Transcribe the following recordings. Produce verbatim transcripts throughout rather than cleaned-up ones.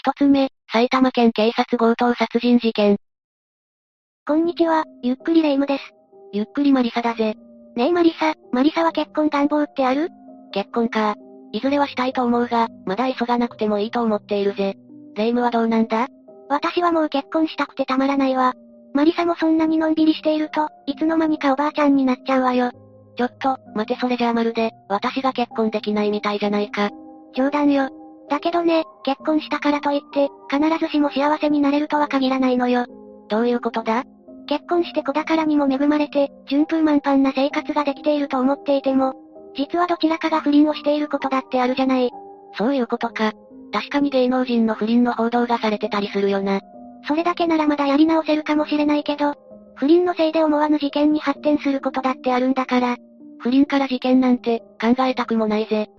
一つ目、埼玉県警察強盗殺人事件。 こんにちは、ゆっくりレ夢ムです。 ゆっくりマリサだぜ。 ねえマリサ、マリサは結婚願望ってある？ 結婚か。いずれはしたいと思うが、まだ急がなくてもいいと思っているぜ。レ夢ムはどうなんだ？ 私はもう結婚したくてたまらないわ。マリサもそんなにのんびりしていると、いつの間にかおばあちゃんになっちゃうわよ。 ちょっと、待てそれじゃあまるで、私が結婚できないみたいじゃないか。 冗談よ。だけどね、結婚したからといって、必ずしも幸せになれるとは限らないのよ。 どういうことだ？ 結婚して子宝にも恵まれて、順風満帆な生活ができていると思っていても、実はどちらかが不倫をしていることだってあるじゃない。 そういうことか。確かに芸能人の不倫の報道がされてたりするよな。 それだけならまだやり直せるかもしれないけど、不倫のせいで思わぬ事件に発展することだってあるんだから。 不倫から事件なんて、考えたくもないぜ。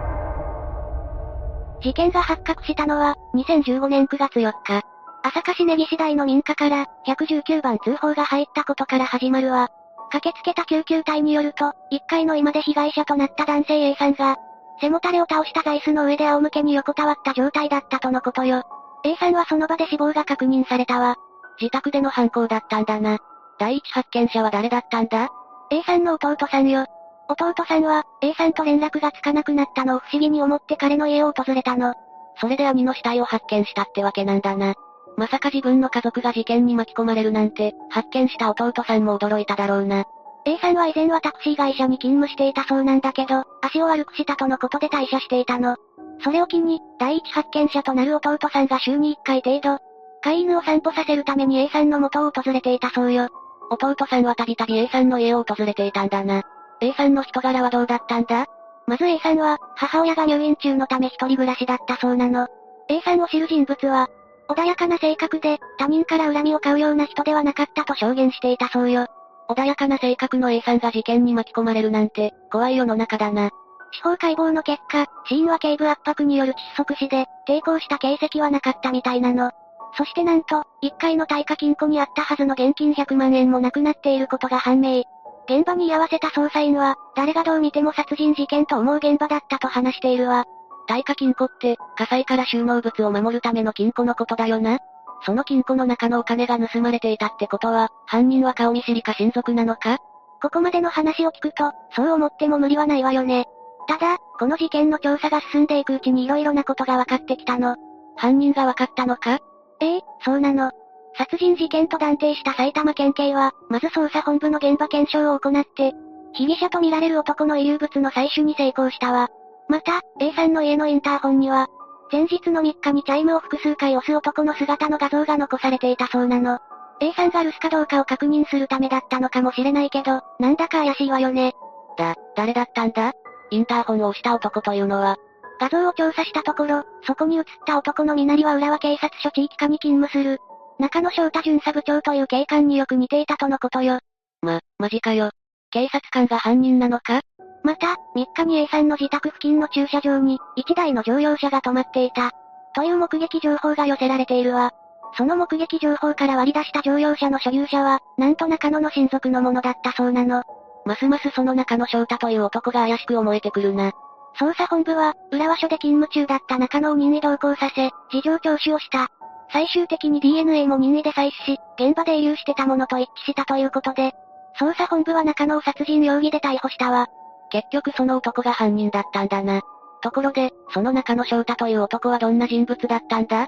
事件が発覚したのは、にせんじゅうごねんくがつよっか。朝霞市根岸台の民家から、ひゃくじゅうきゅうばん通報が入ったことから始まるわ。駆けつけた救急隊によると、いっかいの居間で被害者となった男性 A さんが、背もたれを倒した座椅子の上で仰向けに横たわった状態だったとのことよ。A さんはその場で死亡が確認されたわ。 自宅での犯行だったんだな。第一発見者は誰だったんだ？ A さんの弟さんよ。弟さんは、A さんと連絡がつかなくなったのを不思議に思って彼の家を訪れたの。 それで兄の死体を発見したってわけなんだな。まさか自分の家族が事件に巻き込まれるなんて、発見した弟さんも驚いただろうな。 A さんは以前はタクシー会社に勤務していたそうなんだけど、足を悪くしたとのことで退社していたの。それを機に、第一発見者となる弟さんが週にいっかい程度、飼い犬を散歩させるために A さんの元を訪れていたそうよ。 弟さんはたびたび A さんの家を訪れていたんだな。A さんの人柄はどうだったんだ？ まず A さんは、母親が入院中のため一人暮らしだったそうなの。A さんを知る人物は、穏やかな性格で、他人から恨みを買うような人ではなかったと証言していたそうよ。 穏やかな性格の A さんが事件に巻き込まれるなんて、怖い世の中だな。 司法解剖の結果、死因は頸部圧迫による窒息死で、抵抗した形跡はなかったみたいなの。そしてなんと、いっかいの耐火金庫にあったはずの現金ひゃくまんえんもなくなっていることが判明。現場に居合わせた捜査員は、誰がどう見ても殺人事件と思う現場だったと話しているわ。 耐火金庫って、火災から収納物を守るための金庫のことだよな。その金庫の中のお金が盗まれていたってことは、犯人は顔見知りか親族なのか？ ここまでの話を聞くと、そう思っても無理はないわよね。ただ、この事件の調査が進んでいくうちに色々なことが分かってきたの。 犯人が分かったのか？ ええ、そうなの。殺人事件と断定した埼玉県警は、まず捜査本部の現場検証を行って、被疑者とみられる男の遺留物の採取に成功したわ。また、A さんの家のインターホンには、前日のみっかにチャイムを複数回押す男の姿の画像が残されていたそうなの。A さんが留守かどうかを確認するためだったのかもしれないけど、なんだか怪しいわよね。 だ、誰だったんだ？インターホンを押した男というのは。 画像を調査したところ、そこに映った男の身なりは浦和警察署地域課に勤務する、中野翔太巡査部長という警官によく似ていたとのことよ。 ま、マジかよ。警察官が犯人なのか？ また、みっかに A さんの自宅付近の駐車場に、いちだいの乗用車が止まっていた。という目撃情報が寄せられているわ。その目撃情報から割り出した乗用車の所有者は、なんと中野の親族のものだったそうなの。 ますますその中野翔太という男が怪しく思えてくるな。 捜査本部は、浦和署で勤務中だった中野を任意同行させ、事情聴取をした。最終的に ディーエヌエー も任意で採取し、現場で遺留してたものと一致したということで、捜査本部は中野を殺人容疑で逮捕したわ。 結局その男が犯人だったんだな。ところで、その中野翔太という男はどんな人物だったんだ？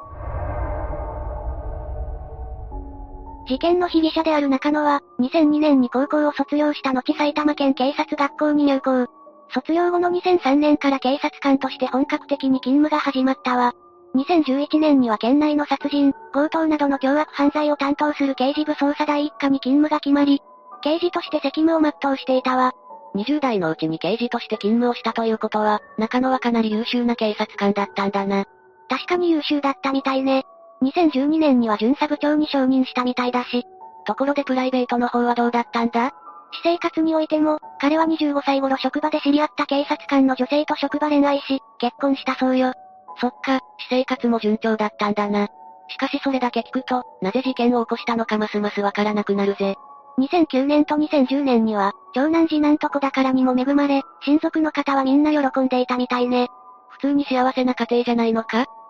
事件の被疑者である中野は、にせんにねんに高校を卒業した後埼玉県警察学校に入校。卒業後のにせんさんねんから警察官として本格的に勤務が始まったわ。にせんじゅういちねんには県内の殺人、強盗などの凶悪犯罪を担当する刑事部捜査第一課に勤務が決まり、刑事として責務を全うしていたわ。 にじゅう代のうちに刑事として勤務をしたということは、中野はかなり優秀な警察官だったんだな。 確かに優秀だったみたいね。にせんじゅうにねんには巡査部長に昇任したみたいだし。 ところでプライベートの方はどうだったんだ？ 私生活においても、彼はにじゅうごさい頃職場で知り合った警察官の女性と職場恋愛し、結婚したそうよ。 そっか、私生活も順調だったんだな。しかしそれだけ聞くと、なぜ事件を起こしたのかますますわからなくなるぜ。 にせんきゅうねんとにせんじゅうねんには、長男次男と子宝にも恵まれ、親族の方はみんな喜んでいたみたいね。 普通に幸せな家庭じゃないのか？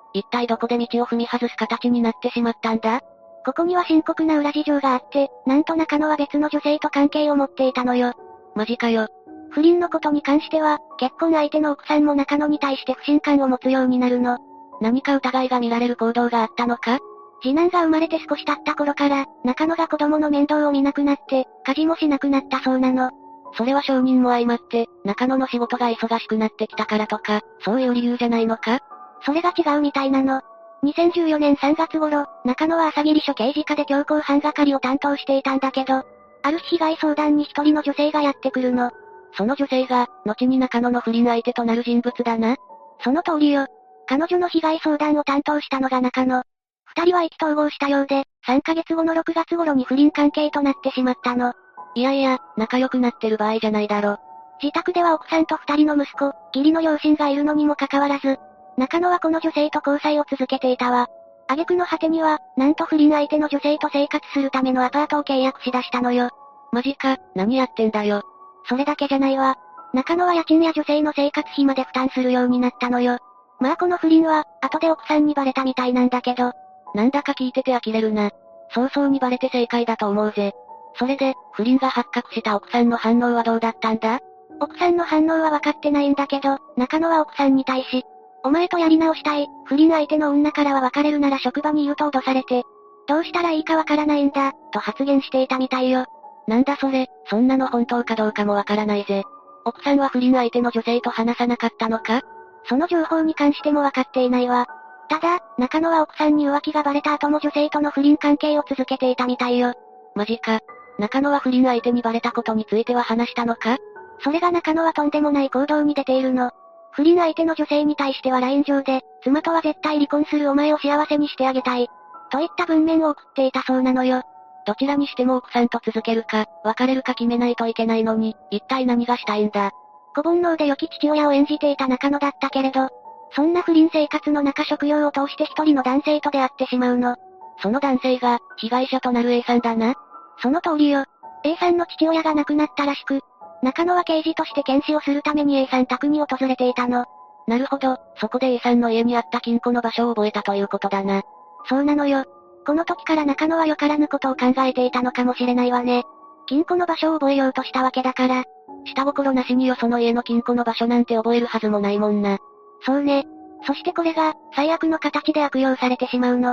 一体どこで道を踏み外す形になってしまったんだ？ ここには深刻な裏事情があって、なんと中野は別の女性と関係を持っていたのよ。 マジかよ。 不倫のことに関しては、結婚相手の奥さんも中野に対して不信感を持つようになるの。 何か疑いが見られる行動があったのか？ 次男が生まれて少し経った頃から、中野が子供の面倒を見なくなって、家事もしなくなったそうなの。 それは証人も相まって、中野の仕事が忙しくなってきたからとか、そういう理由じゃないのか？ それが違うみたいなの。にせんじゅうよねんさんがつ頃、中野は朝霧署刑事課で強行犯係を担当していたんだけど、ある日被害相談に一人の女性がやってくるの。 その女性が、後に中野の不倫相手となる人物だな。 その通りよ。彼女の被害相談を担当したのが中野。二人は意気投合したようで、さんかげつごのろくがつ頃に不倫関係となってしまったの。 いやいや、仲良くなってる場合じゃないだろ。 自宅では奥さんと二人の息子、義理の両親がいるのにもかかわらず、中野はこの女性と交際を続けていたわ。挙句の果てには、なんと不倫相手の女性と生活するためのアパートを契約しだしたのよ。 マジか、何やってんだよ。 それだけじゃないわ。中野は家賃や女性の生活費まで負担するようになったのよ。まあこの不倫は、後で奥さんにバレたみたいなんだけど。 なんだか聞いてて呆れるな。早々にバレて正解だと思うぜ。それで、不倫が発覚した奥さんの反応はどうだったんだ？ 奥さんの反応は分かってないんだけど、中野は奥さんに対し、お前とやり直したい、不倫相手の女からは別れるなら職場に言うと脅されて、どうしたらいいかわからないんだ、と発言していたみたいよ。 なんだそれ、そんなの本当かどうかもわからないぜ。奥さんは不倫相手の女性と話さなかったのか？ その情報に関してもわかっていないわ。ただ、中野は奥さんに浮気がバレた後も女性との不倫関係を続けていたみたいよ。 マジか。中野は不倫相手にバレたことについては話したのか？ それが中野はとんでもない行動に出ているの。不倫相手の女性に対しては ライン 上で、妻とは絶対離婚するお前を幸せにしてあげたい。といった文面を送っていたそうなのよ。 どちらにしても奥さんと続けるか、別れるか決めないといけないのに、一体何がしたいんだ？ 子煩悩で良き父親を演じていた中野だったけれど、そんな不倫生活の中食用を通して一人の男性と出会ってしまうの。 その男性が、被害者となる A さんだな。 その通りよ。A さんの父親が亡くなったらしく、中野は刑事として検視をするために A さん宅に訪れていたの。 なるほど、そこで A さんの家にあった金庫の場所を覚えたということだな。 そうなのよ。この時から中野はよからぬことを考えていたのかもしれないわね。金庫の場所を覚えようとしたわけだから。 下心なしによその家の金庫の場所なんて覚えるはずもないもんな。 そうね。そしてこれが、最悪の形で悪用されてしまうの。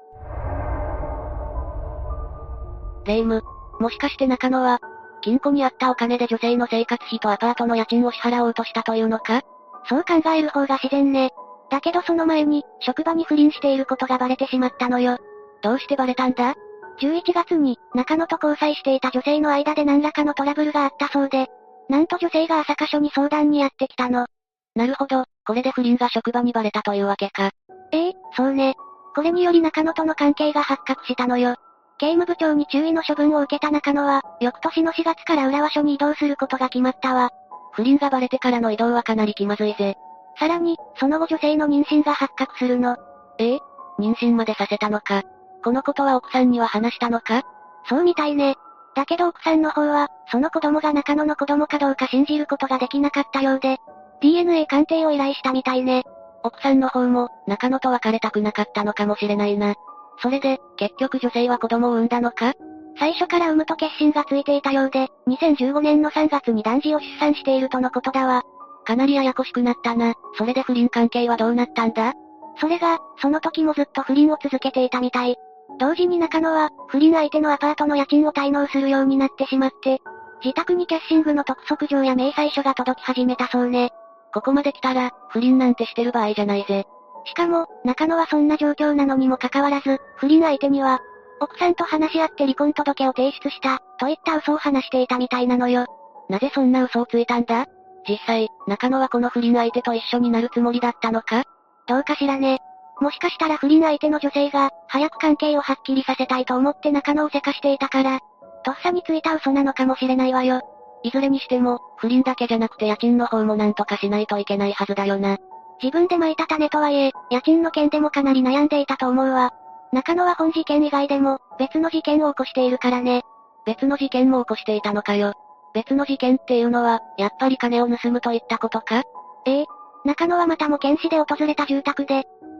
霊夢。もしかして中野は、金庫にあったお金で女性の生活費とアパートの家賃を支払おうとしたというのか？ そう考える方が自然ね。だけどその前に、職場に不倫していることがバレてしまったのよ。 どうしてバレたんだ？ じゅういちがつに、中野と交際していた女性の間で何らかのトラブルがあったそうで、なんと女性が朝霞署に相談にやってきたの。 なるほど、これで不倫が職場にバレたというわけか。 ええ、そうね。これにより中野との関係が発覚したのよ。刑務部長に注意の処分を受けた中野は、翌年のしがつから浦和署に移動することが決まったわ。 不倫がバレてからの移動はかなり気まずいぜ。 さらに、その後女性の妊娠が発覚するの。 ええ？妊娠までさせたのか。このことは奥さんには話したのか？ そうみたいね。だけど奥さんの方は、その子供が中野の子供かどうか信じることができなかったようで、ディーエヌエー 鑑定を依頼したみたいね。 奥さんの方も、中野と別れたくなかったのかもしれないな。それで、結局女性は子供を産んだのか？ 最初から産むと決心がついていたようで、にせんじゅうごねんのさんがつに男児を出産しているとのことだわ。 かなりややこしくなったな。それで不倫関係はどうなったんだ？ それが、その時もずっと不倫を続けていたみたい。同時に中野は、不倫相手のアパートの家賃を滞納するようになってしまって、自宅にキャッシングの督促状や明細書が届き始めたそうね。 ここまで来たら、不倫なんてしてる場合じゃないぜ。 しかも、中野はそんな状況なのにもかかわらず、不倫相手には、奥さんと話し合って離婚届を提出した、といった嘘を話していたみたいなのよ。 なぜそんな嘘をついたんだ？実際、中野はこの不倫相手と一緒になるつもりだったのか？ どうかしらね。もしかしたら不倫相手の女性が、早く関係をはっきりさせたいと思って中野をせかしていたから、とっさについた嘘なのかもしれないわよ。 いずれにしても、不倫だけじゃなくて家賃の方もなんとかしないといけないはずだよな。 自分で撒いた種とはいえ、家賃の件でもかなり悩んでいたと思うわ。中野は本事件以外でも、別の事件を起こしているからね。 別の事件も起こしていたのかよ。別の事件っていうのは、やっぱり金を盗むといったことか？ ええ。中野はまたも検視で訪れた住宅で、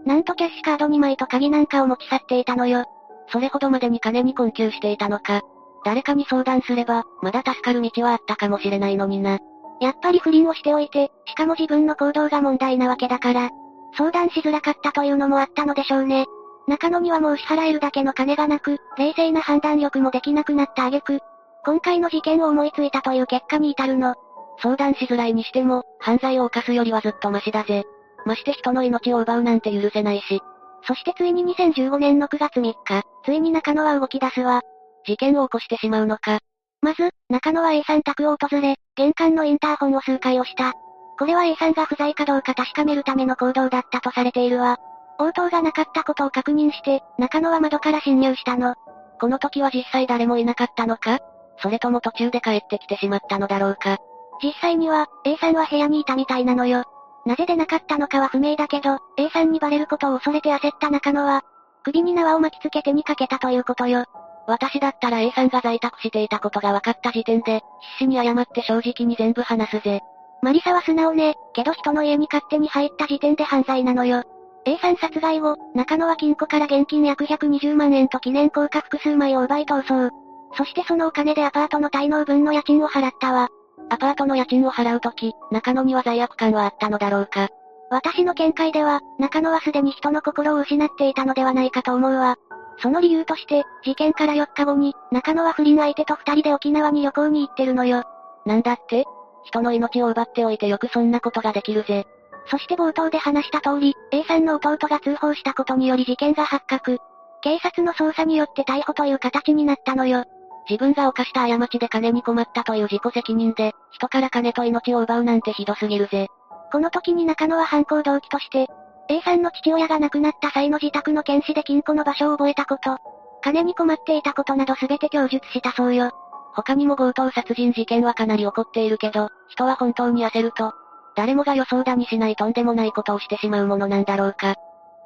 なんとキャッシュカードにまいと鍵なんかを持ち去っていたのよ。 それほどまでに金に困窮していたのか。誰かに相談すれば、まだ助かる道はあったかもしれないのにな。 やっぱり不倫をしておいて、しかも自分の行動が問題なわけだから、相談しづらかったというのもあったのでしょうね。中野にはもう支払えるだけの金がなく、冷静な判断力もできなくなった挙句、今回の事件を思いついたという結果に至るの。 相談しづらいにしても、犯罪を犯すよりはずっとマシだぜ。まして人の命を奪うなんて許せないし。 そしてついににせんじゅうごねんのくがつみっか、ついに中野は動き出すわ。 事件を起こしてしまうのか。 まず、中野は A さん宅を訪れ、玄関のインターホンを数回押した。これは A さんが不在かどうか確かめるための行動だったとされているわ。応答がなかったことを確認して、中野は窓から侵入したの。 この時は実際誰もいなかったのか？それとも途中で帰ってきてしまったのだろうか。 実際には、A さんは部屋にいたみたいなのよ。なぜでなかったのかは不明だけど、A さんにバレることを恐れて焦った中野は、首に縄を巻きつけ手にかけたということよ。 私だったら A さんが在宅していたことが分かった時点で、必死に謝って正直に全部話すぜ。 マリサは素直ね、けど人の家に勝手に入った時点で犯罪なのよ。A さん殺害後、中野は金庫から現金約ひゃくにじゅうまんえんと記念硬貨複数枚を奪い逃走。そしてそのお金でアパートの滞納分の家賃を払ったわ。 アパートの家賃を払うとき、中野には罪悪感はあったのだろうか。 私の見解では、中野はすでに人の心を失っていたのではないかと思うわ。その理由として、事件からよっかごに、中野は不倫相手と二人で沖縄に旅行に行ってるのよ。 なんだって？人の命を奪っておいてよくそんなことができるぜ。 そして冒頭で話した通り、A さんの弟が通報したことにより事件が発覚。警察の捜査によって逮捕という形になったのよ。 自分が犯した過ちで金に困ったという自己責任で、人から金と命を奪うなんてひどすぎるぜ。 この時に中野は犯行動機として、A さんの父親が亡くなった際の自宅の検視で金庫の場所を覚えたこと、金に困っていたことなど全て供述したそうよ。 他にも強盗殺人事件はかなり起こっているけど、人は本当に焦ると、誰もが予想だにしないとんでもないことをしてしまうものなんだろうか。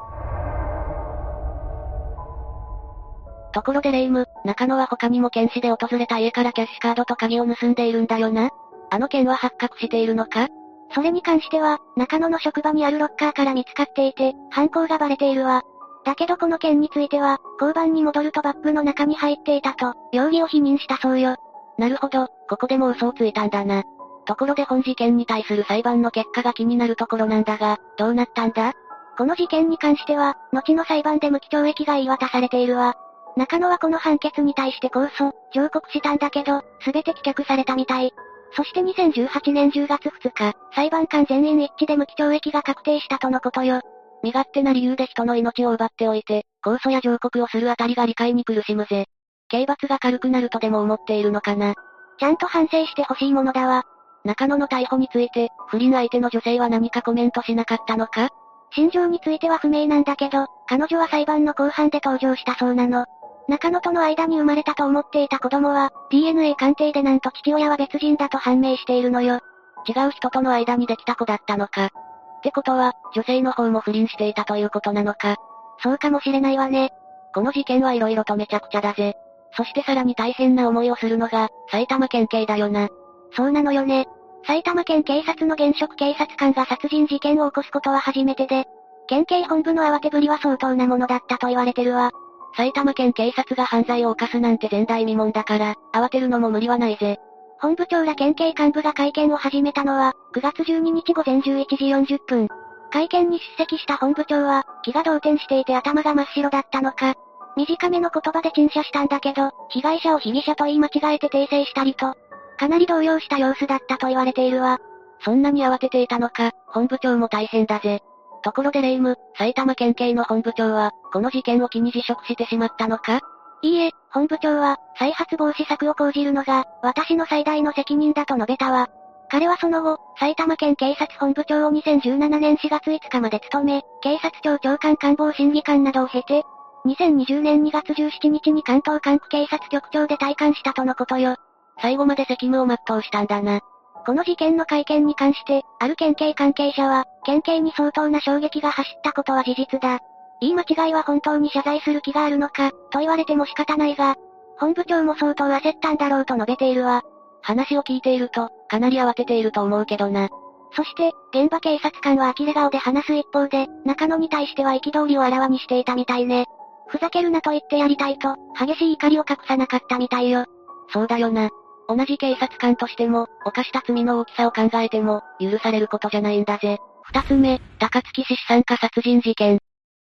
ところでレイム、中野は他にも検視で訪れた家からキャッシュカードと鍵を盗んでいるんだよな？あの件は発覚しているのか？ それに関しては、中野の職場にあるロッカーから見つかっていて、犯行がバレているわ。だけどこの件については、交番に戻るとバッグの中に入っていたと、容疑を否認したそうよ。 なるほど、ここでも嘘をついたんだな。ところで本事件に対する裁判の結果が気になるところなんだが、どうなったんだ？ この事件に関しては、後の裁判で無期懲役が言い渡されているわ。中野はこの判決に対して控訴、上告したんだけど、すべて棄却されたみたい。そしてにせんじゅうはちねんじゅうがつふつか、裁判官全員一致で無期懲役が確定したとのことよ。 身勝手な理由で人の命を奪っておいて、控訴や上告をするあたりが理解に苦しむぜ。刑罰が軽くなるとでも思っているのかな。 ちゃんと反省してほしいものだわ。 中野の逮捕について、不倫相手の女性は何かコメントしなかったのか？ 心情については不明なんだけど、彼女は裁判の後半で登場したそうなの。中野との間に生まれたと思っていた子供は、ディーエヌエー 鑑定でなんと父親は別人だと判明しているのよ。 違う人との間にできた子だったのか。ってことは、女性の方も不倫していたということなのか。 そうかもしれないわね。 この事件は色々とめちゃくちゃだぜ。そしてさらに大変な思いをするのが、埼玉県警だよな。 そうなのよね。埼玉県警察の現職警察官が殺人事件を起こすことは初めてで、県警本部の慌てぶりは相当なものだったと言われてるわ。 埼玉県警察が犯罪を犯すなんて前代未聞だから、慌てるのも無理はないぜ。 本部長ら県警幹部が会見を始めたのは、くがつじゅうににちごぜんじゅういちじよんじゅっぷん。会見に出席した本部長は、気が動転していて頭が真っ白だったのか、短めの言葉で陳謝したんだけど、被害者を被疑者と言い間違えて訂正したりと、かなり動揺した様子だったと言われているわ。 そんなに慌てていたのか、本部長も大変だぜ。ところでレイム、埼玉県警の本部長は、この事件を機に辞職してしまったのか？ いいえ、本部長は、再発防止策を講じるのが、私の最大の責任だと述べたわ。彼はその後、埼玉県警察本部長をにせんじゅうななねんしがついつかまで務め、警察庁長官官房審議官などを経て、にせんにじゅうねんにがつじゅうしちにちに関東管区警察局長で退官したとのことよ。 最後まで責務を全うしたんだな。 この事件の会見に関して、ある県警関係者は、県警に相当な衝撃が走ったことは事実だ。言い間違いは本当に謝罪する気があるのか、と言われても仕方ないが、本部長も相当焦ったんだろうと述べているわ。 話を聞いていると、かなり慌てていると思うけどな。 そして、現場警察官は呆れ顔で話す一方で、中野に対しては憤りをあらわにしていたみたいね。ふざけるなと言ってやりたいと、激しい怒りを隠さなかったみたいよ。 そうだよな。同じ警察官としても、犯した罪の大きさを考えても、許されることじゃないんだぜ。二つ目、高槻市資産家殺人事件。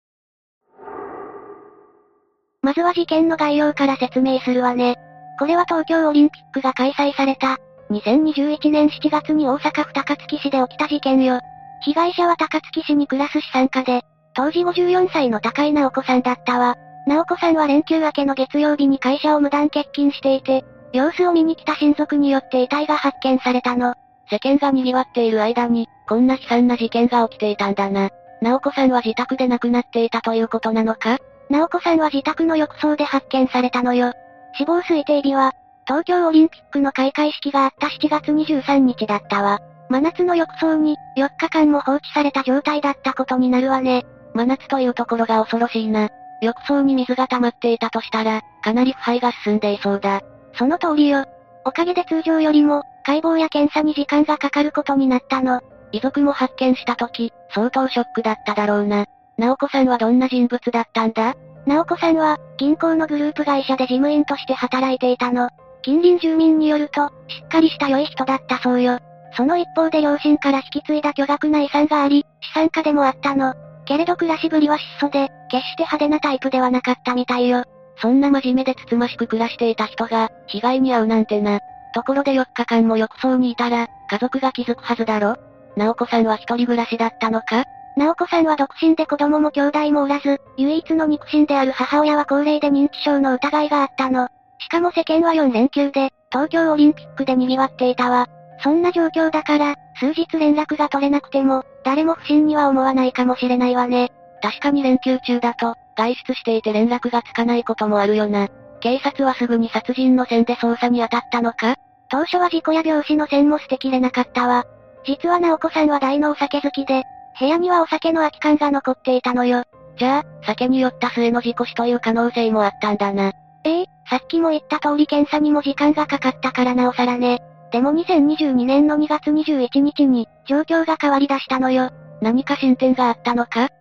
まずは事件の概要から説明するわね。これは東京オリンピックが開催された、にせんにじゅういちねんしちがつに大阪府高槻市で起きた事件よ。被害者は高槻市に暮らす資産家で、当時ごじゅうよんさいの高井直子さんだったわ。直子さんは連休明けの月曜日に会社を無断欠勤していて、様子を見に来た親族によって遺体が発見されたの。 世間が賑わっている間に、こんな悲惨な事件が起きていたんだな。直子さんは自宅で亡くなっていたということなのか？ 直子さんは自宅の浴槽で発見されたのよ。死亡推定日は、東京オリンピックの開会式があったしちがつにじゅうさんにちだったわ。真夏の浴槽に、よっかかんも放置された状態だったことになるわね。 真夏というところが恐ろしいな。浴槽に水が溜まっていたとしたら、かなり腐敗が進んでいそうだ。 その通りよ。おかげで通常よりも、解剖や検査に時間がかかることになったの。 遺族も発見した時、相当ショックだっただろうな。直子さんはどんな人物だったんだ？ 直子さんは、銀行のグループ会社で事務員として働いていたの。近隣住民によると、しっかりした良い人だったそうよ。その一方で両親から引き継いだ巨額な遺産があり、資産家でもあったの。けれど暮らしぶりは質素で、決して派手なタイプではなかったみたいよ。 そんな真面目でつつましく暮らしていた人が、被害に遭うなんてな。ところでよっかかんも浴槽にいたら、家族が気づくはずだろ？直子さんは一人暮らしだったのか？ 直子さんは独身で子供も兄弟もおらず、唯一の肉親である母親は高齢で認知症の疑いがあったの。しかも世間はよんれんきゅうで、東京オリンピックで賑わっていたわ。そんな状況だから、数日連絡が取れなくても、誰も不審には思わないかもしれないわね。 確かに連休中だと、外出していて連絡がつかないこともあるよな。警察はすぐに殺人の線で捜査に当たったのか？ 当初は事故や病死の線も捨てきれなかったわ。実は直子さんは大のお酒好きで、部屋にはお酒の空き缶が残っていたのよ。 じゃあ、酒に酔った末の事故死という可能性もあったんだな。 ええ、さっきも言った通り検査にも時間がかかったからなおさらね。でもにせんにじゅうにねんのにがつにじゅういちにちに、状況が変わり出したのよ。 何か進展があったのか？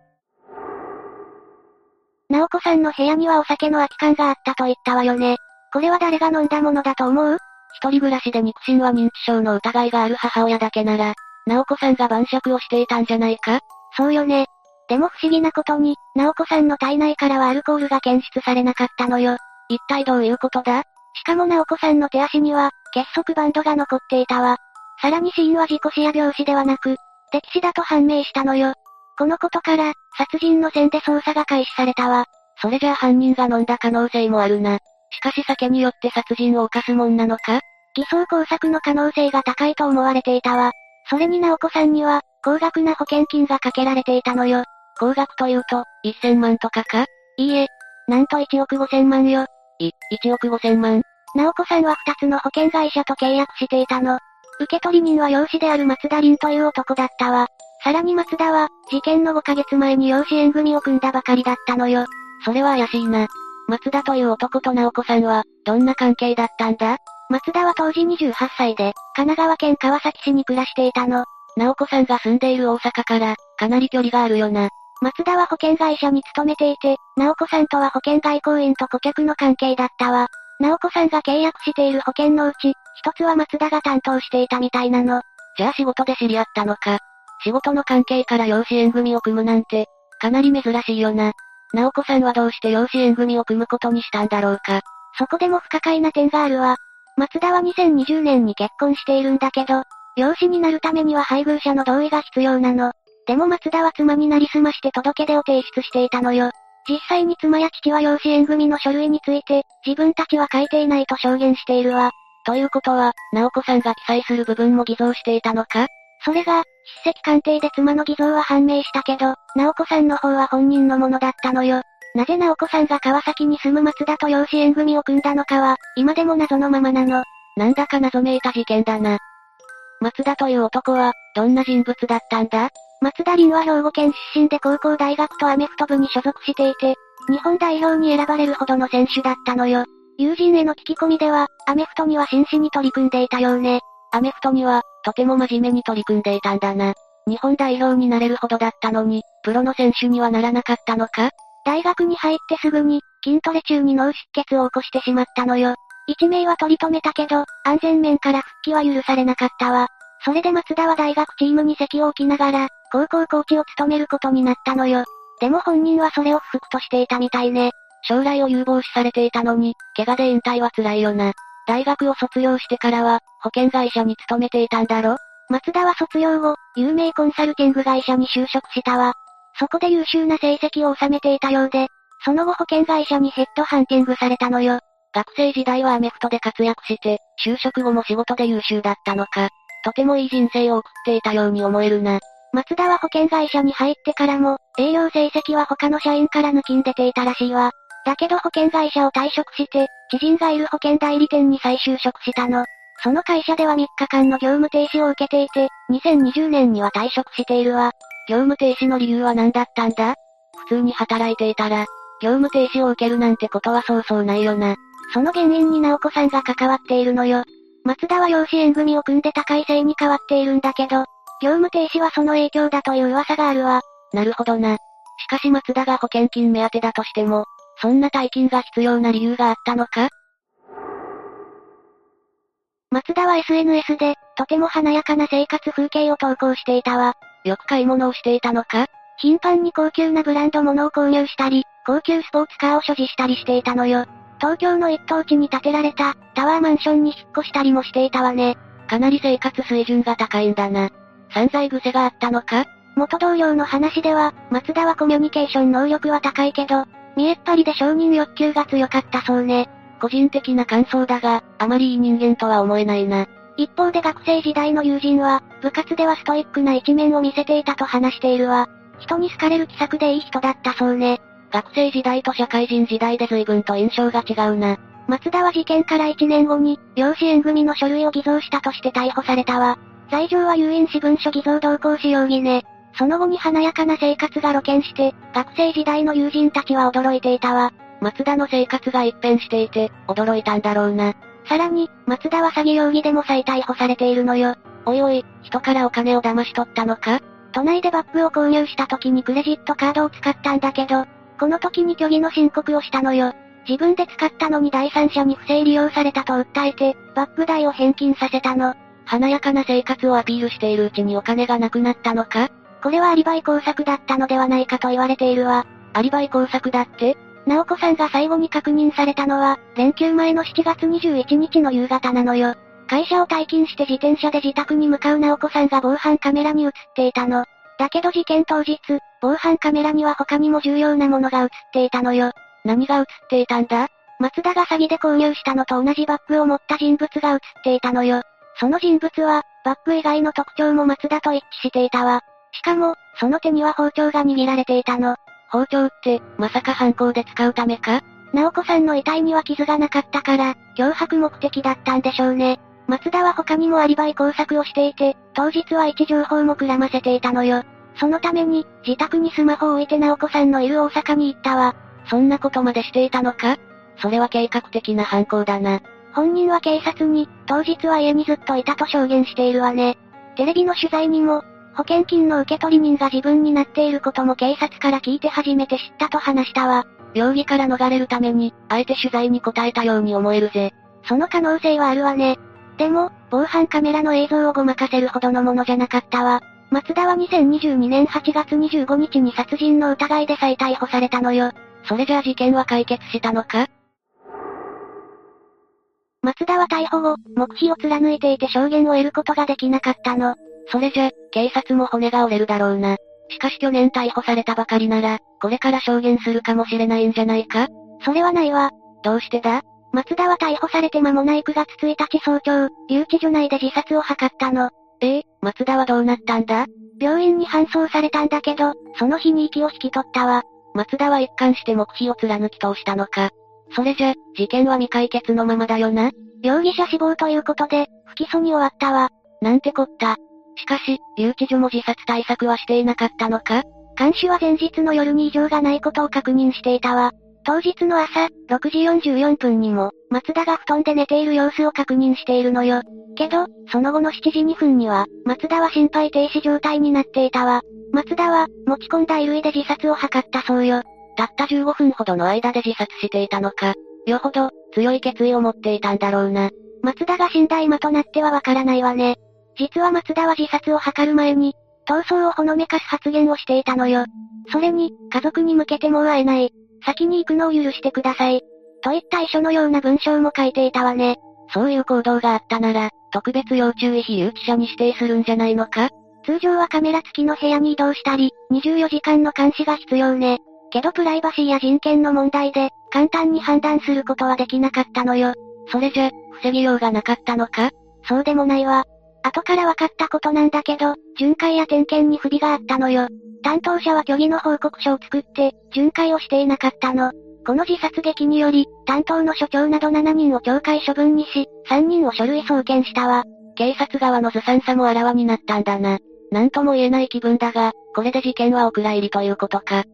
直子さんの部屋にはお酒の空き缶があったと言ったわよね。これは誰が飲んだものだと思う？ 一人暮らしで肉親は認知症の疑いがある母親だけなら、直子さんが晩酌をしていたんじゃないか？ そうよね。でも不思議なことに、直子さんの体内からはアルコールが検出されなかったのよ。 一体どういうことだ？ しかも直子さんの手足には、結束バンドが残っていたわ。さらに死因は事故死や病死ではなく、溺死だと判明したのよ。このことから、殺人の線で捜査が開始されたわ。 それじゃあ犯人が飲んだ可能性もあるな。しかし酒によって殺人を犯すもんなのか？ 偽装工作の可能性が高いと思われていたわ。それに直子さんには、高額な保険金がかけられていたのよ。 高額というと、せんまんとかか？ いいえ。なんといちおくごせんまんよ。 い、いちおくごせんまん？ 直子さんはふたつの保険会社と契約していたの。受取人は養子である松田凛という男だったわ。さらに松田は、事件のごかげつまえに養子縁組を組んだばかりだったのよ。 それは怪しいな。松田という男と直子さんは、どんな関係だったんだ？ 松田は当時にじゅうはっさいで、神奈川県川崎市に暮らしていたの。 直子さんが住んでいる大阪から、かなり距離があるよな。 松田は保険会社に勤めていて、直子さんとは保険外交員と顧客の関係だったわ。直子さんが契約している保険のうち、一つは松田が担当していたみたいなの。 じゃあ仕事で知り合ったのか。仕事の関係から養子縁組を組むなんて、かなり珍しいよな。直子さんはどうして養子縁組を組むことにしたんだろうか。 そこでも不可解な点があるわ。松田はにせんにじゅうねんに結婚しているんだけど、養子になるためには配偶者の同意が必要なの。でも松田は妻になりすまして届け出を提出していたのよ。実際に妻や父は養子縁組の書類について、自分たちは書いていないと証言しているわ。 ということは、直子さんが記載する部分も偽造していたのか？ それが、筆跡鑑定で妻の偽造は判明したけど、直子さんの方は本人のものだったのよ。なぜ直子さんが川崎に住む松田と養子縁組を組んだのかは、今でも謎のままなの。 なんだか謎めいた事件だな。松田という男は、どんな人物だったんだ？ 松田凛は兵庫県出身で高校大学とアメフト部に所属していて、日本代表に選ばれるほどの選手だったのよ。友人への聞き込みでは、アメフトには真摯に取り組んでいたようね。 アメフトには、 とても真面目に取り組んでいたんだな。日本代表になれるほどだったのに、プロの選手にはならなかったのか？ 大学に入ってすぐに、筋トレ中に脳出血を起こしてしまったのよ。一命は取り留めたけど、安全面から復帰は許されなかったわ。それで松田は大学チームに籍を置きながら、高校コーチを務めることになったのよ。でも本人はそれを不服としていたみたいね。 将来を有望視されていたのに、怪我で引退は辛いよな。大学を卒業してからは、保険会社に勤めていたんだろ？ 松田は卒業後、有名コンサルティング会社に就職したわ。そこで優秀な成績を収めていたようで、その後保険会社にヘッドハンティングされたのよ。 学生時代はアメフトで活躍して、就職後も仕事で優秀だったのか。とてもいい人生を送っていたように思えるな。 松田は保険会社に入ってからも、営業成績は他の社員から抜きん出ていたらしいわ。だけど保険会社を退職して、知人がいる保険代理店に再就職したの。その会社ではみっかかんの業務停止を受けていて、にせんにじゅうねんには退職しているわ。 業務停止の理由は何だったんだ？普通に働いていたら、業務停止を受けるなんてことはそうそうないよな。 その原因に直子さんが関わっているのよ。松田は養子縁組を組んで他会生に変わっているんだけど、業務停止はその影響だという噂があるわ。 なるほどな。しかし松田が保険金目当てだとしても、そんな大金が必要な理由があったのか？ 松田は エスエヌエス で、とても華やかな生活風景を投稿していたわ。 よく買い物をしていたのか？ 頻繁に高級なブランド物を購入したり、高級スポーツカーを所持したりしていたのよ。東京の一等地に建てられた、タワーマンションに引っ越したりもしていたわね。 かなり生活水準が高いんだな。散財癖があったのか？ 元同僚の話では、松田はコミュニケーション能力は高いけど、見えっ張りで承認欲求が強かったそうね。 個人的な感想だが、あまりいい人間とは思えないな。 一方で学生時代の友人は、部活ではストイックな一面を見せていたと話しているわ。人に好かれる気さくでいい人だったそうね。 学生時代と社会人時代で随分と印象が違うな。 松田は事件からいちねんごに、養子縁組の書類を偽造したとして逮捕されたわ。罪状は有印私文書偽造同行使容疑ね。その後に華やかな生活が露見して、学生時代の友人たちは驚いていたわ。 松田の生活が一変していて、驚いたんだろうな。 さらに、松田は詐欺容疑でも再逮捕されているのよ。 おいおい、人からお金を騙し取ったのか？ 都内でバッグを購入した時にクレジットカードを使ったんだけど、この時に虚偽の申告をしたのよ。自分で使ったのに第三者に不正利用されたと訴えて、バッグ代を返金させたの。 華やかな生活をアピールしているうちにお金がなくなったのか？ これはアリバイ工作だったのではないかと言われているわ。 アリバイ工作だって？ 直子さんが最後に確認されたのは、連休前のしちがつにじゅういちにちの夕方なのよ。会社を退勤して自転車で自宅に向かう直子さんが防犯カメラに映っていたの。だけど事件当日、防犯カメラには他にも重要なものが映っていたのよ。 何が映っていたんだ？ 松田が詐欺で購入したのと同じバッグを持った人物が映っていたのよ。その人物は、バッグ以外の特徴も松田と一致していたわ。しかも、その手には包丁が握られていたの。 包丁って、まさか犯行で使うためか？ 直子さんの遺体には傷がなかったから、脅迫目的だったんでしょうね。松田は他にもアリバイ工作をしていて、当日は位置情報もくらませていたのよ。そのために、自宅にスマホを置いて直子さんのいる大阪に行ったわ。 そんなことまでしていたのか？それは計画的な犯行だな。 本人は警察に、当日は家にずっといたと証言しているわね。テレビの取材にも、保険金の受取人が自分になっていることも警察から聞いて初めて知ったと話したわ。 容疑から逃れるために、あえて取材に答えたように思えるぜ。 その可能性はあるわね。でも、防犯カメラの映像をごまかせるほどのものじゃなかったわ。松田はにせんにじゅうにねんはちがつにじゅうごにちに殺人の疑いで再逮捕されたのよ。 それじゃあ事件は解決したのか？ 松田は逮捕後、黙秘を貫いていて証言を得ることができなかったの。 それじゃ、警察も骨が折れるだろうな。しかし去年逮捕されたばかりなら、これから証言するかもしれないんじゃないか？ それはないわ。 どうしてだ？ 松田は逮捕されて間もないくがつついたち早朝、留置所内で自殺を図ったの。 ええ、松田はどうなったんだ？ 病院に搬送されたんだけど、その日に息を引き取ったわ。 松田は一貫して黙秘を貫き通したのか。それじゃ、事件は未解決のままだよな。 容疑者死亡ということで、不起訴に終わったわ。 なんてこった。しかし、留置所も自殺対策はしていなかったのか？ 看守は前日の夜に異常がないことを確認していたわ。当日の朝、ろくじよんじゅうよんぷんにも、 松田が布団で寝ている様子を確認しているのよ。けど、その後のしちじにふんには、松田は心肺停止状態になっていたわ。松田は、持ち込んだ衣類で自殺を図ったそうよ。 たったじゅうごふんほどの間で自殺していたのか。よほど、強い決意を持っていたんだろうな。 松田が死んだ今となってはわからないわね。実は松田は自殺を図る前に、逃走をほのめかす発言をしていたのよ。それに、家族に向けてもう会えない。先に行くのを許してください。といった遺書のような文章も書いていたわね。 そういう行動があったなら、特別要注意非留置者に指定するんじゃないのか？ 通常はカメラ付きの部屋に移動したり、にじゅうよじかんの監視が必要ね。けどプライバシーや人権の問題で、簡単に判断することはできなかったのよ。 それじゃ、防ぎようがなかったのか？ そうでもないわ。後から分かったことなんだけど、巡回や点検に不備があったのよ。担当者は虚偽の報告書を作って、巡回をしていなかったの。この自殺劇により、担当の所長などしちにんを懲戒処分にし、さんにんを書類送検したわ。 警察側のずさんさもあらわになったんだな。なんとも言えない気分だが、これで事件はお蔵入りということか。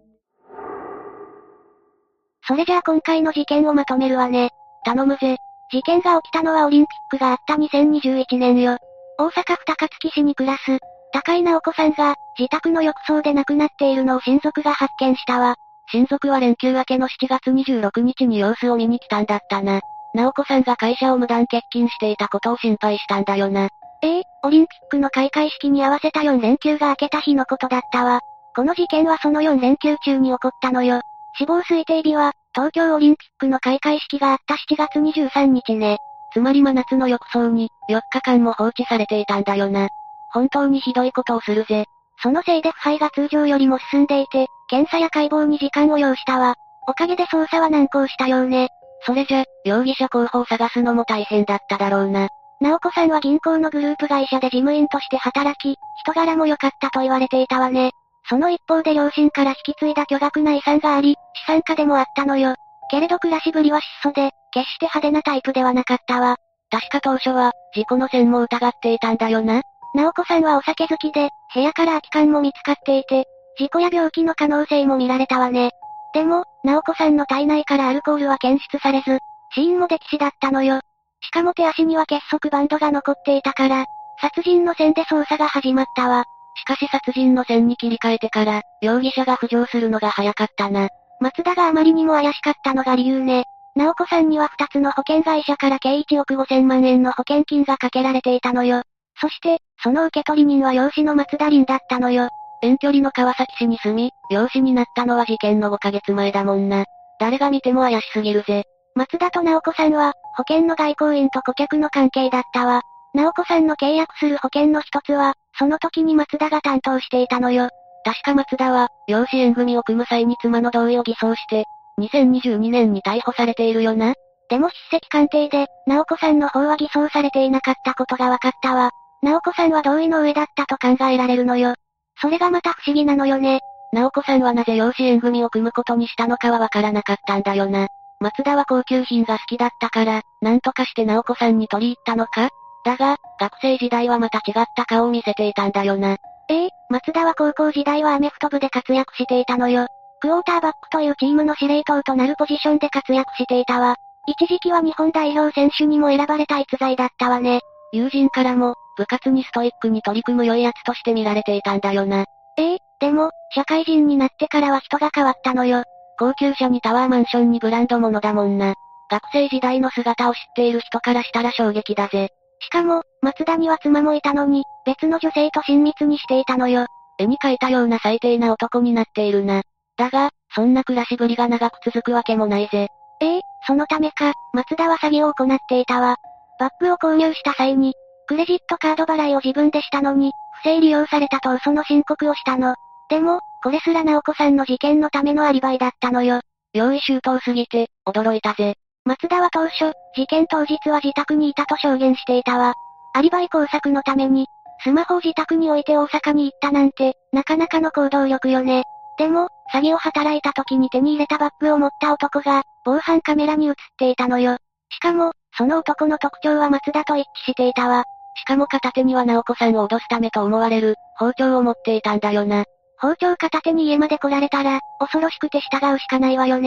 それじゃあ今回の事件をまとめるわね。 頼むぜ。 事件が起きたのはオリンピックがあったにせんにじゅういちねんよ。大阪府高槻市に暮らす、高井直子さんが、自宅の浴槽で亡くなっているのを親族が発見したわ。 親族は連休明けのしちがつにじゅうろくにちに様子を見に来たんだったな。直子さんが会社を無断欠勤していたことを心配したんだよな。 ええ、オリンピックの開会式に合わせたよんれんきゅうが明けた日のことだったわ。この事件はそのよんれんきゅう中に起こったのよ。死亡推定日は、東京オリンピックの開会式があったしちがつにじゅうさんにちね。 つまり真夏の浴槽に、よっかかんも放置されていたんだよな。本当にひどいことをするぜ。 そのせいで腐敗が通常よりも進んでいて、検査や解剖に時間を要したわ。おかげで捜査は難航したようね。 それじゃ、容疑者候補を探すのも大変だっただろうな。 直子さんは銀行のグループ会社で事務員として働き、人柄も良かったと言われていたわね。その一方で両親から引き継いだ巨額な遺産があり、資産家でもあったのよ。けれど暮らしぶりは質素で、決して派手なタイプではなかったわ。 確か当初は、事故の線も疑っていたんだよな。 直子さんはお酒好きで、部屋から空き缶も見つかっていて、事故や病気の可能性も見られたわね。でも、直子さんの体内からアルコールは検出されず、死因も溺死だったのよ。しかも手足には結束バンドが残っていたから、殺人の線で捜査が始まったわ。 しかし殺人の線に切り替えてから、容疑者が浮上するのが早かったな。 松田があまりにも怪しかったのが理由ね。直子さんにはふたつの保険会社から計いちおくごせんまんえんの保険金がかけられていたのよ。そして、その受取人は養子の松田凛だったのよ。 遠距離の川崎市に住み、養子になったのは事件のごかげつまえだもんな。誰が見ても怪しすぎるぜ。 松田と直子さんは、保険の外交員と顧客の関係だったわ。直子さんの契約する保険の一つは、その時に松田が担当していたのよ。 確か松田は、養子縁組を組む際に妻の同意を偽装して、にせんにじゅうにねんに逮捕されているよな。 でも筆跡鑑定で、直子さんの方は偽装されていなかったことが分かったわ。直子さんは同意の上だったと考えられるのよ。それがまた不思議なのよね。 直子さんはなぜ養子縁組を組むことにしたのかはわからなかったんだよな。松田は高級品が好きだったから、なんとかして直子さんに取り入ったのか？だが、学生時代はまた違った顔を見せていたんだよな。 ええ、松田は高校時代はアメフト部で活躍していたのよ。クォーターバックというチームの司令塔となるポジションで活躍していたわ。一時期は日本代表選手にも選ばれた逸材だったわね。 友人からも、部活にストイックに取り組む良いやつとして見られていたんだよな。 ええ、でも、社会人になってからは人が変わったのよ。 高級車にタワーマンションにブランド物だもんな。学生時代の姿を知っている人からしたら衝撃だぜ。 しかも、松田には妻もいたのに、別の女性と親密にしていたのよ。 絵に描いたような最低な男になっているな。だが、そんな暮らしぶりが長く続くわけもないぜ。 ええ、そのためか、松田は詐欺を行っていたわ。バッグを購入した際に、クレジットカード払いを自分でしたのに、不正利用されたと嘘の申告をしたの。でも、これすら直子さんの事件のためのアリバイだったのよ。 用意周到すぎて、驚いたぜ。 松田は当初、事件当日は自宅にいたと証言していたわ。アリバイ工作のために、スマホを自宅に置いて大阪に行ったなんて、なかなかの行動力よね。でも、詐欺を働いた時に手に入れたバッグを持った男が、防犯カメラに映っていたのよ。しかも、その男の特徴は松田と一致していたわ。 しかも片手には直子さんを脅すためと思われる、包丁を持っていたんだよな。 包丁片手に家まで来られたら、恐ろしくて従うしかないわよね。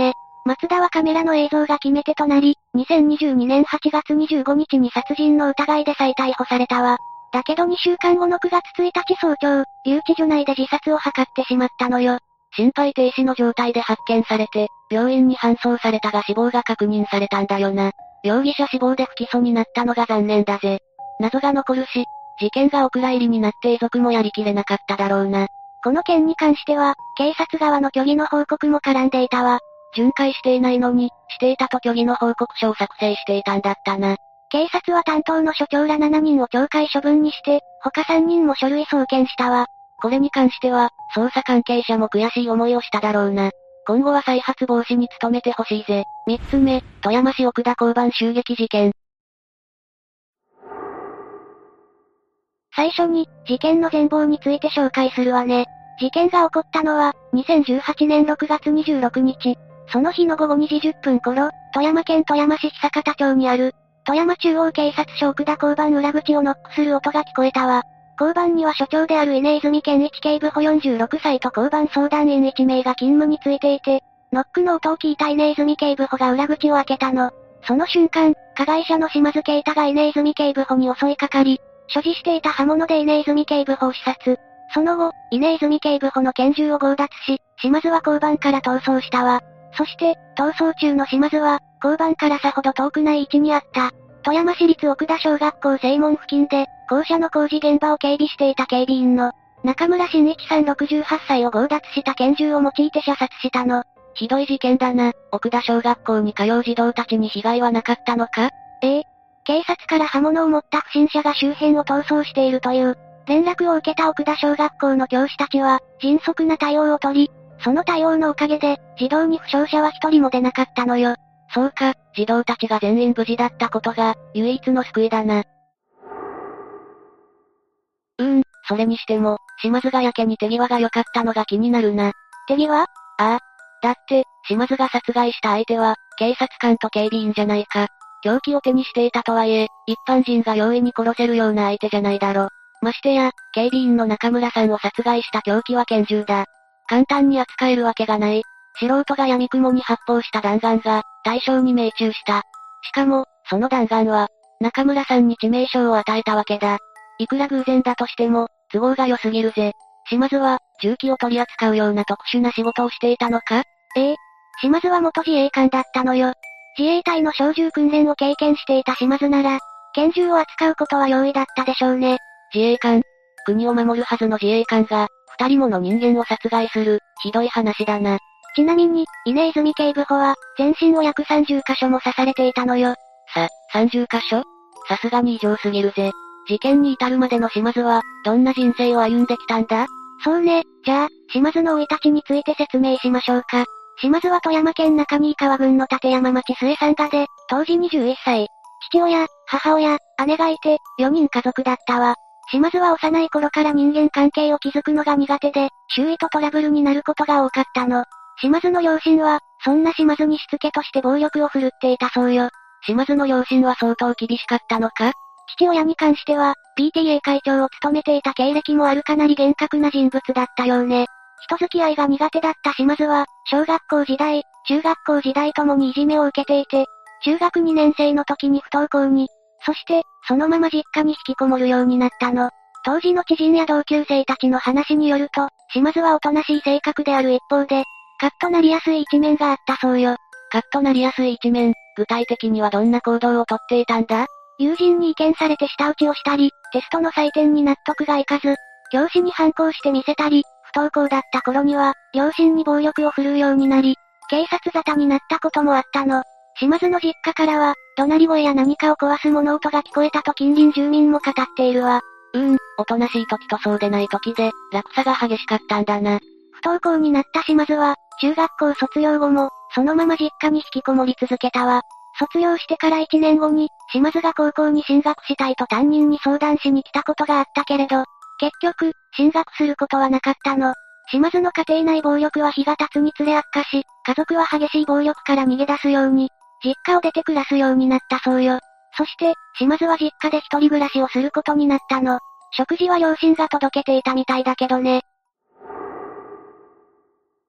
松田はカメラの映像が決め手となり、にせんにじゅうにねんはちがつにじゅうごにちに殺人の疑いで再逮捕されたわ。だけどにしゅうかんごのくがつついたち早朝、留置所内で自殺を図ってしまったのよ。 心肺停止の状態で発見されて、病院に搬送されたが死亡が確認されたんだよな。容疑者死亡で不起訴になったのが残念だぜ。謎が残るし、事件がお蔵入りになって遺族もやりきれなかっただろうな。 この件に関しては、警察側の虚偽の報告も絡んでいたわ。 巡回していないのに、していたと虚偽の報告書を作成していたんだったな。 警察は担当の署長らななにんを懲戒処分にして、他さんにんも書類送検したわ。 これに関しては、捜査関係者も悔しい思いをしただろうな。今後は再発防止に努めてほしいぜ。みっつめ、富山市奥田交番襲撃事件。 最初に、事件の全貌について紹介するわね。事件が起こったのは、にせんじゅうはちねんろくがつにじゅうろくにち。その日のごごにじじゅっぷん頃、富山県富山市久方町にある、富山中央警察署奥田交番裏口をノックする音が聞こえたわ。交番には署長である稲泉健一警部補よんじゅうろくさいと交番相談員いちめいが勤務についていて、ノックの音を聞いた稲泉警部補が裏口を開けたの。その瞬間、加害者の島津啓太が稲泉警部補に襲いかかり、所持していた刃物で稲泉警部補を刺殺。その後、稲泉警部補の拳銃を強奪し、島津は交番から逃走したわ。そして、逃走中の島津は、交番からさほど遠くない位置にあった、富山市立奥田小学校正門付近で、校舎の工事現場を警備していた警備員の、中村真一さんろくじゅうはっさいを強奪した拳銃を用いて射殺したの。 ひどい事件だな。奥田小学校に通う児童たちに被害はなかったのか？ ええ。警察から刃物を持った不審者が周辺を逃走しているという、連絡を受けた奥田小学校の教師たちは、迅速な対応を取り、その対応のおかげで、児童に負傷者は一人も出なかったのよ。 そうか、児童たちが全員無事だったことが、唯一の救いだな。うーん、それにしても、島津がやけに手際が良かったのが気になるな。 手際？ああ。だって、島津が殺害した相手は、警察官と警備員じゃないか。凶器を手にしていたとはいえ、一般人が容易に殺せるような相手じゃないだろ。ましてや、警備員の中村さんを殺害した凶器は拳銃だ。簡単に扱えるわけがない。素人が闇雲に発砲した弾丸が、対象に命中した。しかも、その弾丸は、中村さんに致命傷を与えたわけだ。いくら偶然だとしても、都合が良すぎるぜ。島津は、銃器を取り扱うような特殊な仕事をしていたのか？ ええ。島津は元自衛官だったのよ。自衛隊の小銃訓練を経験していた島津なら、拳銃を扱うことは容易だったでしょうね。 自衛官？国を守るはずの自衛官が、二人もの人間を殺害する、ひどい話だな。 ちなみに、稲泉警部補は、全身を約さんじゅっかしょも刺されていたのよ。 さ、さんじゅっかしょ？さすがに異常すぎるぜ。事件に至るまでの島津は、どんな人生を歩んできたんだ？ そうね、じゃあ、島津の生い立ちについて説明しましょうか。島津は富山県中新川郡の立山町末三賀で、当時にじゅういっさい。父親、母親、姉がいて、よにん家族だったわ。島津は幼い頃から人間関係を築くのが苦手で、周囲とトラブルになることが多かったの。島津の両親は、そんな島津にしつけとして暴力を振るっていたそうよ。 島津の両親は相当厳しかったのか？ 父親に関しては、ピーティーエー 会長を務めていた経歴もあるかなり厳格な人物だったようね。人付き合いが苦手だった島津は、小学校時代、中学校時代ともにいじめを受けていて、中学にねんせいの時に不登校に、そして、そのまま実家に引きこもるようになったの。当時の知人や同級生たちの話によると、島津はおとなしい性格である一方で、カッとなりやすい一面があったそうよ。 カッとなりやすい一面、具体的にはどんな行動をとっていたんだ？ 友人に意見されて舌打ちをしたり、テストの採点に納得がいかず、教師に反抗してみせたり、不登校だった頃には、両親に暴力を振るうようになり、警察沙汰になったこともあったの。島津の実家からは、怒鳴り声や何かを壊す物音が聞こえたと近隣住民も語っているわ。 うーん、おとなしい時とそうでない時で、落差が激しかったんだな。 不登校になった島津は、中学校卒業後も、そのまま実家に引きこもり続けたわ。卒業してからいちねんごに、島津が高校に進学したいと担任に相談しに来たことがあったけれど、結局、進学することはなかったの。島津の家庭内暴力は日が経つにつれ悪化し、家族は激しい暴力から逃げ出すように、実家を出て暮らすようになったそうよ。そして、島津は実家で一人暮らしをすることになったの。食事は両親が届けていたみたいだけどね。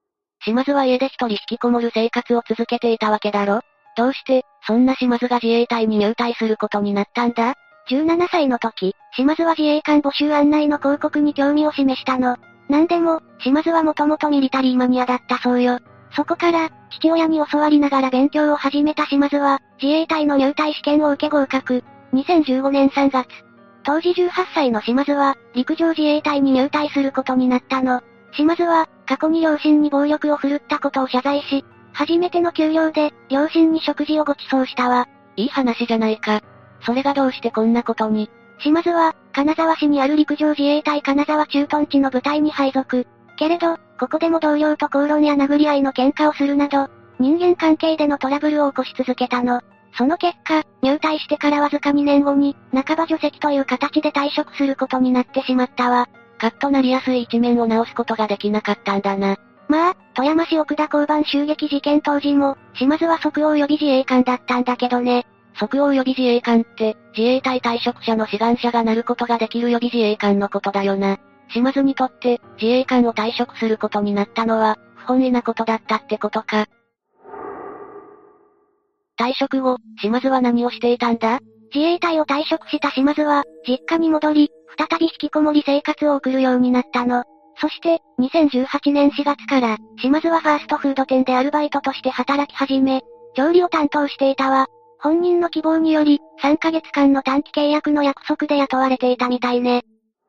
島津は家で一人引きこもる生活を続けていたわけだろ？どうして、そんな島津が自衛隊に入隊することになったんだ？ じゅうななさいの時、島津は自衛官募集案内の広告に興味を示したの。なんでも、島津はもともとミリタリーマニアだったそうよ。そこから、父親に教わりながら勉強を始めた島津は、自衛隊の入隊試験を受け合格。にせんじゅうごねんさんがつ。当時じゅうはっさいの島津は、陸上自衛隊に入隊することになったの。島津は、過去に両親に暴力を振るったことを謝罪し、初めての給料で、両親に食事をご馳走したわ。 いい話じゃないか。それがどうしてこんなことに？ 島津は、金沢市にある陸上自衛隊金沢駐屯地の部隊に配属。けれど、ここでも同僚と口論や殴り合いの喧嘩をするなど、人間関係でのトラブルを起こし続けたの。その結果、入隊してからわずかにねんごに、半ば除籍という形で退職することになってしまったわ。 カッとなりやすい一面を直すことができなかったんだな。 まあ、富山市奥田交番襲撃事件当時も、島津は即応予備自衛官だったんだけどね。 即応予備自衛官って、自衛隊退職者の志願者がなることができる予備自衛官のことだよな。島津にとって、自衛官を退職することになったのは、不本意なことだったってことか。退職後、島津は何をしていたんだ？ 自衛隊を退職した島津は、実家に戻り、再び引きこもり生活を送るようになったの。そして、にせんじゅうはちねんしがつから、島津はファーストフード店でアルバイトとして働き始め、調理を担当していたわ。本人の希望により、さんかげつかんの短期契約の約束で雇われていたみたいね。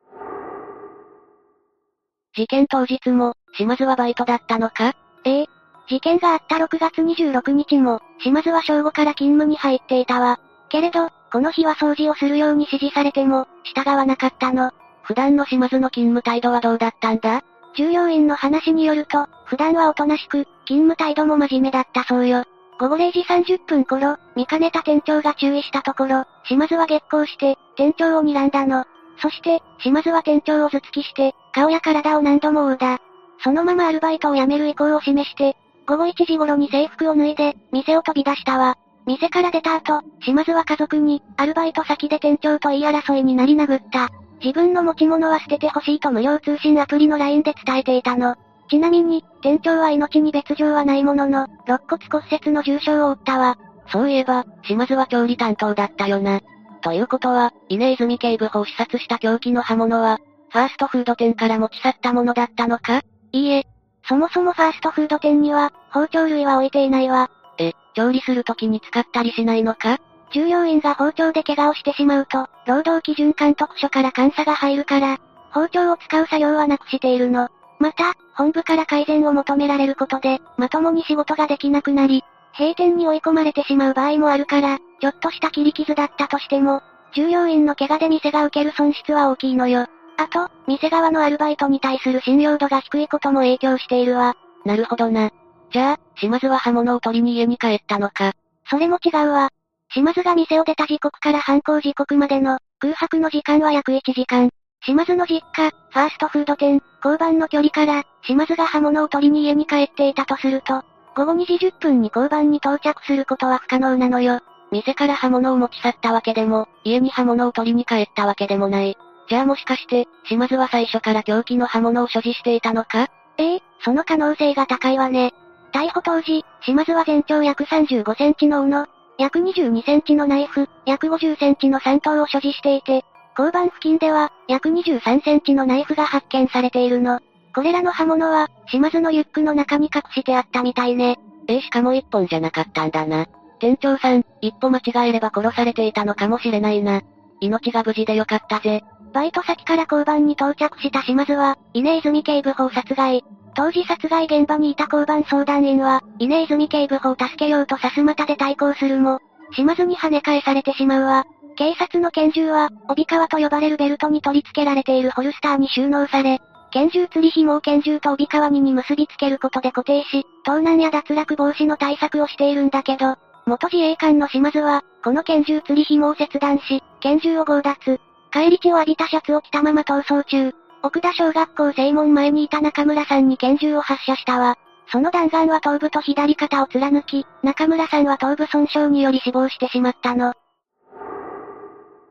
事件当日も、島津はバイトだったのか？ ええ。事件があったろくがつにじゅうろくにちも、島津は正午から勤務に入っていたわ。けれど、この日は掃除をするように指示されても、従わなかったの。 普段の島津の勤務態度はどうだったんだ？ 従業員の話によると、普段はおとなしく、勤務態度も真面目だったそうよ。ごごれいじさんじゅっぷん頃、見かねた店長が注意したところ、島津は激高して、店長を睨んだの。そして、島津は店長を頭突きして、顔や体を何度も殴打。そのままアルバイトを辞める意向を示して、ごごいちじ頃に制服を脱いで、店を飛び出したわ。店から出た後、島津は家族に、アルバイト先で店長と言い争いになり殴った。自分の持ち物は捨ててほしいと無料通信アプリの ライン で伝えていたの。ちなみに、店長は命に別状はないものの、肋骨骨折の重傷を負ったわ。 そういえば、島津は調理担当だったよな。ということは、稲泉警部補を刺殺した凶器の刃物は、ファーストフード店から持ち去ったものだったのか？ いいえ。そもそもファーストフード店には、包丁類は置いていないわ。 え、調理する時に使ったりしないのか？ 従業員が包丁で怪我をしてしまうと、労働基準監督署から監査が入るから、包丁を使う作業はなくしているの。また、本部から改善を求められることで、まともに仕事ができなくなり、閉店に追い込まれてしまう場合もあるから、ちょっとした切り傷だったとしても、従業員の怪我で店が受ける損失は大きいのよ。あと、店側のアルバイトに対する信用度が低いことも影響しているわ。 なるほどな。じゃあ、島津は刃物を取りに家に帰ったのか？ それも違うわ。島津が店を出た時刻から犯行時刻までの空白の時間は約いちじかん。島津の実家、ファーストフード店、交番の距離から、島津が刃物を取りに家に帰っていたとすると、ごごにじじゅっぷんに交番に到着することは不可能なのよ。 店から刃物を持ち去ったわけでも、家に刃物を取りに帰ったわけでもない。じゃあもしかして、島津は最初から凶器の刃物を所持していたのか？ ええ、その可能性が高いわね。逮捕当時、島津は全長約さんじゅうごセンチの斧、約にじゅうにセンチのナイフ、約ごじゅっセンチのさん刀を所持していて、交番付近では、約にじゅうさんセンチのナイフが発見されているの。これらの刃物は、島津のリュックの中に隠してあったみたいね。 えー、しかも一本じゃなかったんだな。店長さん、一歩間違えれば殺されていたのかもしれないな。命が無事でよかったぜ。 バイト先から交番に到着した島津は、稲泉警部補を殺害。当時殺害現場にいた交番相談員は、稲泉警部補を助けようとさすまたで対抗するも、島津に跳ね返されてしまうわ。警察の拳銃は、帯革と呼ばれるベルトに取り付けられているホルスターに収納され、拳銃吊り紐を拳銃と帯革にに結びつけることで固定し、盗難や脱落防止の対策をしているんだけど、元自衛官の島津は、この拳銃吊り紐を切断し、拳銃を強奪。返り血を浴びたシャツを着たまま逃走中。奥田小学校正門前にいた中村さんに拳銃を発射したわ。その弾丸は頭部と左肩を貫き、中村さんは頭部損傷により死亡してしまったの。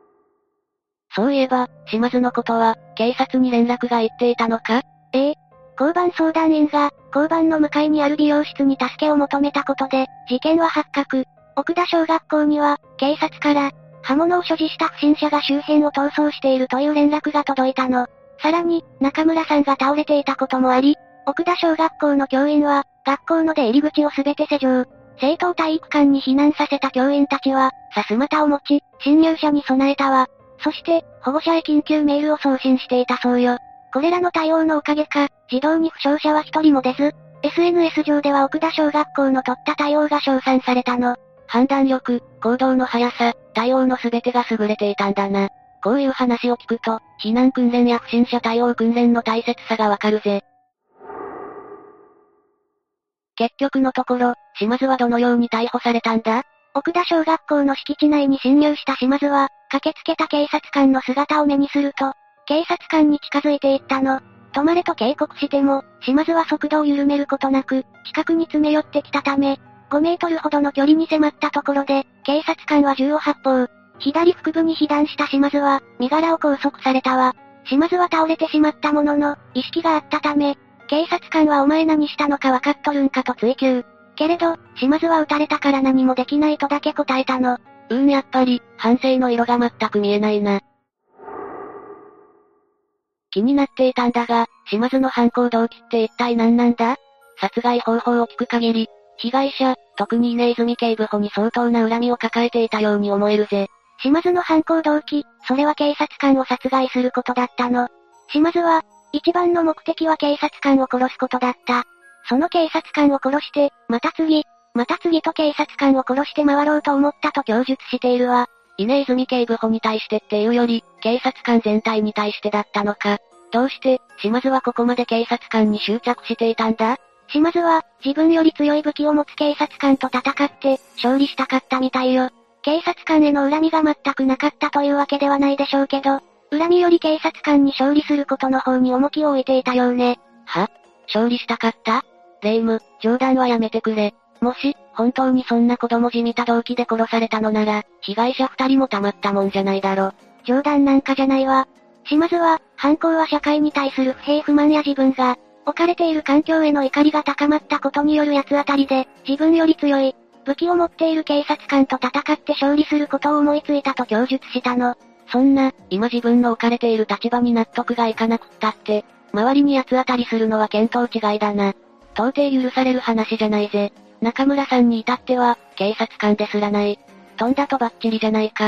そういえば、島津のことは、警察に連絡が行っていたのか？ ええ。 交番相談員が、交番の向かいにある美容室に助けを求めたことで、事件は発覚。奥田小学校には、警察から、刃物を所持した不審者が周辺を逃走しているという連絡が届いたの。さらに、中村さんが倒れていたこともあり、奥田小学校の教員は、学校の出入り口をすべて施錠。生徒を体育館に避難させた教員たちは、さすまたを持ち、侵入者に備えたわ。そして、保護者へ緊急メールを送信していたそうよ。これらの対応のおかげか、児童に負傷者は一人も出ず、エスエヌエス 上では奥田小学校の取った対応が称賛されたの。 判断力、行動の速さ、対応の全てが優れていたんだな。こういう話を聞くと、避難訓練や不審者対応訓練の大切さがわかるぜ。結局のところ、島津はどのように逮捕されたんだ？ 奥田小学校の敷地内に侵入した島津は、駆けつけた警察官の姿を目にすると、警察官に近づいていったの。止まれと警告しても、島津は速度を緩めることなく、近くに詰め寄ってきたため、ごメートルほどの距離に迫ったところで、警察官は銃を発砲。左腹部に被弾した島津は、身柄を拘束されたわ。島津は倒れてしまったものの、意識があったため、警察官はお前何したのかわかっとるんかと追及。けれど、島津は撃たれたから何もできないとだけ答えたの。 うーんやっぱり、反省の色が全く見えないな。気になっていたんだが、島津の犯行動機って一体何なんだ？殺害方法を聞く限り、被害者、特に稲泉警部補に相当な恨みを抱えていたように思えるぜ。 島津の犯行動機、それは警察官を殺害することだったの。島津は、一番の目的は警察官を殺すことだった。その警察官を殺して、また次、また次と警察官を殺して回ろうと思ったと供述しているわ。 稲泉警部補に対してっていうより、警察官全体に対してだったのか。どうして、島津はここまで警察官に執着していたんだ？ 島津は、自分より強い武器を持つ警察官と戦って、勝利したかったみたいよ。警察官への恨みが全くなかったというわけではないでしょうけど、恨みより警察官に勝利することの方に重きを置いていたようね。 は？勝利したかった？レイム、冗談はやめてくれ。もし、本当にそんな子供じみた動機で殺されたのなら、被害者二人もたまったもんじゃないだろ。 冗談なんかじゃないわ。島津は、犯行は社会に対する不平不満や自分が、置かれている環境への怒りが高まったことによる八つ当たりで、自分より強い、武器を持っている警察官と戦って勝利することを思いついたと供述したの。 そんな、今自分の置かれている立場に納得がいかなくったって、周りに八つ当たりするのは見当違いだな。到底許される話じゃないぜ。中村さんに至っては、警察官ですらない。とんだとばっちりじゃないか。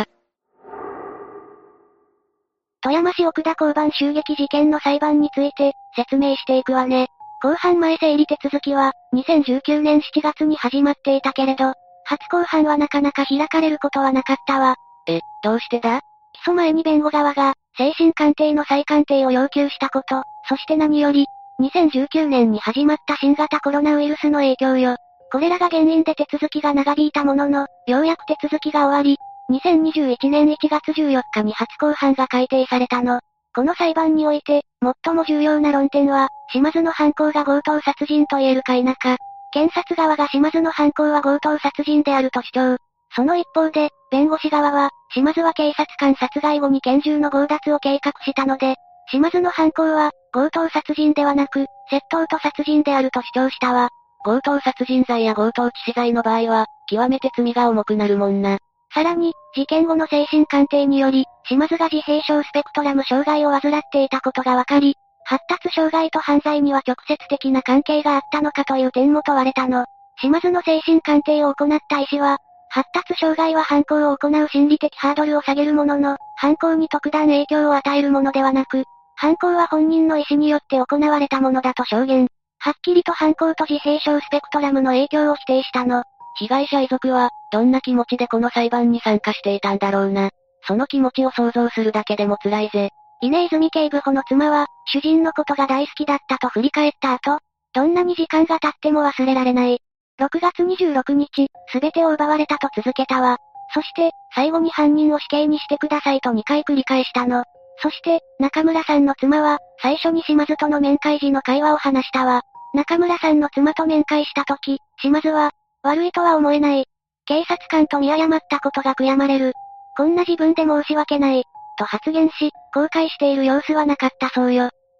富山市奥田交番襲撃事件の裁判について、説明していくわね。公判前整理手続きは、にせんじゅうきゅうねんしちがつに始まっていたけれど、初公判はなかなか開かれることはなかったわ。 え、どうしてだ？ 起訴前に弁護側が、精神鑑定の再鑑定を要求したこと、そして何より、にせんじゅうきゅうねんに始まった新型コロナウイルスの影響よ。これらが原因で手続きが長引いたものの、ようやく手続きが終わり、にせんにじゅういちねんいちがつじゅうよっかに初公判が改定されたの。この裁判において、最も重要な論点は、島津の犯行が強盗殺人と言えるか否か。検察側が島津の犯行は強盗殺人であると主張。その一方で、弁護士側は、島津は警察官殺害後に拳銃の強奪を計画したので、島津の犯行は、強盗殺人ではなく、窃盗と殺人であると主張したわ。 強盗殺人罪や強盗致死罪の場合は、極めて罪が重くなるもんな。 さらに、事件後の精神鑑定により、島津が自閉症スペクトラム障害を患っていたことが分かり、発達障害と犯罪には直接的な関係があったのかという点も問われたの。島津の精神鑑定を行った医師は、発達障害は犯行を行う心理的ハードルを下げるものの、犯行に特段影響を与えるものではなく、犯行は本人の意思によって行われたものだと証言。はっきりと犯行と自閉症スペクトラムの影響を否定したの。 被害者遺族は、どんな気持ちでこの裁判に参加していたんだろうな。その気持ちを想像するだけでも辛いぜ。 稲泉警部補の妻は、主人のことが大好きだったと振り返った後、どんなに時間が経っても忘れられない。ろくがつにじゅうろくにち、すべてを奪われたと続けたわ。そして、最後に犯人を死刑にしてくださいとにかい繰り返したの。そして、中村さんの妻は、最初に島津との面会時の会話を話したわ。中村さんの妻と面会した時、島津は、悪いとは思えない。警察官と見誤ったことが悔やまれる。こんな自分で申し訳ない。と発言し、後悔している様子はなかったそうよ。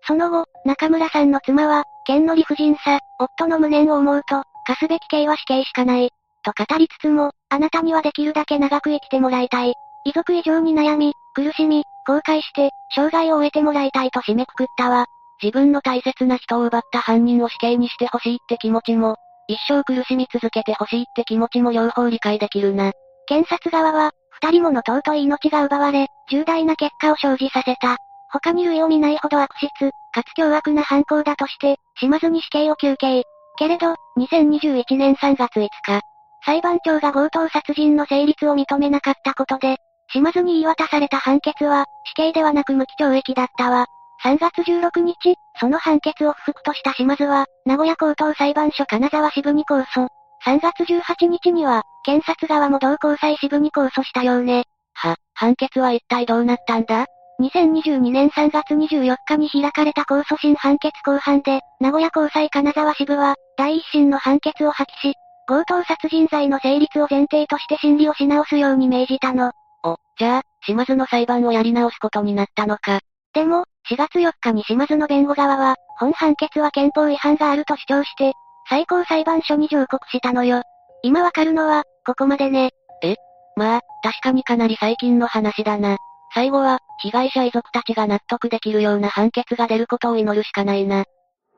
その後、中村さんの妻は、剣の理不尽さ、夫の無念を思うと、課すべき刑は死刑しかない。と語りつつも、あなたにはできるだけ長く生きてもらいたい。遺族以上に悩み、苦しみ、後悔して、生涯を終えてもらいたいと締めくくったわ。 自分の大切な人を奪った犯人を死刑にしてほしいって気持ちも、一生苦しみ続けてほしいって気持ちも両方理解できるな。 検察側は、二人もの尊い命が奪われ、重大な結果を生じさせた。他に類を見ないほど悪質、かつ凶悪な犯行だとして、島津に死刑を求刑。けれど、にせんにじゅういちねんさんがついつか、裁判長が強盗殺人の成立を認めなかったことで、島津に言い渡された判決は、死刑ではなく無期懲役だったわ。さんがつじゅうろくにち、その判決を不服とした島津は、名古屋高等裁判所金沢支部に控訴。さんがつじゅうはちにちには、検察側も同高裁支部に控訴したようね。 は、判決は一体どうなったんだ？ にせんにじゅうにねんさんがつにじゅうよっかに開かれた控訴審判決公判で、名古屋高裁金沢支部は、第一審の判決を破棄し、強盗殺人罪の成立を前提として審理をし直すように命じたの。 お、じゃあ、島津の裁判をやり直すことになったのか。 でも、しがつよっかに島津の弁護側は、本判決は憲法違反があると主張して、最高裁判所に上告したのよ。今わかるのは、ここまでね。 え？まあ、確かにかなり最近の話だな。最後は、被害者遺族たちが納得できるような判決が出ることを祈るしかないな。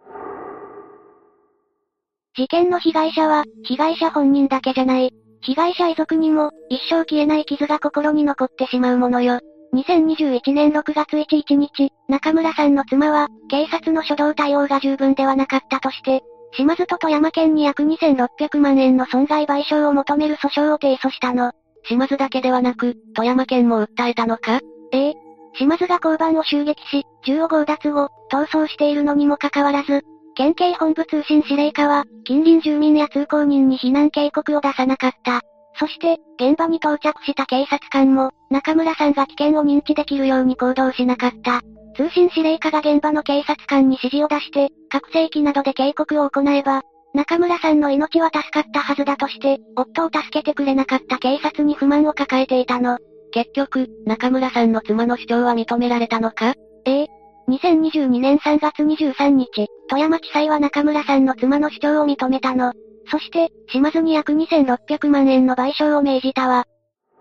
事件の被害者は、被害者本人だけじゃない。被害者遺族にも、一生消えない傷が心に残ってしまうものよ。にせんにじゅういちねんろくがつついたち、中村さんの妻は、警察の初動対応が十分ではなかったとして、島津と富山県に約にせんろっぴゃくまんえんの損害賠償を求める訴訟を提訴したの。 島津だけではなく、富山県も訴えたのか？ ええ。島津が交番を襲撃し、銃を強奪後、逃走しているのにもかかわらず、県警本部通信司令課は、近隣住民や通行人に避難警告を出さなかった。そして、現場に到着した警察官も、中村さんが危険を認知できるように行動しなかった。通信司令課が現場の警察官に指示を出して、拡声器などで警告を行えば、中村さんの命は助かったはずだとして、夫を助けてくれなかった警察に不満を抱えていたの。 結局、中村さんの妻の主張は認められたのか？ ええ。にせんにじゅうにねんさんがつにじゅうさんにち、富山地裁は中村さんの妻の主張を認めたの。そして、島津に約にせんろっぴゃくまんえんの賠償を命じたわ。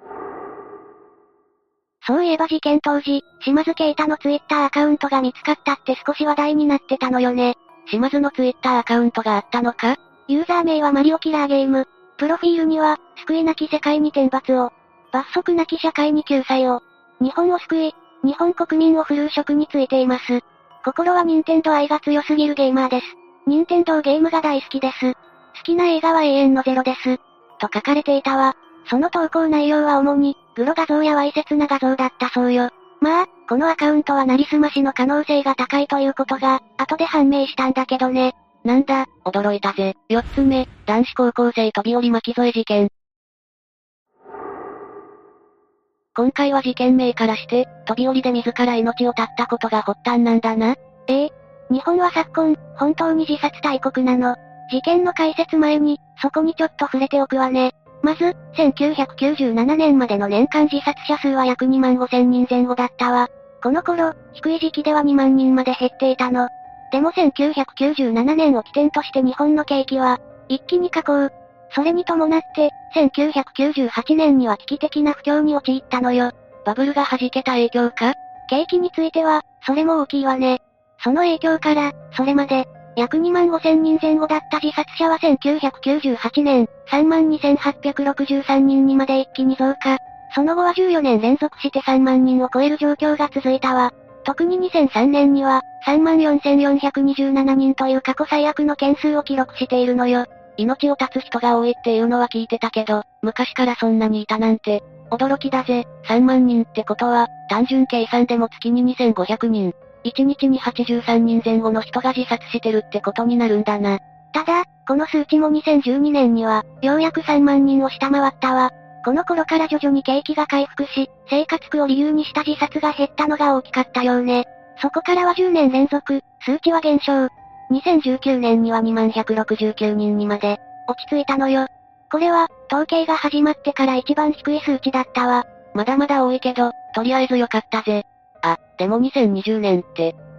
そういえば事件当時、島津啓太のツイッターアカウントが見つかったって少し話題になってたのよね。 島津のツイッターアカウントがあったのか？ ユーザー名はマリオキラーゲーム。プロフィールには、救いなき世界に天罰を。罰則なき社会に救済を。日本を救い、日本国民を振るう職についています。心は任天堂愛が強すぎるゲーマーです。任天堂ゲームが大好きです。好きな映画は永遠のゼロです。と書かれていたわ。その投稿内容は主に、グロ画像やわいせつな画像だったそうよ。まあ、このアカウントはなりすましの可能性が高いということが、後で判明したんだけどね。 なんだ、驚いたぜ。よっつめ、男子高校生飛び降り巻き添え事件。今回は事件名からして、飛び降りで自ら命を絶ったことが発端なんだな。 ええ。日本は昨今、本当に自殺大国なの。事件の解説前に、そこにちょっと触れておくわね。まず、せんきゅうひゃくきゅうじゅうななねんまでの年間自殺者数は約にまんごせんにんぜん後だったわ。この頃、低い時期ではにまんにんまで減っていたの。でもせんきゅうひゃくきゅうじゅうななねんを起点として日本の景気は、一気に下降。それに伴って、せんきゅうひゃくきゅうじゅうはちねんには危機的な不況に陥ったのよ。 バブルが弾けた影響か？ 景気については、それも大きいわね。その影響から、それまで、約にまんごせんにんぜん後だった自殺者はせんきゅうひゃくきゅうじゅうはちねん、さんまんにせんはっぴゃくろくじゅうさんにんにまで一気に増加。その後はじゅうよねん連続してさんまんにんを超える状況が続いたわ。特ににせんさんねんには、さんまんよんせんよんひゃくにじゅうななにんという過去最悪の件数を記録しているのよ。 命を絶つ人が多いっていうのは聞いてたけど、昔からそんなにいたなんて、驚きだぜ。さんまんにんってことは、単純計算でも月ににせんごひゃくにん。いちにちにはちじゅうさんにんぜん後の人が自殺してるってことになるんだな。 ただ、この数値もにせんじゅうにねんには、ようやくさんまんにんを下回ったわ。この頃から徐々に景気が回復し、生活苦を理由にした自殺が減ったのが大きかったようね。そこからはじゅうねん連続、数値は減少。にせんじゅうきゅうねんにはにまんひゃくろくじゅうきゅうにんにまで、落ち着いたのよ。これは、統計が始まってから一番低い数値だったわ。 まだまだ多いけど、とりあえず良かったぜ。あ、でもにせんにじゅうねんって、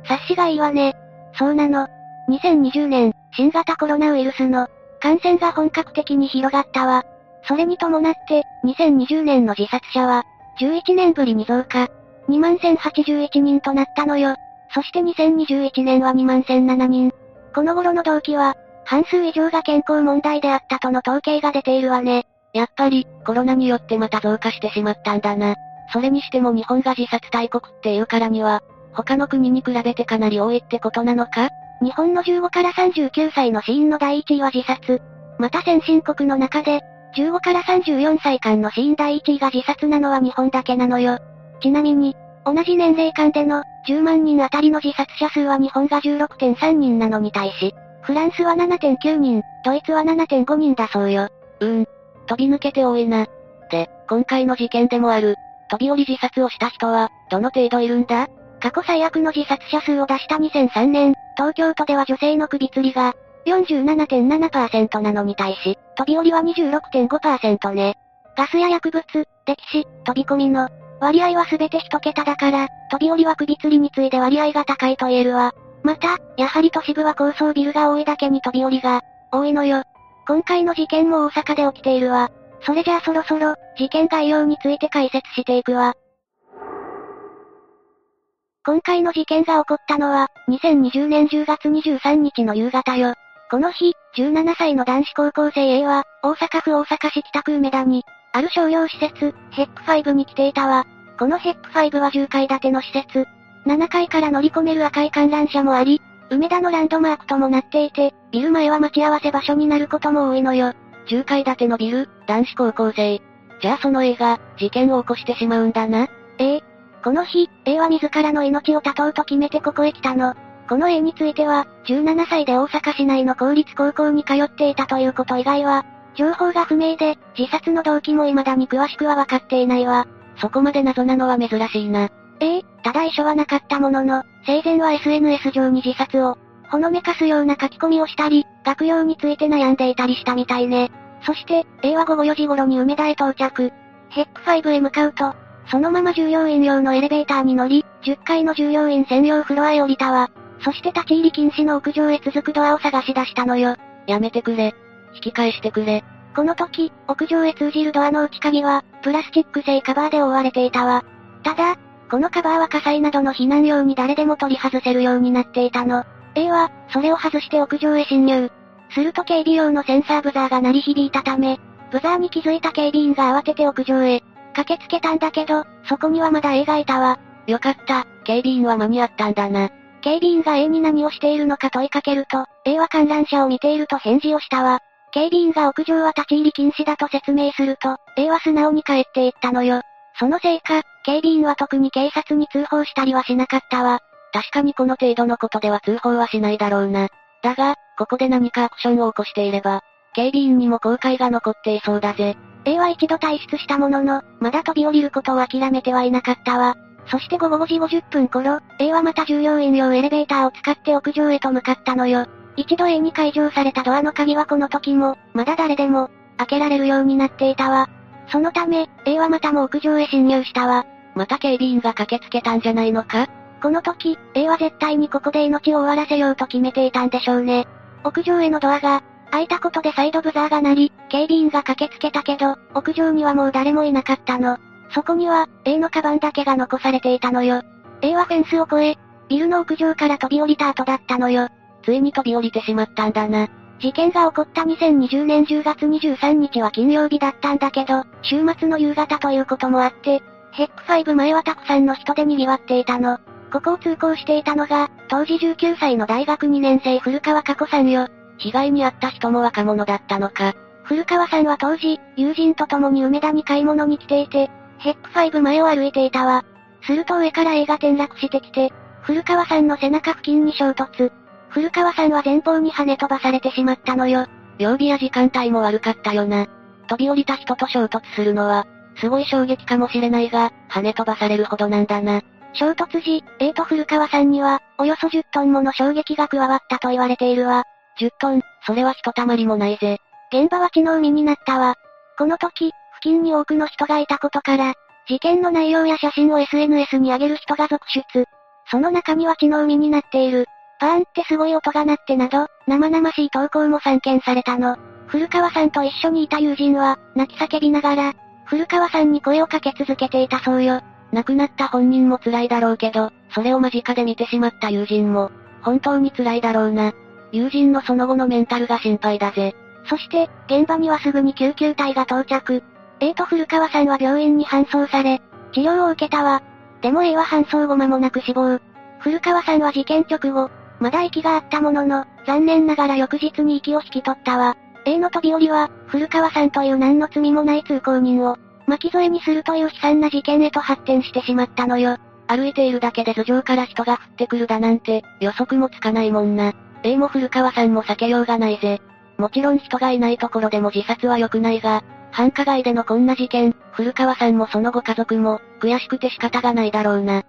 察しがいいわね。そうなの。にせんにじゅうねん、新型コロナウイルスの感染が本格的に広がったわ。それに伴って、にせんにじゅうねんの自殺者は、じゅういちねんぶりに増加。にまんせんはちじゅういちにんとなったのよ。そしてにせんにじゅういちねんはにまんせんななにん。この頃の動機は、半数以上が健康問題であったとの統計が出ているわね。 やっぱり、コロナによってまた増加してしまったんだな。それにしても日本が自殺大国っていうからには、他の国に比べてかなり多いってことなのか？ 日本のじゅうごからさんじゅうきゅうさいの死因のだいいちいは自殺。また先進国の中で、じゅうごからさんじゅうよんさい間の死因だいいちいが自殺なのは日本だけなのよ。ちなみに、同じ年齢間でのじゅうまんにんあたりの自殺者数は日本が じゅうろくてんさんにんなのに対し、フランスは ななてんきゅうにん、ドイツは ななてんごにんだそうよ。 うーん。飛び抜けて多いな。で、今回の事件でもある、飛び降り自殺をした人は、どの程度いるんだ？ 過去最悪の自殺者数を出したにせんさんねん、東京都では女性の首吊りが よんじゅうななてんななパーセント なのに対し、飛び降りは にじゅうろくてんごパーセント ね。ガスや薬物、溺死、飛び込みの割合はすべて一桁だから、飛び降りは首吊りに次いで割合が高いと言えるわ。また、やはり都市部は高層ビルが多いだけに飛び降りが多いのよ。今回の事件も大阪で起きているわ。それじゃあそろそろ、事件概要について解説していくわ。今回の事件が起こったのは、にせんにじゅうねんじゅうがつにじゅうさんにちの夕方よ。この日、じゅうななさいの男子高校生 A は、大阪府大阪市北区梅田に、ある商業施設、ヘックファイブに来ていたわ。このヘックファイブはじゅっかい建ての施設。ななかいから乗り込める赤い観覧車もあり、梅田のランドマークともなっていて、ビル前は待ち合わせ場所になることも多いのよ。 じゅっかい建てのビル、男子高校生。じゃあその A が、事件を起こしてしまうんだな。 ええ。この日、A は自らの命を絶とうと決めてここへ来たの。この A については、じゅうななさいで大阪市内の公立高校に通っていたということ以外は、情報が不明で、自殺の動機も未だに詳しくは分かっていないわ。 そこまで謎なのは珍しいな。 ええ、ただ遺書はなかったものの、生前は エスエヌエス 上に自殺を、ほのめかすような書き込みをしたり、学用について悩んでいたりしたみたいね。そして、A はごごよじ頃に梅田へ到着。ヘックファイブへ向かうと、そのまま従業員用のエレベーターに乗り、じゅっかいの従業員専用フロアへ降りたわ。そして立ち入り禁止の屋上へ続くドアを探し出したのよ。 やめてくれ。引き返してくれ。 この時、屋上へ通じるドアの内鍵は、プラスチック製カバーで覆われていたわ。ただ、このカバーは火災などの避難用に誰でも取り外せるようになっていたの。A は、それを外して屋上へ侵入。すると警備用のセンサーブザーが鳴り響いたため、ブザーに気づいた警備員が慌てて屋上へ駆けつけたんだけど、そこにはまだ A がいたわ。 よかった、警備員は間に合ったんだな。 警備員が A に何をしているのか問いかけると、A は観覧車を見ていると返事をしたわ。警備員が屋上は立ち入り禁止だと説明すると、A は素直に帰っていったのよ。そのせいか、警備員は特に警察に通報したりはしなかったわ。 確かにこの程度のことでは通報はしないだろうな。だが、ここで何かアクションを起こしていれば、警備員にも後悔が残っていそうだぜ。 A は一度退出したものの、まだ飛び降りることを諦めてはいなかったわ。そして午後ごじごじゅっぷん頃、A はまた従業員用エレベーターを使って屋上へと向かったのよ。一度 A に解錠されたドアの鍵はこの時も、まだ誰でも、開けられるようになっていたわ。そのため、A はまたも屋上へ侵入したわ。 また警備員が駆けつけたんじゃないのか？ この時、A は絶対にここで命を終わらせようと決めていたんでしょうね。屋上へのドアが、開いたことで再度ブザーが鳴り、警備員が駆けつけたけど、屋上にはもう誰もいなかったの。そこには、A のカバンだけが残されていたのよ。A はフェンスを越え、ビルの屋上から飛び降りた後だったのよ。 ついに飛び降りてしまったんだな。 事件が起こったにせんにじゅうねんじゅうがつにじゅうさんにちは金曜日だったんだけど、週末の夕方ということもあって、ヘックファイブ前はたくさんの人で賑わっていたの。ここを通行していたのが、当時じゅうきゅうさいの大学にねん生古川佳子さんよ。 被害に遭った人も若者だったのか。 古川さんは当時、友人と共に梅田に買い物に来ていて、ヘックファイブ前を歩いていたわ。すると上から A が転落してきて、古川さんの背中付近に衝突。古川さんは前方に跳ね飛ばされてしまったのよ。 曜日や時間帯も悪かったよな。飛び降りた人と衝突するのは、すごい衝撃かもしれないが、跳ね飛ばされるほどなんだな。 衝突時、A と古川さんには、およそじゅっトンもの衝撃が加わったと言われているわ。 じゅっトン、それはひとたまりもないぜ。 現場は血の海になったわ。この時、付近に多くの人がいたことから、事件の内容や写真を エスエヌエス に上げる人が続出。 その中には血の海になっている。バーンってすごい音が鳴ってなど、生々しい投稿も散見されたの。古川さんと一緒にいた友人は、泣き叫びながら、古川さんに声をかけ続けていたそうよ。 亡くなった本人も辛いだろうけど、それを間近で見てしまった友人も、本当に辛いだろうな。友人のその後のメンタルが心配だぜ。 そして、現場にはすぐに救急隊が到着。A と古川さんは病院に搬送され、治療を受けたわ。でも A は搬送後間もなく死亡。古川さんは事件直後、まだ息があったものの、残念ながら翌日に息を引き取ったわ。A の飛び降りは、古川さんという何の罪もない通行人を、巻き添えにするという悲惨な事件へと発展してしまったのよ。 歩いているだけで頭上から人が降ってくるだなんて、予測もつかないもんな。A も古川さんも避けようがないぜ。もちろん人がいないところでも自殺は良くないが、繁華街でのこんな事件、古川さんもそのご家族も、悔しくて仕方がないだろうな。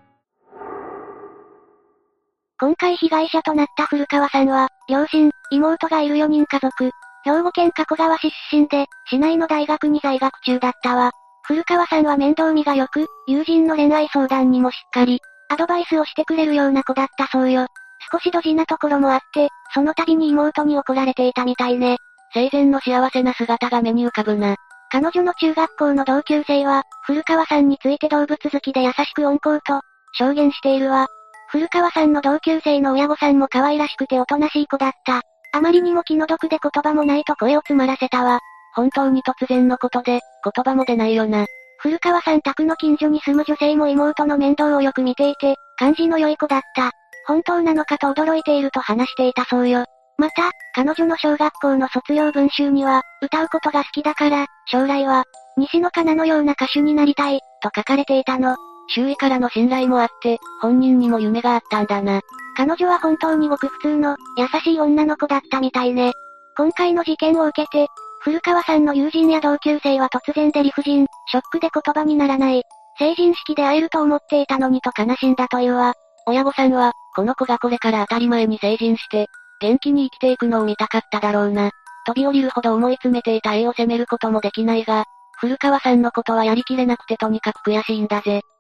今回被害者となった古川さんは、両親、妹がいるよにん家族。兵庫県加古川市出身で、市内の大学に在学中だったわ。古川さんは面倒見が良く、友人の恋愛相談にもしっかり、アドバイスをしてくれるような子だったそうよ。少しドジなところもあって、その度に妹に怒られていたみたいね。 生前の幸せな姿が目に浮かぶな。 彼女の中学校の同級生は、古川さんについて動物好きで優しく温厚と、証言しているわ。古川さんの同級生の親御さんも可愛らしくておとなしい子だった。あまりにも気の毒で言葉もないと声を詰まらせたわ。 本当に突然のことで、言葉も出ないよな。 古川さん宅の近所に住む女性も妹の面倒をよく見ていて、感じの良い子だった。本当なのかと驚いていると話していたそうよ。また、彼女の小学校の卒業文集には、歌うことが好きだから、将来は、西野カナのような歌手になりたい、と書かれていたの。 周囲からの信頼もあって、本人にも夢があったんだな。 彼女は本当にごく普通の、優しい女の子だったみたいね。今回の事件を受けて、古川さんの友人や同級生は突然で理不尽、ショックで言葉にならない。成人式で会えると思っていたのにと悲しんだというわ。 親御さんは、この子がこれから当たり前に成人して、元気に生きていくのを見たかっただろうな。飛び降りるほど思い詰めていた A を責めることもできないが、古川さんのことはやりきれなくてとにかく悔しいんだぜ。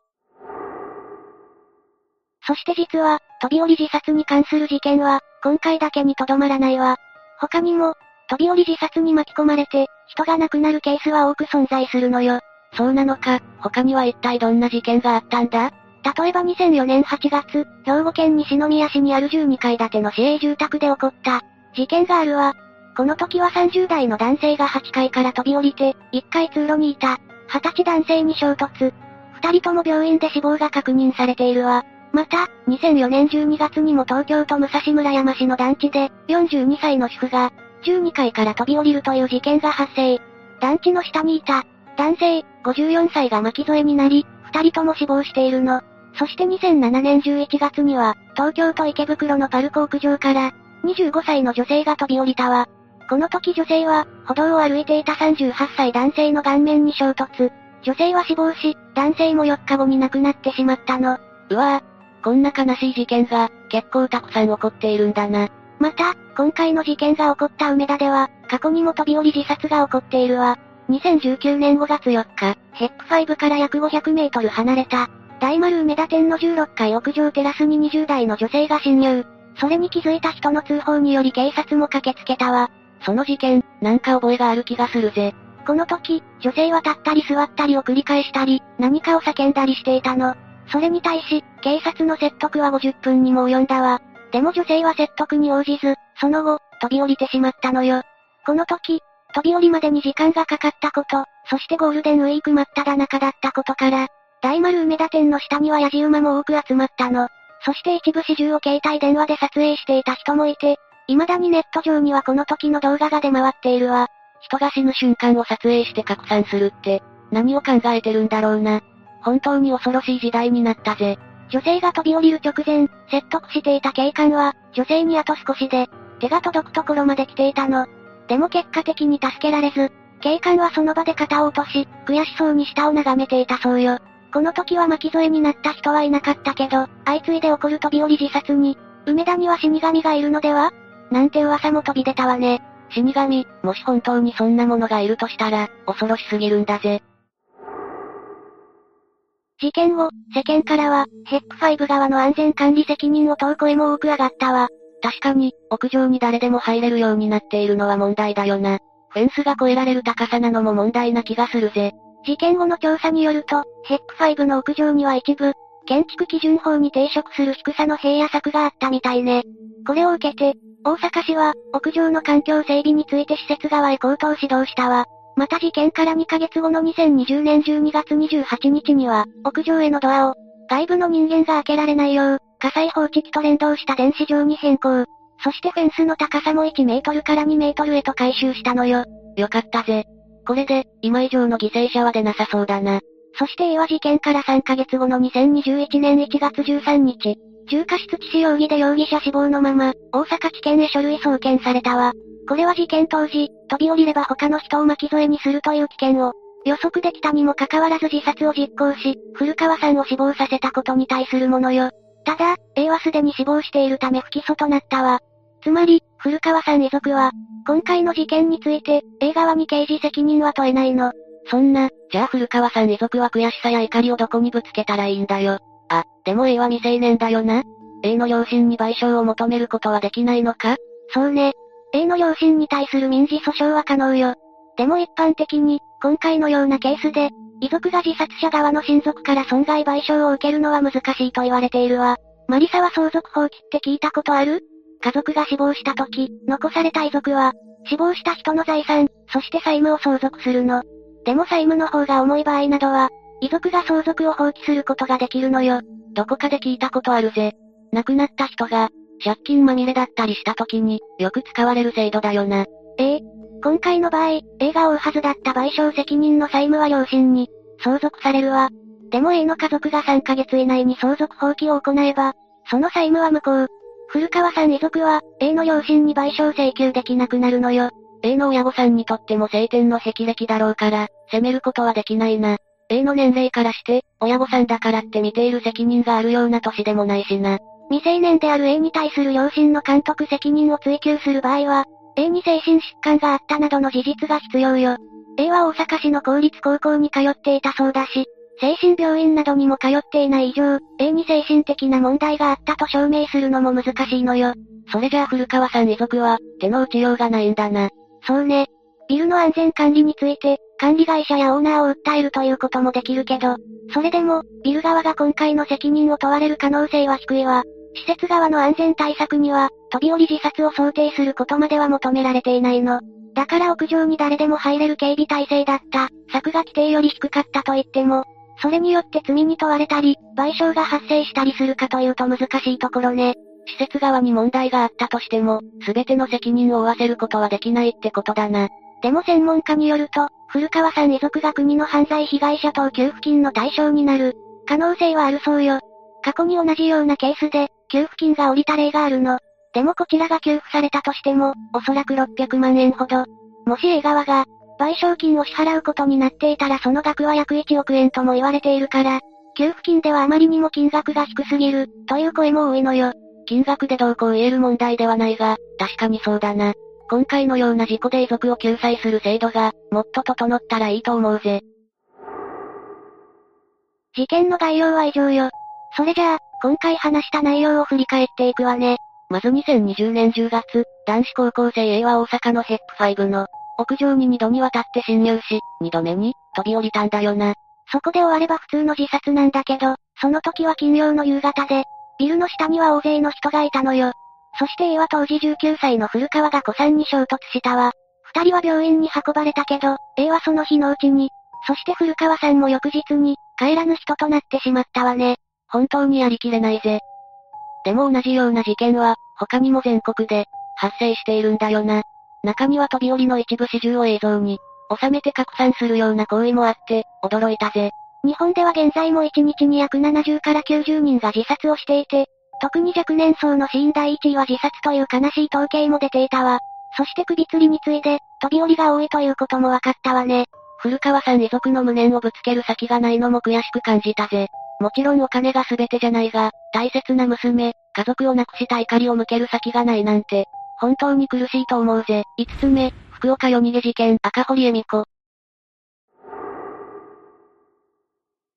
そして実は、飛び降り自殺に関する事件は、今回だけにとどまらないわ。他にも、飛び降り自殺に巻き込まれて、人が亡くなるケースは多く存在するのよ。 そうなのか、他には一体どんな事件があったんだ？ 例えばにせんよねんはちがつ、兵庫県西宮市にあるじゅうにかい建ての市営住宅で起こった、事件があるわ。この時はさんじゅうだいの男性がはちかいから飛び降りて、いっかい通路にいた、はたち男性に衝突。二人とも病院で死亡が確認されているわ。また、にせんよねんじゅうにがつにも東京都武蔵村山市の団地で、よんじゅうにさいの主婦が、じゅうにかいから飛び降りるという事件が発生。団地の下にいた、男性、ごじゅうよんさいが巻き添えになり、二人とも死亡しているの。そしてにせんななねんじゅういちがつには、東京都池袋のパルコ屋上から、にじゅうごさいの女性が飛び降りたわ。この時女性は、歩道を歩いていたさんじゅうはっさい男性の顔面に衝突。女性は死亡し、男性もよっかごに亡くなってしまったの。 うわぁ、こんな悲しい事件が、結構たくさん起こっているんだな。 また、今回の事件が起こった梅田では、過去にも飛び降り自殺が起こっているわ。にせんじゅうきゅうねんごがつよっか、ヘップごから約ごひゃくメートル離れた、大丸梅田店のじゅうろっかい屋上テラスににじゅうだいの女性が侵入。それに気づいた人の通報により警察も駆けつけたわ。 その事件、なんか覚えがある気がするぜ。 この時、女性は立ったり座ったりを繰り返したり、何かを叫んだりしていたの。それに対し、警察の説得はごじゅっぷんにも及んだわ。でも女性は説得に応じず、その後、飛び降りてしまったのよ。この時、飛び降りまでに時間がかかったこと、そしてゴールデンウィーク真っ只中だったことから、大丸梅田店の下にはヤジ馬も多く集まったの。そして一部始終を携帯電話で撮影していた人もいて、未だにネット上にはこの時の動画が出回っているわ。 人が死ぬ瞬間を撮影して拡散するって、何を考えてるんだろうな。本当に恐ろしい時代になったぜ。 女性が飛び降りる直前、説得していた警官は、女性にあと少しで、手が届くところまで来ていたの。でも結果的に助けられず、警官はその場で肩を落とし、悔しそうに下を眺めていたそうよ。この時は巻き添えになった人はいなかったけど、相次いで起こる飛び降り自殺に、梅田には死神がいるのではなんて噂も飛び出たわね。 死神、もし本当にそんなものがいるとしたら、恐ろしすぎるんだぜ。 事件後、世間からは、ヘップファイブ側の安全管理責任を問う声も多く上がったわ。 確かに、屋上に誰でも入れるようになっているのは問題だよな。フェンスが越えられる高さなのも問題な気がするぜ。 事件後の調査によると、ヘップファイブの屋上には一部、建築基準法に抵触する低さの塀や柵があったみたいね。これを受けて、大阪市は、屋上の環境整備について施設側へ口頭指導したわ。また事件からにかげつごのにせんにじゅうねんじゅうにがつにじゅうはちにちには、屋上へのドアを、外部の人間が開けられないよう、火災報知器と連動した電子状に変更。そしてフェンスの高さもいちメートルからにメートルへと改修したのよ。 よかったぜ。これで、今以上の犠牲者は出なさそうだな。 そして A は事件からさんかげつごのにせんにじゅういちねんいちがつじゅうさんにち、重過失致死容疑で容疑者死亡のまま、大阪地検へ書類送検されたわ。これは事件当時、飛び降りれば他の人を巻き添えにするという危険を、予測できたにもかかわらず自殺を実行し、古川さんを死亡させたことに対するものよ。ただ、A はすでに死亡しているため不起訴となったわ。つまり、古川さん遺族は、今回の事件について、A 側に刑事責任は問えないの。 そんな、じゃあ古川さん遺族は悔しさや怒りをどこにぶつけたらいいんだよ。あ、でも A は未成年だよな。A の両親に賠償を求めることはできないのか？ そうね。A の両親に対する民事訴訟は可能よ。でも一般的に、今回のようなケースで、遺族が自殺者側の親族から損害賠償を受けるのは難しいと言われているわ。マリサは相続放棄って聞いたことある？家族が死亡した時、残された遺族は、死亡した人の財産、そして債務を相続するの。でも債務の方が重い場合などは、遺族が相続を放棄することができるのよ。 どこかで聞いたことあるぜ。亡くなった人が、借金まみれだったりした時に、よく使われる制度だよな。 ええ。今回の場合、A が負うはずだった賠償責任の債務は両親に、相続されるわ。でも A の家族がさんかげつ以内に相続放棄を行えば、その債務は無効。古川さん遺族は、A の両親に賠償請求できなくなるのよ。 A の親御さんにとっても晴天の霹靂だろうから、責めることはできないな。A の年齢からして、親御さんだからって見ている責任があるような年でもないしな。 未成年である A に対する両親の監督責任を追及する場合は、A に精神疾患があったなどの事実が必要よ。A は大阪市の公立高校に通っていたそうだし、精神病院などにも通っていない以上、A に精神的な問題があったと証明するのも難しいのよ。 それじゃあ古川さん遺族は、手の打ちようがないんだな。 そうね。ビルの安全管理について、管理会社やオーナーを訴えるということもできるけど、それでも、ビル側が今回の責任を問われる可能性は低いわ。施設側の安全対策には、飛び降り自殺を想定することまでは求められていないの。だから屋上に誰でも入れる警備体制だった、柵が規定より低かったと言っても、それによって罪に問われたり、賠償が発生したりするかというと難しいところね。 施設側に問題があったとしても、すべての責任を負わせることはできないってことだな。 でも専門家によると、古川さん遺族が国の犯罪被害者等給付金の対象になる、可能性はあるそうよ。過去に同じようなケースで、給付金が下りた例があるの。でもこちらが給付されたとしても、おそらくろっぴゃくまんえんほど。もし A 側が、賠償金を支払うことになっていたらその額は約いちおくえんとも言われているから、給付金ではあまりにも金額が低すぎる、という声も多いのよ。 金額でどうこう言える問題ではないが、確かにそうだな。今回のような事故で遺族を救済する制度が、もっと整ったらいいと思うぜ。 事件の概要は以上よ。それじゃあ、今回話した内容を振り返っていくわね。 まずにせんにじゅうねんじゅうがつ、男子高校生 A は大阪のヘップファイブの屋上ににどにわたって侵入し、にどめに飛び降りたんだよな。 そこで終われば普通の自殺なんだけど、その時は金曜の夕方で、ビルの下には大勢の人がいたのよ。そして A は当時じゅうきゅうさいの古川が子さんに衝突したわ。二人は病院に運ばれたけど、A はその日のうちに、そして古川さんも翌日に、帰らぬ人となってしまったわね。 本当にやりきれないぜ。でも同じような事件は、他にも全国で、発生しているんだよな。中には飛び降りの一部始終を映像に、収めて拡散するような行為もあって、驚いたぜ。 日本では現在もいちにちに約ななじゅうからきゅうじゅうにんが自殺をしていて、特に若年層の死因だいいちいは自殺という悲しい統計も出ていたわ。そして首吊りに次いで、飛び降りが多いということも分かったわね。 古川さん遺族の無念をぶつける先がないのも悔しく感じたぜ。もちろんお金が全てじゃないが、大切な娘、家族を亡くした怒りを向ける先がないなんて、本当に苦しいと思うぜ。いつつめ、福岡夜逃げ事件赤堀恵美子。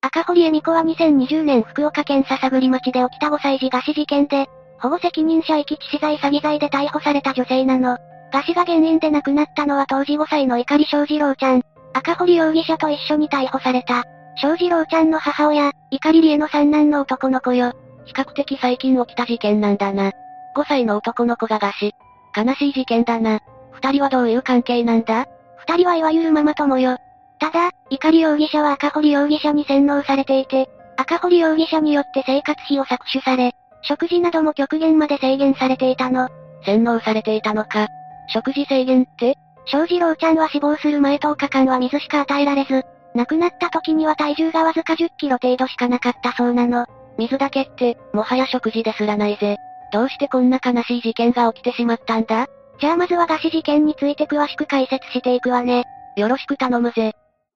赤堀恵美子はにせんにじゅうねん福岡県篠栗町で起きたごさい児餓死事件で、保護責任者遺棄致死罪詐欺罪で逮捕された女性なの。餓死が原因で亡くなったのは当時ごさいの碇翔士郎ちゃん。赤堀容疑者と一緒に逮捕された。翔士郎ちゃんの母親、碇理恵の三男の男の子よ。 比較的最近起きた事件なんだな。ごさいの男の子が餓死。悲しい事件だな。二人はどういう関係なんだ？ 二人はいわゆるママ友よ。ただ、碇容疑者は赤堀容疑者に洗脳されていて、赤堀容疑者によって生活費を搾取され、食事なども極限まで制限されていたの。 洗脳されていたのか。食事制限って？ 翔士郎ちゃんは死亡する前とおかかんは水しか与えられず、亡くなった時には体重がわずかじゅっキロ程度しかなかったそうなの。 水だけって、もはや食事ですらないぜ。どうしてこんな悲しい事件が起きてしまったんだ？ じゃあまずは餓死事件について詳しく解説していくわね。 よろしく頼むぜ。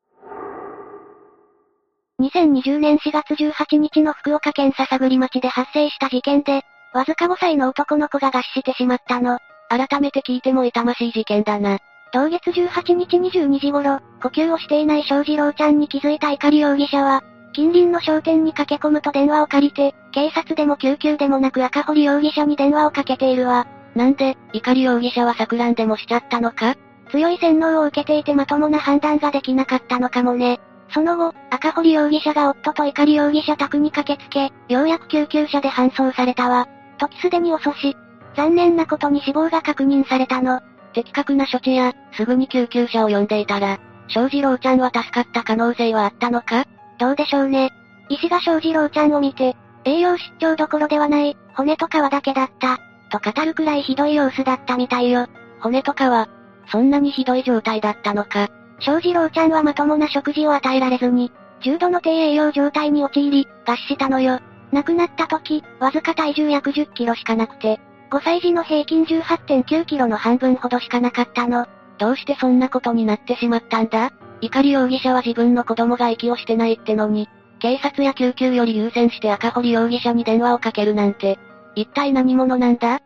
にせんにじゅうねんしがつじゅうはちにちの福岡県篠栗町で発生した事件で、わずかごさいの男の子が餓死してしまったの。 改めて聞いても痛ましい事件だな。 同月じゅうはちにちにじゅうにじ頃、呼吸をしていない翔士郎ちゃんに気づいた碇容疑者は、近隣の商店に駆け込むと電話を借りて、警察でも救急でもなく赤堀容疑者に電話をかけているわ。 なんで、碇容疑者は錯乱でもしちゃったのか？ 強い洗脳を受けていてまともな判断ができなかったのかもね。その後、赤堀容疑者が夫と碇容疑者宅に駆けつけ、ようやく救急車で搬送されたわ。時すでに遅し、残念なことに死亡が確認されたの。 的確な処置や、すぐに救急車を呼んでいたら、翔士郎ちゃんは助かった可能性はあったのか？ どうでしょうね。医師が翔士郎ちゃんを見て、栄養失調どころではない、骨と皮だけだった、と語るくらいひどい様子だったみたいよ。 骨と皮、そんなにひどい状態だったのか。 翔士郎ちゃんはまともな食事を与えられずに、重度の低栄養状態に陥り、餓死したのよ。亡くなった時、わずか体重約じゅっキロしかなくて、ごさい児の平均 じゅうはってんきゅうキロの半分ほどしかなかったの。 どうしてそんなことになってしまったんだ？碇容疑者は自分の子供が息をしてないってのに、警察や救急より優先して赤堀容疑者に電話をかけるなんて、一体何者なんだ？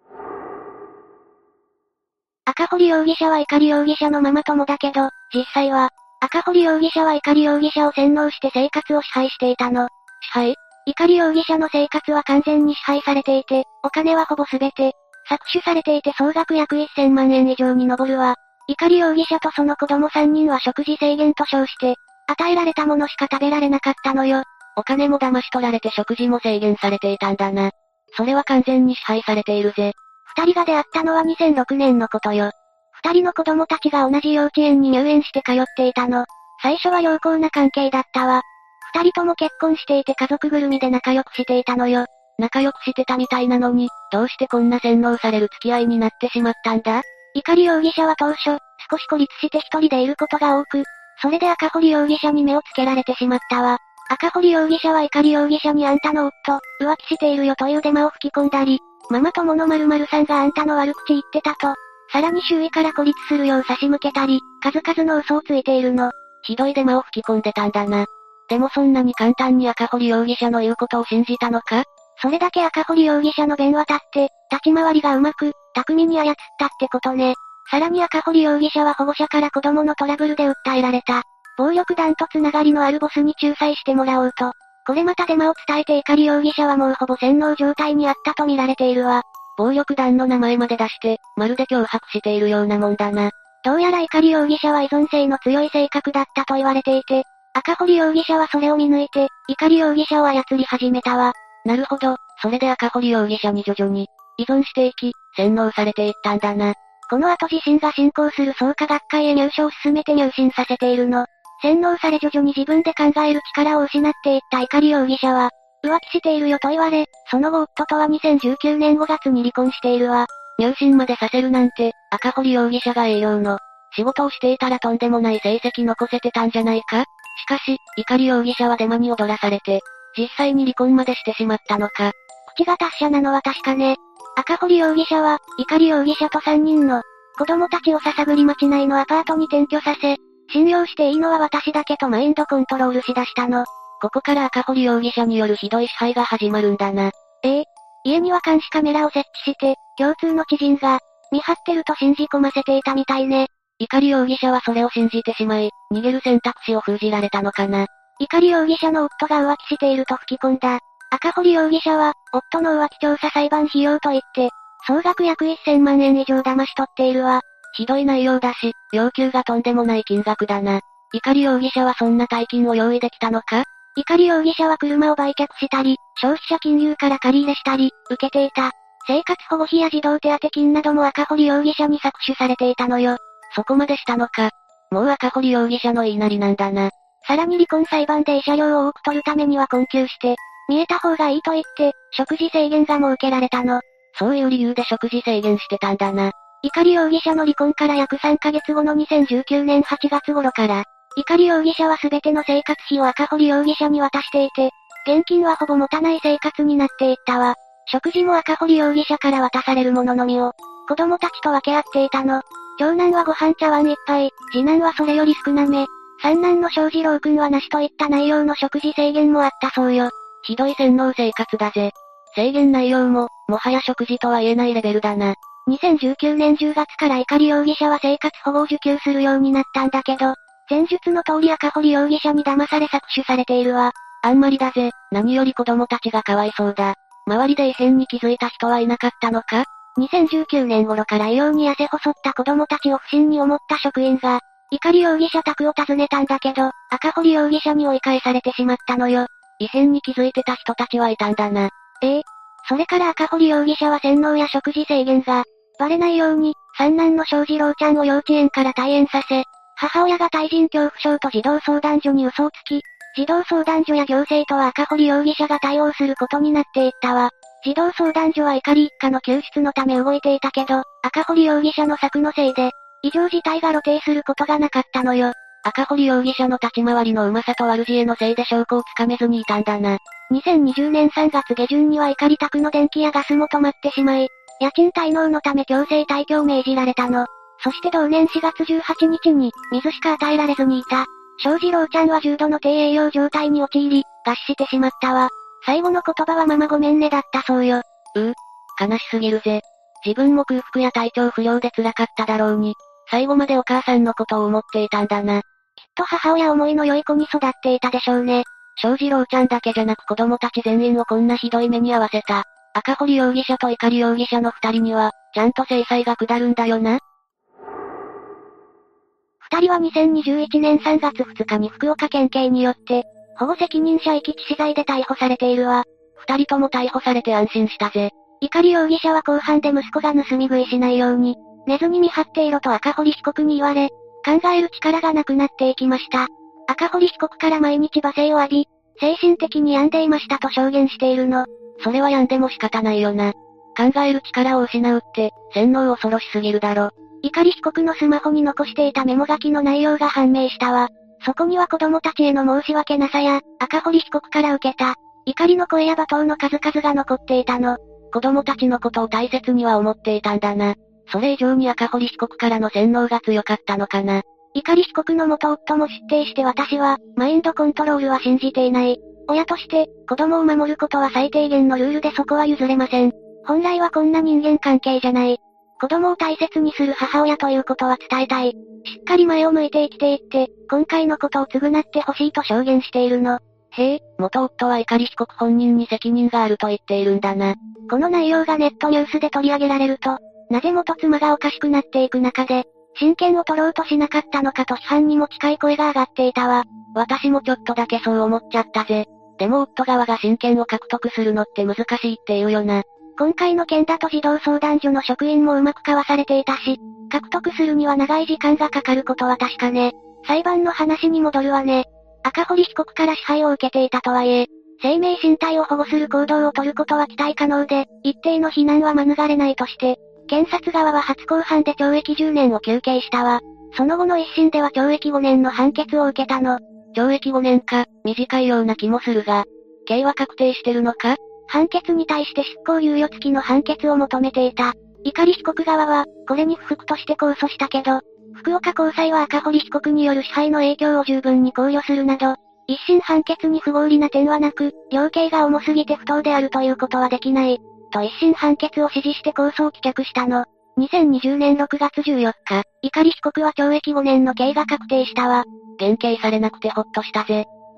赤堀容疑者は碇容疑者のママ友だけど、実際は、赤堀容疑者は碇容疑者を洗脳して生活を支配していたの。 支配？ 碇容疑者の生活は完全に支配されていて、お金はほぼすべて、搾取されていて総額約せんまんえん以上に上るわ。碇容疑者とその子供さんにんは食事制限と称して、与えられたものしか食べられなかったのよ。 お金も騙し取られて食事も制限されていたんだな。それは完全に支配されているぜ。 二人が出会ったのはにせんろくねんのことよ。二人の子供たちが同じ幼稚園に入園して通っていたの。最初は良好な関係だったわ。二人とも結婚していて家族ぐるみで仲良くしていたのよ。 仲良くしてたみたいなのに、どうしてこんな洗脳される付き合いになってしまったんだ？ 碇容疑者は当初、少し孤立して一人でいることが多く、それで赤堀容疑者に目をつけられてしまったわ。赤堀容疑者は碇容疑者にあんたの夫、浮気しているよというデマを吹き込んだり、ママ友の〇〇さんがあんたの悪口言ってたと、さらに周囲から孤立するよう差し向けたり、数々の嘘をついているの。 ひどいデマを吹き込んでたんだな。でもそんなに簡単に赤堀容疑者の言うことを信じたのか？ それだけ赤堀容疑者の弁は立って、立ち回りがうまく、巧みに操ったってことね。さらに赤堀容疑者は保護者から子供のトラブルで訴えられた。暴力団とつながりのあるボスに仲裁してもらおうと。これまたデマを伝えて碇容疑者はもうほぼ洗脳状態にあったと見られているわ。 暴力団の名前まで出して、まるで脅迫しているようなもんだな。 どうやら碇容疑者は依存性の強い性格だったと言われていて、赤堀容疑者はそれを見抜いて、碇容疑者を操り始めたわ。 なるほど、それで赤堀容疑者に徐々に、依存していき、洗脳されていったんだな。 この後自身が進行する創価学会へ入所を進めて入信させているの。洗脳され徐々に自分で考える力を失っていった碇容疑者は、浮気しているよと言われ、その後夫とはにせんじゅうきゅうねんごがつに離婚しているわ。 入信までさせるなんて、赤堀容疑者が栄養の仕事をしていたらとんでもない成績残せてたんじゃないか？しかし、碇容疑者はデマに踊らされて、実際に離婚までしてしまったのか。 口が達者なのは確かね。赤堀容疑者は、碇容疑者とさんにんの子供たちを篠栗町内のアパートに転居させ、信用していいのは私だけとマインドコントロールしだしたの。 ここから赤堀容疑者によるひどい支配が始まるんだな。 ええ。家には監視カメラを設置して、共通の知人が、見張ってると信じ込ませていたみたいね。 碇容疑者はそれを信じてしまい、逃げる選択肢を封じられたのかな。 碇容疑者の夫が浮気していると吹き込んだ。赤堀容疑者は、夫の浮気調査裁判費用と言って、総額約せんまんえん以上騙し取っているわ。 ひどい内容だし、要求がとんでもない金額だな。碇容疑者はそんな大金を用意できたのか？ 碇容疑者は車を売却したり、消費者金融から借り入れしたり、受けていた。生活保護費や児童手当金なども赤堀容疑者に搾取されていたのよ。 そこまでしたのか。もう赤堀容疑者の言いなりなんだな。 さらに離婚裁判で慰謝料を多く取るためには困窮して、見えた方がいいと言って、食事制限が設けられたの。 そういう理由で食事制限してたんだな。 碇容疑者の離婚から約さんかげつごのにせんじゅうきゅうねんはちがつ頃から、碇容疑者は全ての生活費を赤堀容疑者に渡していて、現金はほぼ持たない生活になっていったわ。食事も赤堀容疑者から渡されるもののみを、子供たちと分け合っていたの。長男はご飯茶碗一杯、次男はそれより少なめ、三男の翔士郎くんはなしといった内容の食事制限もあったそうよ。 ひどい洗脳生活だぜ。制限内容も、もはや食事とは言えないレベルだな。 にせんじゅうきゅうねんじゅうがつから碇容疑者は生活保護を受給するようになったんだけど、前述の通り赤堀容疑者に騙され搾取されているわ。 あんまりだぜ、何より子供たちがかわいそうだ。周りで異変に気づいた人はいなかったのか？ にせんじゅうきゅうねん頃から異様に痩せ細った子供たちを不審に思った職員が、碇容疑者宅を訪ねたんだけど、赤堀容疑者に追い返されてしまったのよ。 異変に気づいてた人たちはいたんだな。 ええ。それから赤堀容疑者は洗脳や食事制限が、バレないように、三男の翔士郎ちゃんを幼稚園から退園させ、母親が対人恐怖症と児童相談所に嘘をつき、児童相談所や行政とは赤堀容疑者が対応することになっていったわ。児童相談所は碇一家の救出のため動いていたけど、赤堀容疑者の策のせいで、異常事態が露呈することがなかったのよ。 赤堀容疑者の立ち回りのうまさと悪知恵のせいで証拠をつかめずにいたんだな。 にせんにじゅうねんさんがつげじゅんには碇宅の電気やガスも止まってしまい、家賃滞納のため強制退去を命じられたの。そして同年しがつじゅうはちにちに、水しか与えられずにいた。翔士郎ちゃんは重度の低栄養状態に陥り、餓死してしまったわ。最後の言葉はママごめんねだったそうよ。 うう、悲しすぎるぜ。自分も空腹や体調不良で辛かっただろうに、最後までお母さんのことを思っていたんだな。 きっと母親思いの良い子に育っていたでしょうね。 翔士郎ちゃんだけじゃなく子供たち全員をこんなひどい目に遭わせた。赤堀容疑者と碇容疑者の二人には、ちゃんと制裁が下るんだよな。 二人はにせんにじゅういちねんさんがつふつかに福岡県警によって、保護責任者遺棄致死罪で逮捕されているわ。 二人とも逮捕されて安心したぜ。 碇容疑者は公判で息子が盗み食いしないように、寝ずに見張っていろと赤堀被告に言われ、考える力がなくなっていきました。赤堀被告から毎日罵声を浴び、精神的に病んでいましたと証言しているの。 それは病んでも仕方ないよな。考える力を失うって、洗脳恐ろしすぎるだろ。 碇被告のスマホに残していたメモ書きの内容が判明したわ。そこには子供たちへの申し訳なさや、赤堀被告から受けた、怒りの声や罵倒の数々が残っていたの。 子供たちのことを大切には思っていたんだな。それ以上に赤堀被告からの洗脳が強かったのかな。 碇被告の元夫も出廷して私は、マインドコントロールは信じていない。親として、子供を守ることは最低限のルールでそこは譲れません。本来はこんな人間関係じゃない。子供を大切にする母親ということは伝えたい。しっかり前を向いて生きていって、今回のことを償ってほしいと証言しているの。 へえ、元夫は碇被告本人に責任があると言っているんだな。 この内容がネットニュースで取り上げられると、なぜ元妻がおかしくなっていく中で、親権を取ろうとしなかったのかと批判にも近い声が上がっていたわ。 私もちょっとだけそう思っちゃったぜ。でも夫側が親権を獲得するのって難しいって言うよな。 今回の件だと児童相談所の職員もうまくかわされていたし、獲得するには長い時間がかかることは確かね。裁判の話に戻るわね。赤堀被告から支配を受けていたとはいえ、生命身体を保護する行動を取ることは期待可能で、一定の非難は免れないとして、検察側は初公判で懲役じゅうねんを求刑したわ。その後の一審では懲役ごねんの判決を受けたの。 懲役ごねんか、短いような気もするが、刑は確定してるのか？ 判決に対して執行猶予付きの判決を求めていた。碇被告側は、これに不服として控訴したけど、福岡高裁は赤堀被告による支配の影響を十分に考慮するなど、一審判決に不合理な点はなく、量刑が重すぎて不当であるということはできない。と一審判決を支持して控訴を棄却したの。にせんにじゅうねんろくがつじゅうよっか、碇被告は懲役ごねんの刑が確定したわ。 減刑されなくてほっとしたぜ。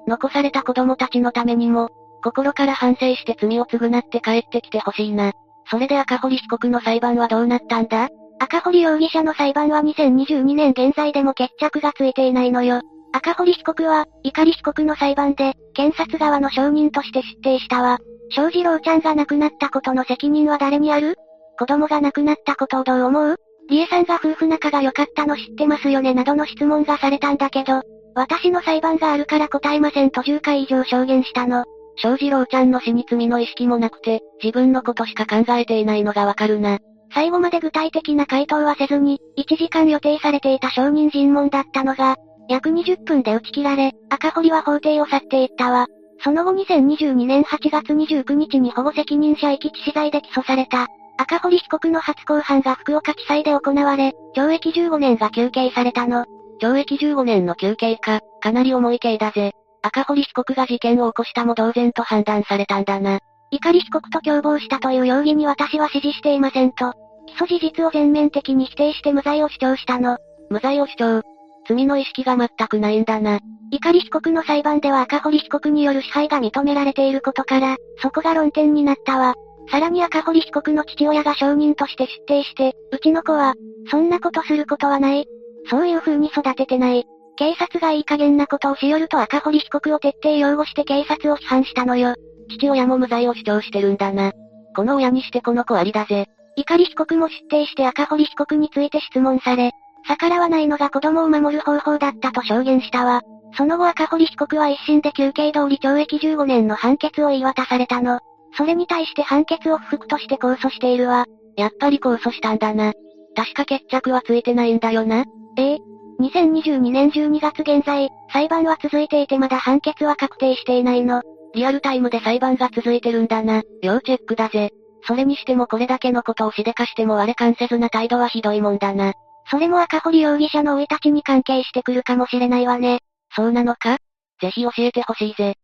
残された子供たちのためにも、心から反省して罪を償って帰ってきてほしいな。それで赤堀被告の裁判はどうなったんだ？ 赤堀容疑者の裁判はにせんにじゅうにねん現在でも決着がついていないのよ。赤堀被告は、碇被告の裁判で、検察側の証人として出廷したわ。翔士郎ちゃんが亡くなったことの責任は誰にある？子供が亡くなったことをどう思う？理恵さんが夫婦仲が良かったの知ってますよねなどの質問がされたんだけど、私の裁判があるから答えませんとじゅっかい以上証言したの。 翔士郎ちゃんの死に罪の意識もなくて、自分のことしか考えていないのがわかるな。 最後まで具体的な回答はせずに、いちじかん予定されていた証人尋問だったのが、約にじゅっぷんで打ち切られ、赤堀は法廷を去っていったわ。その後にせんにじゅうにねんはちがつにじゅうくにちに保護責任者遺棄致死罪で起訴された。赤堀被告の初公判が福岡地裁で行われ、懲役じゅうごねんが求刑されたの。 懲役じゅうごねんの求刑か、かなり重い刑だぜ。赤堀被告が事件を起こしたも同然と判断されたんだな。 碇被告と共謀したという容疑に私は支持していませんと、起訴事実を全面的に否定して無罪を主張したの。 無罪を主張。罪の意識が全くないんだな。 碇被告の裁判では赤堀被告による支配が認められていることから、そこが論点になったわ。さらに赤堀被告の父親が証人として出廷して、うちの子は、そんなことすることはない。そういう風に育ててない。警察がいい加減なことをしよると赤堀被告を徹底擁護して警察を批判したのよ。 父親も無罪を主張してるんだな。この親にしてこの子ありだぜ。 碇被告も出廷して赤堀被告について質問され、逆らわないのが子供を守る方法だったと証言したわ。その後赤堀被告は一審で求刑通り懲役じゅうごねんの判決を言い渡されたの。それに対して判決を不服として控訴しているわ。 やっぱり控訴したんだな。確か決着はついてないんだよな。 ええ。にせんにじゅうにねんじゅうにがつ現在、裁判は続いていてまだ判決は確定していないの。 リアルタイムで裁判が続いてるんだな。要チェックだぜ。それにしてもこれだけのことをしでかしても我関せずな態度はひどいもんだな。 それも赤堀容疑者の生い立ちに関係してくるかもしれないわね。 そうなのか？ぜひ教えてほしいぜ。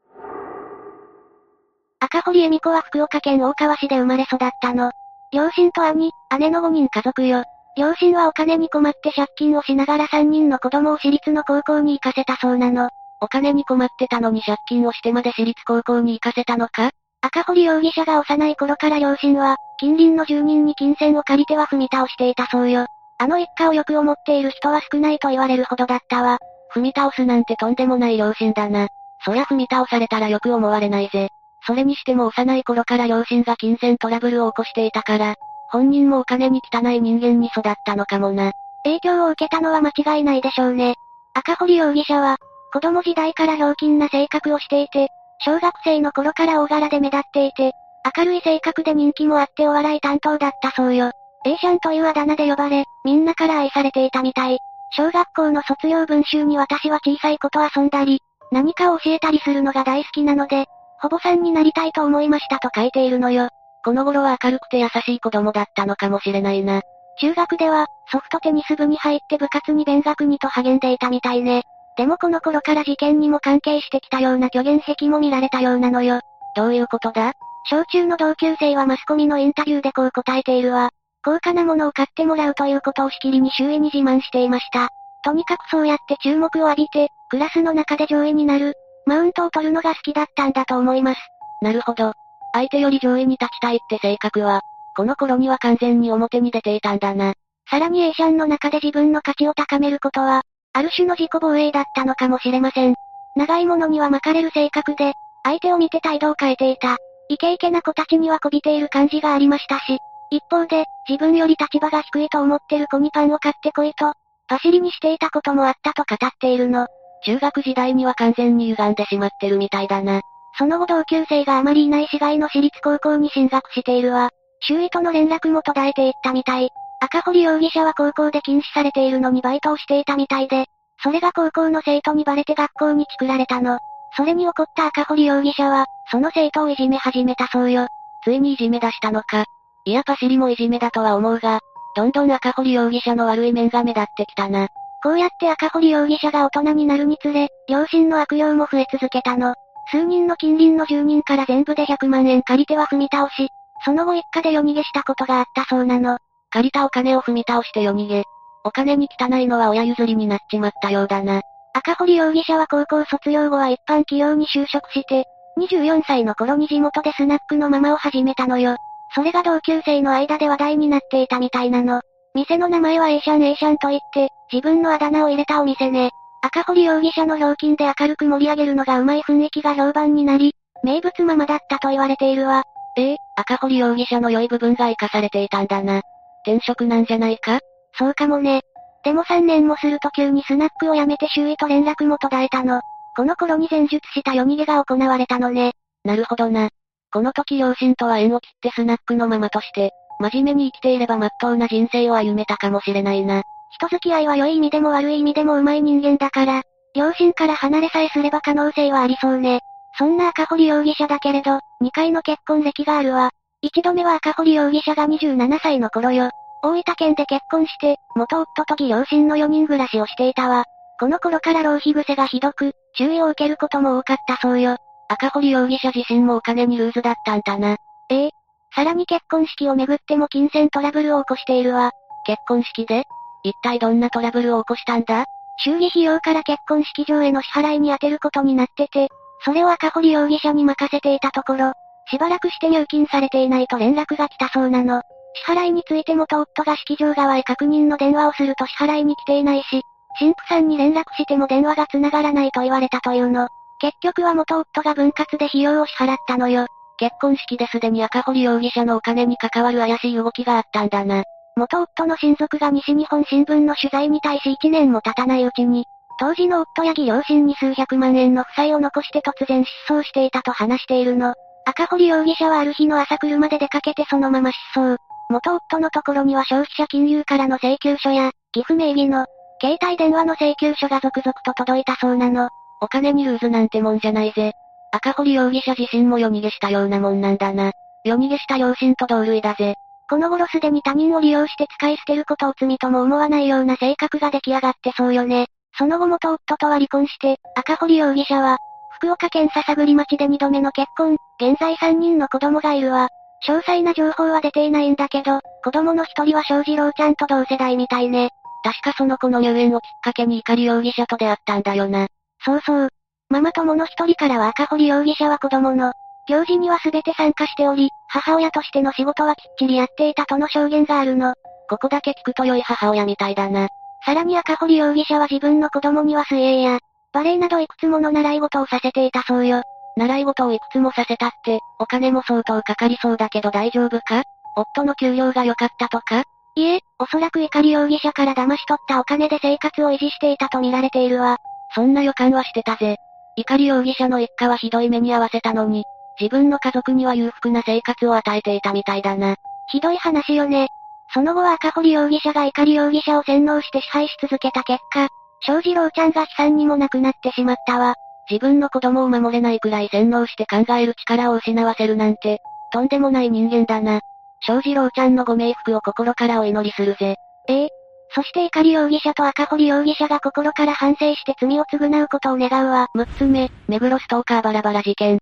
赤堀恵美子は福岡県大川市で生まれ育ったの。両親と兄、姉のごにん家族よ。両親はお金に困って借金をしながらさんにんの子供を私立の高校に行かせたそうなの。 お金に困ってたのに借金をしてまで私立高校に行かせたのか？ 赤堀容疑者が幼い頃から両親は、近隣の住人に金銭を借りては踏み倒していたそうよ。あの一家をよく思っている人は少ないと言われるほどだったわ。 踏み倒すなんてとんでもない両親だな。そりゃ踏み倒されたらよく思われないぜ。それにしても幼い頃から両親が金銭トラブルを起こしていたから、本人もお金に汚い人間に育ったのかもな。 影響を受けたのは間違いないでしょうね。赤堀容疑者は、子供時代からひょうきんな性格をしていて、小学生の頃から大柄で目立っていて、明るい性格で人気もあってお笑い担当だったそうよ。A ちゃんというあだ名で呼ばれ、みんなから愛されていたみたい。小学校の卒業文集に私は小さい子と遊んだり、何かを教えたりするのが大好きなので、保母さんになりたいと思いましたと書いているのよ。 この頃は明るくて優しい子供だったのかもしれないな。 中学では、ソフトテニス部に入って部活に勉学にと励んでいたみたいね。でもこの頃から事件にも関係してきたような虚言癖も見られたようなのよ。 どういうことだ？ 小中の同級生はマスコミのインタビューでこう答えているわ。高価なものを買ってもらうということをしきりに周囲に自慢していました。とにかくそうやって注目を浴びて、クラスの中で上位になる、マウントを取るのが好きだったんだと思います。 なるほど。相手より上位に立ちたいって性格は、この頃には完全に表に出ていたんだな。 さらに A シャンの中で自分の価値を高めることは、ある種の自己防衛だったのかもしれません。長いものには巻かれる性格で、相手を見て態度を変えていた。イケイケな子たちには媚びている感じがありましたし、一方で、自分より立場が低いと思ってる子にパンを買ってこいと、パシリにしていたこともあったと語っているの。 中学時代には完全に歪んでしまってるみたいだな。 その後同級生があまりいない市外の私立高校に進学しているわ。周囲との連絡も途絶えていったみたい。赤堀容疑者は高校で禁止されているのにバイトをしていたみたいで、それが高校の生徒にバレて学校にチクられたの。それに怒った赤堀容疑者は、その生徒をいじめ始めたそうよ。 ついにいじめ出したのか。いやパシリもいじめだとは思うが、どんどん赤堀容疑者の悪い面が目立ってきたな。 こうやって赤堀容疑者が大人になるにつれ、両親の悪用も増え続けたの。数人の近隣の住人から全部でひゃくまんえん借りては踏み倒し、その後一家で夜逃げしたことがあったそうなの。 借りたお金を踏み倒して夜逃げ。お金に汚いのは親譲りになっちまったようだな。 赤堀容疑者は高校卒業後は一般企業に就職して、にじゅうよんさいの頃に地元でスナックのママを始めたのよ。それが同級生の間で話題になっていたみたいなの。店の名前は A シャン A シャンと言って、自分のあだ名を入れたお店ね。赤堀容疑者のひょうきんで明るく盛り上げるのが上手い雰囲気が評判になり、名物ママだったと言われているわ。 ええ、赤堀容疑者の良い部分が活かされていたんだな。転職なんじゃないか？ そうかもね。でもさんねんもすると急にスナックを辞めて周囲と連絡も途絶えたの。この頃に前述した夜逃げが行われたのね。 なるほどな。この時両親とは縁を切ってスナックのママとして、真面目に生きていれば真っ当な人生を歩めたかもしれないな。 人付き合いは良い意味でも悪い意味でも上手い人間だから、両親から離れさえすれば可能性はありそうね。そんな赤堀容疑者だけれど、にかいの結婚歴があるわ。一度目は赤堀容疑者がにじゅうななさいの頃よ。大分県で結婚して、元夫と義両親のよにん暮らしをしていたわ。この頃から浪費癖がひどく、注意を受けることも多かったそうよ。 赤堀容疑者自身もお金にルーズだったんだな。 ええ。さらに結婚式をめぐっても金銭トラブルを起こしているわ。 結婚式で？一体どんなトラブルを起こしたんだ？ 祝儀費用から結婚式場への支払いに充てることになってて、それを赤堀容疑者に任せていたところ、しばらくして入金されていないと連絡が来たそうなの。支払いについて元夫が式場側へ確認の電話をすると支払いに来ていないし、神父さんに連絡しても電話が繋がらないと言われたというの。結局は元夫が分割で費用を支払ったのよ。 結婚式ですでに赤堀容疑者のお金に関わる怪しい動きがあったんだな。 元夫の親族が西日本新聞の取材に対しいちねんも経たないうちに、当時の夫や義両親に数百万円の負債を残して突然失踪していたと話しているの。赤堀容疑者はある日の朝車で出かけてそのまま失踪。元夫のところには消費者金融からの請求書や、寄付名義の、携帯電話の請求書が続々と届いたそうなの。 お金にルーズなんてもんじゃないぜ。赤堀容疑者自身も夜逃げしたようなもんなんだな。夜逃げした両親と同類だぜ。 この頃すでに他人を利用して使い捨てることを罪とも思わないような性格が出来上がってそうよね。その後元夫とは離婚して、赤堀容疑者は、福岡県篠栗町でにどめの結婚、現在さんにんの子供がいるわ。詳細な情報は出ていないんだけど、子供の一人は翔士郎ちゃんと同世代みたいね。 確かその子の入園をきっかけに怒り容疑者と出会ったんだよな。 そうそう。ママ友の一人からは赤堀容疑者は子供の、行事には全て参加しており、母親としての仕事はきっちりやっていたとの証言があるの。 ここだけ聞くと良い母親みたいだな。 さらに赤堀容疑者は自分の子供には水泳や、バレエなどいくつもの習い事をさせていたそうよ。 習い事をいくつもさせたって、お金も相当かかりそうだけど大丈夫か？夫の給料が良かったとか？ いえ、おそらく怒り容疑者から騙し取ったお金で生活を維持していたと見られているわ。 そんな予感はしてたぜ。怒り容疑者の一家はひどい目に遭わせたのに、自分の家族には裕福な生活を与えていたみたいだな。 ひどい話よね。その後は赤堀容疑者が怒り容疑者を洗脳して支配し続けた結果、翔士郎ちゃんが悲惨にも亡くなってしまったわ。 自分の子供を守れないくらい洗脳して考える力を失わせるなんて、とんでもない人間だな。翔士郎ちゃんのご冥福を心からお祈りするぜ。 ええ。そして怒り容疑者と赤堀容疑者が心から反省して罪を償うことを願うわ。 むっつめ、目黒ストーカーバラバラ事件。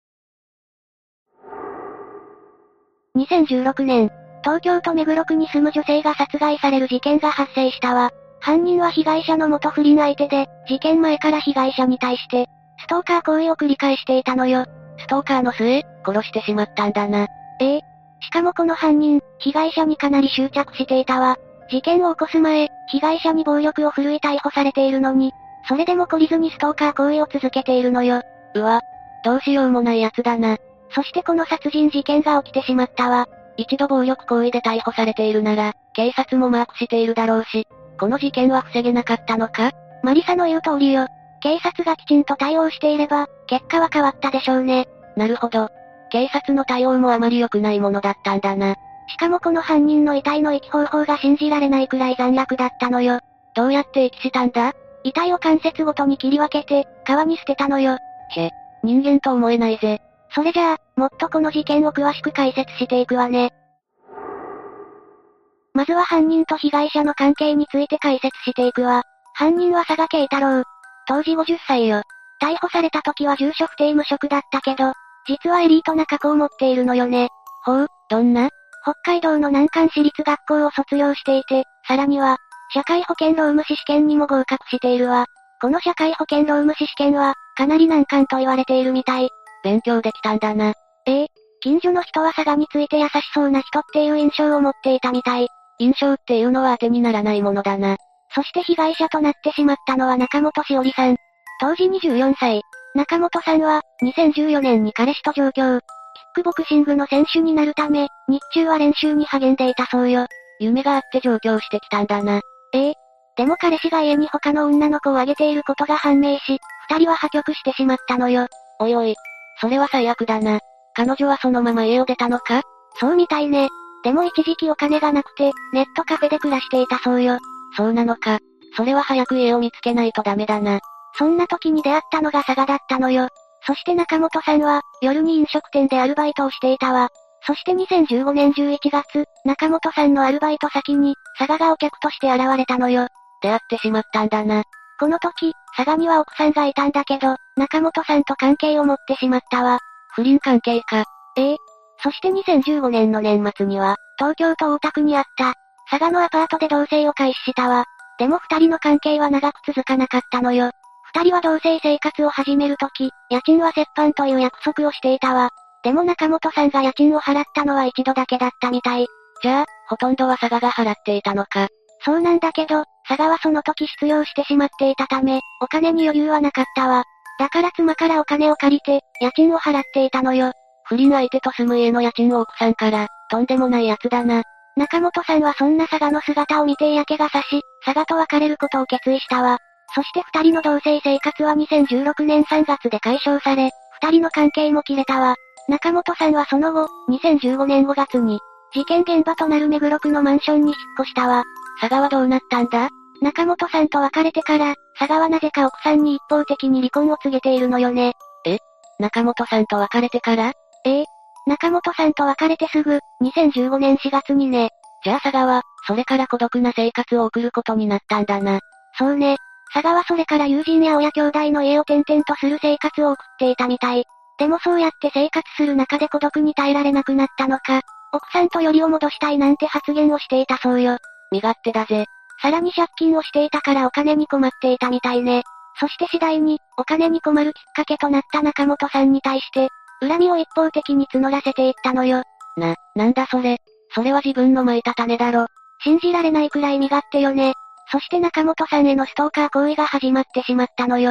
にせんじゅうろくねん、東京都目黒区に住む女性が殺害される事件が発生したわ。犯人は被害者の元不倫相手で、事件前から被害者に対して、ストーカー行為を繰り返していたのよ。 ストーカーの末、殺してしまったんだな。 ええ。しかもこの犯人、被害者にかなり執着していたわ。事件を起こす前、被害者に暴力を振るい逮捕されているのに、それでも懲りずにストーカー行為を続けているのよ。 うわ、どうしようもない奴だな。 そしてこの殺人事件が起きてしまったわ。 一度暴力行為で逮捕されているなら、警察もマークしているだろうし、この事件は防げなかったのか？ マリサの言う通りよ。警察がきちんと対応していれば、結果は変わったでしょうね。 なるほど。警察の対応もあまり良くないものだったんだな。 しかもこの犯人の遺体の遺棄方法が信じられないくらい残虐だったのよ。 どうやって遺棄したんだ？ 遺体を関節ごとに切り分けて、川に捨てたのよ。 へ、人間と思えないぜ。 それじゃあ、もっとこの事件を詳しく解説していくわね。まずは犯人と被害者の関係について解説していくわ。犯人は佐賀慶太郎。当時ごじゅっさいよ。逮捕された時は住所不定無職だったけど、実はエリートな過去を持っているのよね。 ほう、どんな？ 北海道の難関私立学校を卒業していて、さらには、社会保険労務士試験にも合格しているわ。 この社会保険労務士試験は、かなり難関と言われているみたい。 勉強できたんだな。 ええ。近所の人は佐賀について優しそうな人っていう印象を持っていたみたい。 印象っていうのは当てにならないものだな。 そして被害者となってしまったのは中本しおりさん。当時にじゅうよんさい。中本さんは、にせんじゅうよねんに彼氏と上京。キックボクシングの選手になるため、日中は練習に励んでいたそうよ。 夢があって上京してきたんだな。 ええ。でも彼氏が家に他の女の子をあげていることが判明し、二人は破局してしまったのよ。 おいおい。それは最悪だな。彼女はそのまま家を出たのか？ そうみたいね。でも一時期お金がなくて、ネットカフェで暮らしていたそうよ。 そうなのか。それは早く家を見つけないとダメだな。 そんな時に出会ったのが佐賀だったのよ。そして中本さんは、夜に飲食店でアルバイトをしていたわ。そしてにせんじゅうごねんじゅういちがつ、中本さんのアルバイト先に、佐賀がお客として現れたのよ。 出会ってしまったんだな。 この時、佐賀には奥さんがいたんだけど、中本さんと関係を持ってしまったわ。 不倫関係か。 ええ。そしてにせんじゅうごねんの年末には、東京都大田区にあった、佐賀のアパートで同棲を開始したわ。でも二人の関係は長く続かなかったのよ。二人は同棲生活を始めるとき、家賃は折半という約束をしていたわ。でも中本さんが家賃を払ったのは一度だけだったみたい。 じゃあ、ほとんどは佐賀が払っていたのか。 そうなんだけど、佐賀はその時失業してしまっていたため、お金に余裕はなかったわ。だから妻からお金を借りて、家賃を払っていたのよ。 不倫相手と住む家の家賃を奥さんから、とんでもないやつだな。 中本さんはそんな佐賀の姿を見て嫌気がさし、佐賀と別れることを決意したわ。そして二人の同棲生活はにせんじゅうろくねんさんがつで解消され、二人の関係も切れたわ。中本さんはその後、にせんじゅうごねんごがつに、事件現場となる目黒区のマンションに引っ越したわ。 佐賀はどうなったんだ？ 中本さんと別れてから、佐賀はなぜか奥さんに一方的に離婚を告げているのよね。 え？中本さんと別れてから？ ええ。中本さんと別れてすぐ、にせんじゅうごねんしがつにね。 じゃあ佐賀は、それから孤独な生活を送ることになったんだな。 そうね。佐賀はそれから友人や親兄弟の家を転々とする生活を送っていたみたい。でもそうやって生活する中で孤独に耐えられなくなったのか、奥さんとよりを戻したいなんて発言をしていたそうよ。 身勝手だぜ。 さらに借金をしていたからお金に困っていたみたいね。そして次第に、お金に困るきっかけとなった中本さんに対して、恨みを一方的に募らせていったのよ。 な、なんだそれ。それは自分の蒔いた種だろ。 信じられないくらい身勝手よね。そして中本さんへのストーカー行為が始まってしまったのよ。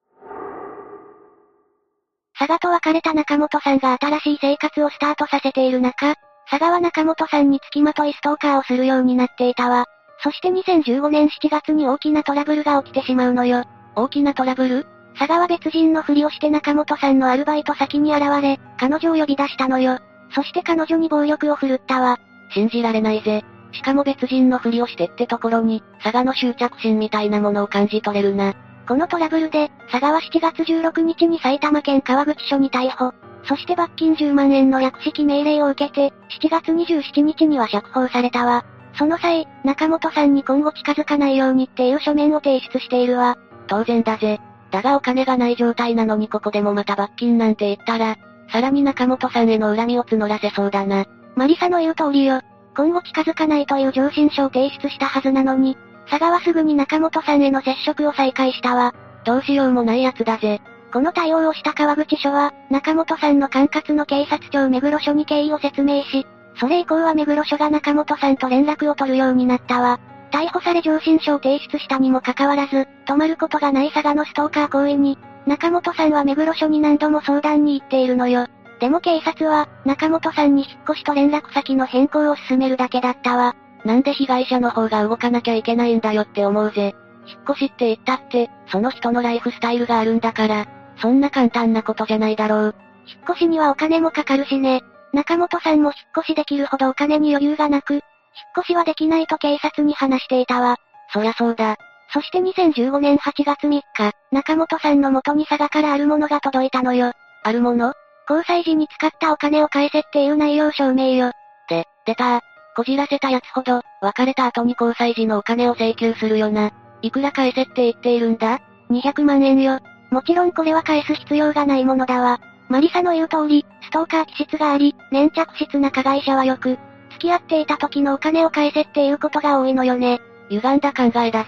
佐賀と別れた中本さんが新しい生活をスタートさせている中、佐賀は中本さんに付きまといストーカーをするようになっていたわ。そしてにせんじゅうごねんしちがつに大きなトラブルが起きてしまうのよ。 大きなトラブル？ 佐賀は別人のふりをして中本さんのアルバイト先に現れ、彼女を呼び出したのよ。そして彼女に暴力を振るったわ。 信じられないぜ。しかも別人のふりをしてってところに、佐賀の執着心みたいなものを感じ取れるな。 このトラブルで、佐賀はしちがつじゅうろくにちに埼玉県川口署に逮捕。そして罰金じゅうまんえんの略式命令を受けて、しちがつにじゅうしちにちには釈放されたわ。その際、中本さんに今後近づかないようにっていう書面を提出しているわ。 当然だぜ。だがお金がない状態なのにここでもまた罰金なんて言ったら、さらに中本さんへの恨みを募らせそうだな。 マリサの言う通りよ。今後近づかないという上申書を提出したはずなのに、佐賀はすぐに中本さんへの接触を再開したわ。 どうしようもない奴だぜ。 この対応をした川口署は、中本さんの管轄の警察庁目黒署に経緯を説明し、それ以降は目黒署が中本さんと連絡を取るようになったわ。逮捕され上申書を提出したにもかかわらず、止まることがない佐賀のストーカー行為に、中本さんは目黒署に何度も相談に行っているのよ。でも警察は、中本さんに引っ越しと連絡先の変更を進めるだけだったわ。 なんで被害者の方が動かなきゃいけないんだよって思うぜ。引っ越しって言ったって、その人のライフスタイルがあるんだから、そんな簡単なことじゃないだろう。 引っ越しにはお金もかかるしね。中本さんも引っ越しできるほどお金に余裕がなく、引っ越しはできないと警察に話していたわ。 そりゃそうだ。 そしてにせんじゅうごねんはちがつみっか、中本さんの元に佐賀からあるものが届いたのよ。 あるもの？ 交際時に使ったお金を返せっていう内容証明よ。 で、出た。こじらせたやつほど、別れた後に交際時のお金を請求するよな。いくら返せって言っているんだ？ にひゃくまんえんよ。もちろんこれは返す必要がないものだわ。マリサの言う通り、ストーカー気質があり、粘着質な加害者はよく、付き合っていた時のお金を返せっていうことが多いのよね。 歪んだ考えだぜ。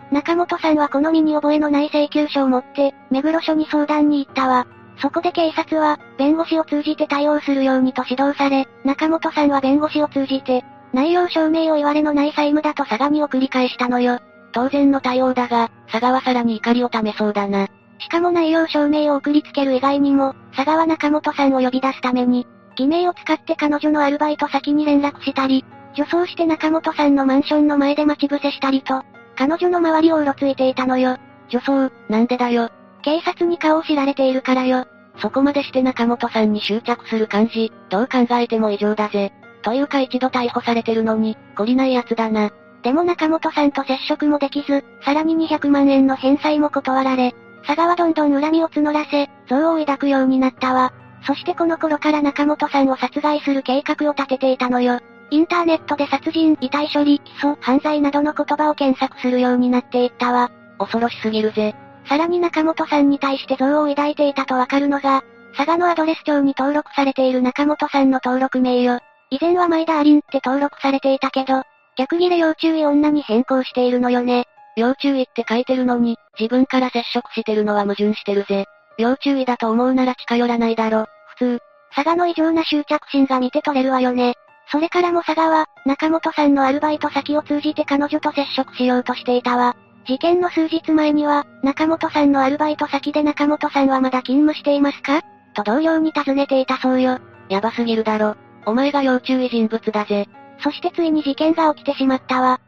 中本さんはこの身に覚えのない請求書を持って、目黒署に相談に行ったわ。そこで警察は、弁護士を通じて対応するようにと指導され、中本さんは弁護士を通じて、内容証明を言われのない債務だと佐賀に送り返したのよ。 当然の対応だが、佐賀はさらに怒りをためそうだな。 しかも内容証明を送りつける以外にも、佐賀は中本さんを呼び出すために、偽名を使って彼女のアルバイト先に連絡したり、女装して中本さんのマンションの前で待ち伏せしたりと、彼女の周りをうろついていたのよ。 女装、なんでだよ。 警察に顔を知られているからよ。 そこまでして中本さんに執着する感じ、どう考えても異常だぜ。というか一度逮捕されてるのに、懲りない奴だな。 でも中本さんと接触もできず、さらににひゃくまんえんの返済も断られ、佐賀はどんどん恨みを募らせ、憎悪を抱くようになったわ。そしてこの頃から中本さんを殺害する計画を立てていたのよ。インターネットで殺人、遺体処理、起訴、犯罪などの言葉を検索するようになっていったわ。 恐ろしすぎるぜ。 さらに中本さんに対して憎悪を抱いていたとわかるのが、佐賀のアドレス帳に登録されている中本さんの登録名よ。以前は前田アリンって登録されていたけど、逆切れ要注意女に変更しているのよね。 要注意って書いてるのに、自分から接触してるのは矛盾してるぜ。要注意だと思うなら近寄らないだろ、普通。 佐賀の異常な執着心が見て取れるわよね。それからも佐賀は、中本さんのアルバイト先を通じて彼女と接触しようとしていたわ。事件の数日前には、中本さんのアルバイト先で中本さんはまだ勤務していますかと同僚に尋ねていたそうよ。 やばすぎるだろ。お前が要注意人物だぜ。 そしてついに事件が起きてしまったわ。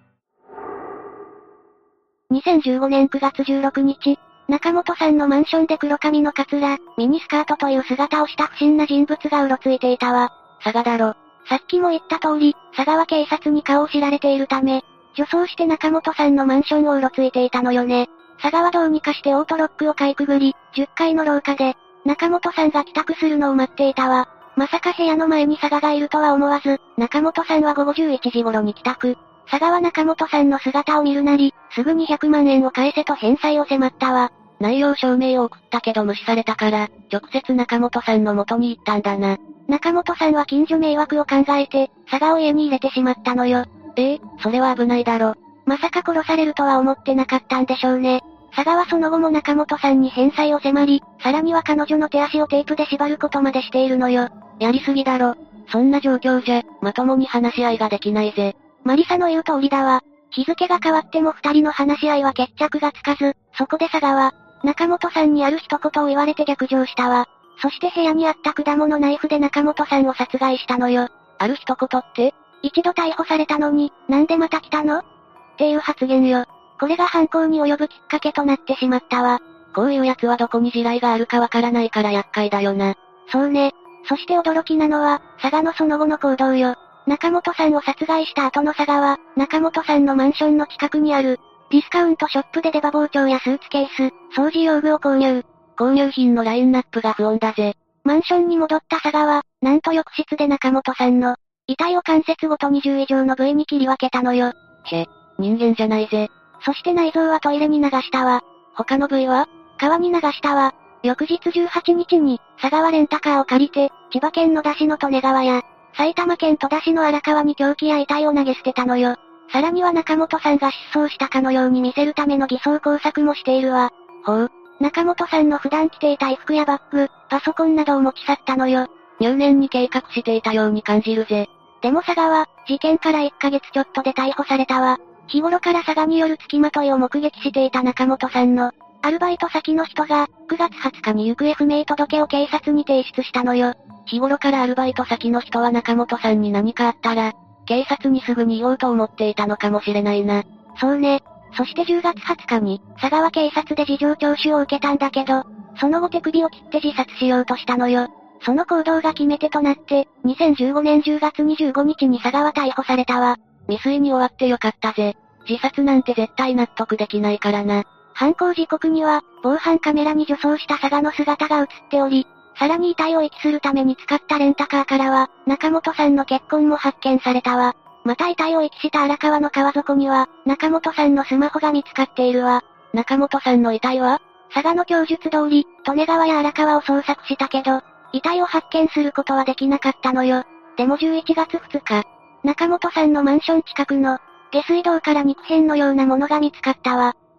にせんじゅうごねんくがつじゅうろくにち、中本さんのマンションで黒髪のカツラ、ミニスカートという姿をした不審な人物がうろついていたわ。 佐賀だろ。 さっきも言った通り、佐賀は警察に顔を知られているため、女装して中本さんのマンションをうろついていたのよね。佐賀はどうにかしてオートロックをかいくぐり、じゅっかいの廊下で、中本さんが帰宅するのを待っていたわ。まさか部屋の前に佐賀がいるとは思わず、中本さんはごごじゅういちじ頃に帰宅。佐賀は中本さんの姿を見るなり、すぐにひゃくまんえんを返せと返済を迫ったわ。 内容証明を送ったけど無視されたから、直接中本さんの元に行ったんだな。 中本さんは近所迷惑を考えて、佐賀を家に入れてしまったのよ。 ええ、それは危ないだろ。 まさか殺されるとは思ってなかったんでしょうね。佐賀はその後も中本さんに返済を迫り、さらには彼女の手足をテープで縛ることまでしているのよ。 やりすぎだろ。そんな状況じゃ、まともに話し合いができないぜ。 マリサの言う通りだわ。日付が変わっても二人の話し合いは決着がつかず、そこで佐賀は、中本さんにある一言を言われて逆上したわ。そして部屋にあった果物ナイフで中本さんを殺害したのよ。 ある一言って？ 一度逮捕されたのに、なんでまた来たの？っていう発言よ。これが犯行に及ぶきっかけとなってしまったわ。 こういう奴はどこに地雷があるかわからないから厄介だよな。 そうね。そして驚きなのは、佐賀のその後の行動よ。中本さんを殺害した後の佐賀は、中本さんのマンションの近くにある、ディスカウントショップで出刃包丁やスーツケース、掃除用具を購入。 購入品のラインナップが不穏だぜ。 マンションに戻った佐賀は、なんと浴室で中本さんの、遺体を関節ごとにじゅう以上の部位に切り分けたのよ。 へ、人間じゃないぜ。 そして内臓はトイレに流したわ。 他の部位は？ 川に流したわ。翌日じゅうはちにちに、佐賀はレンタカーを借りて、千葉県野田市の利根川や、埼玉県戸田市の荒川に凶器や遺体を投げ捨てたのよ。さらには中本さんが失踪したかのように見せるための偽装工作もしているわ。 ほう。 中本さんの普段着ていた衣服やバッグ、パソコンなどを持ち去ったのよ。 入念に計画していたように感じるぜ。 でも佐賀は、事件からいっかげつちょっとで逮捕されたわ。日頃から佐賀による付きまといを目撃していた中本さんの、アルバイト先の人が、くがつはつかに行方不明届を警察に提出したのよ。 日頃からアルバイト先の人は中本さんに何かあったら、警察にすぐに言おうと思っていたのかもしれないな。 そうね。そしてじゅうがつはつかに、佐賀は警察で事情聴取を受けたんだけど、その後手首を切って自殺しようとしたのよ。その行動が決め手となって、にせんじゅうごねんじゅうがつにじゅうごにちに佐賀は逮捕されたわ。 未遂に終わってよかったぜ。自殺なんて絶対納得できないからな。 犯行時刻には、防犯カメラに女装した佐賀の姿が映っており、さらに遺体を遺棄するために使ったレンタカーからは、中本さんの血痕も発見されたわ。また遺体を遺棄した荒川の川底には、中本さんのスマホが見つかっているわ。 中本さんの遺体は？ 佐賀の供述通り、利根川や荒川を捜索したけど、遺体を発見することはできなかったのよ。でもじゅういちがつふつか、中本さんのマンション近くの、下水道から肉片のようなものが見つかったわ。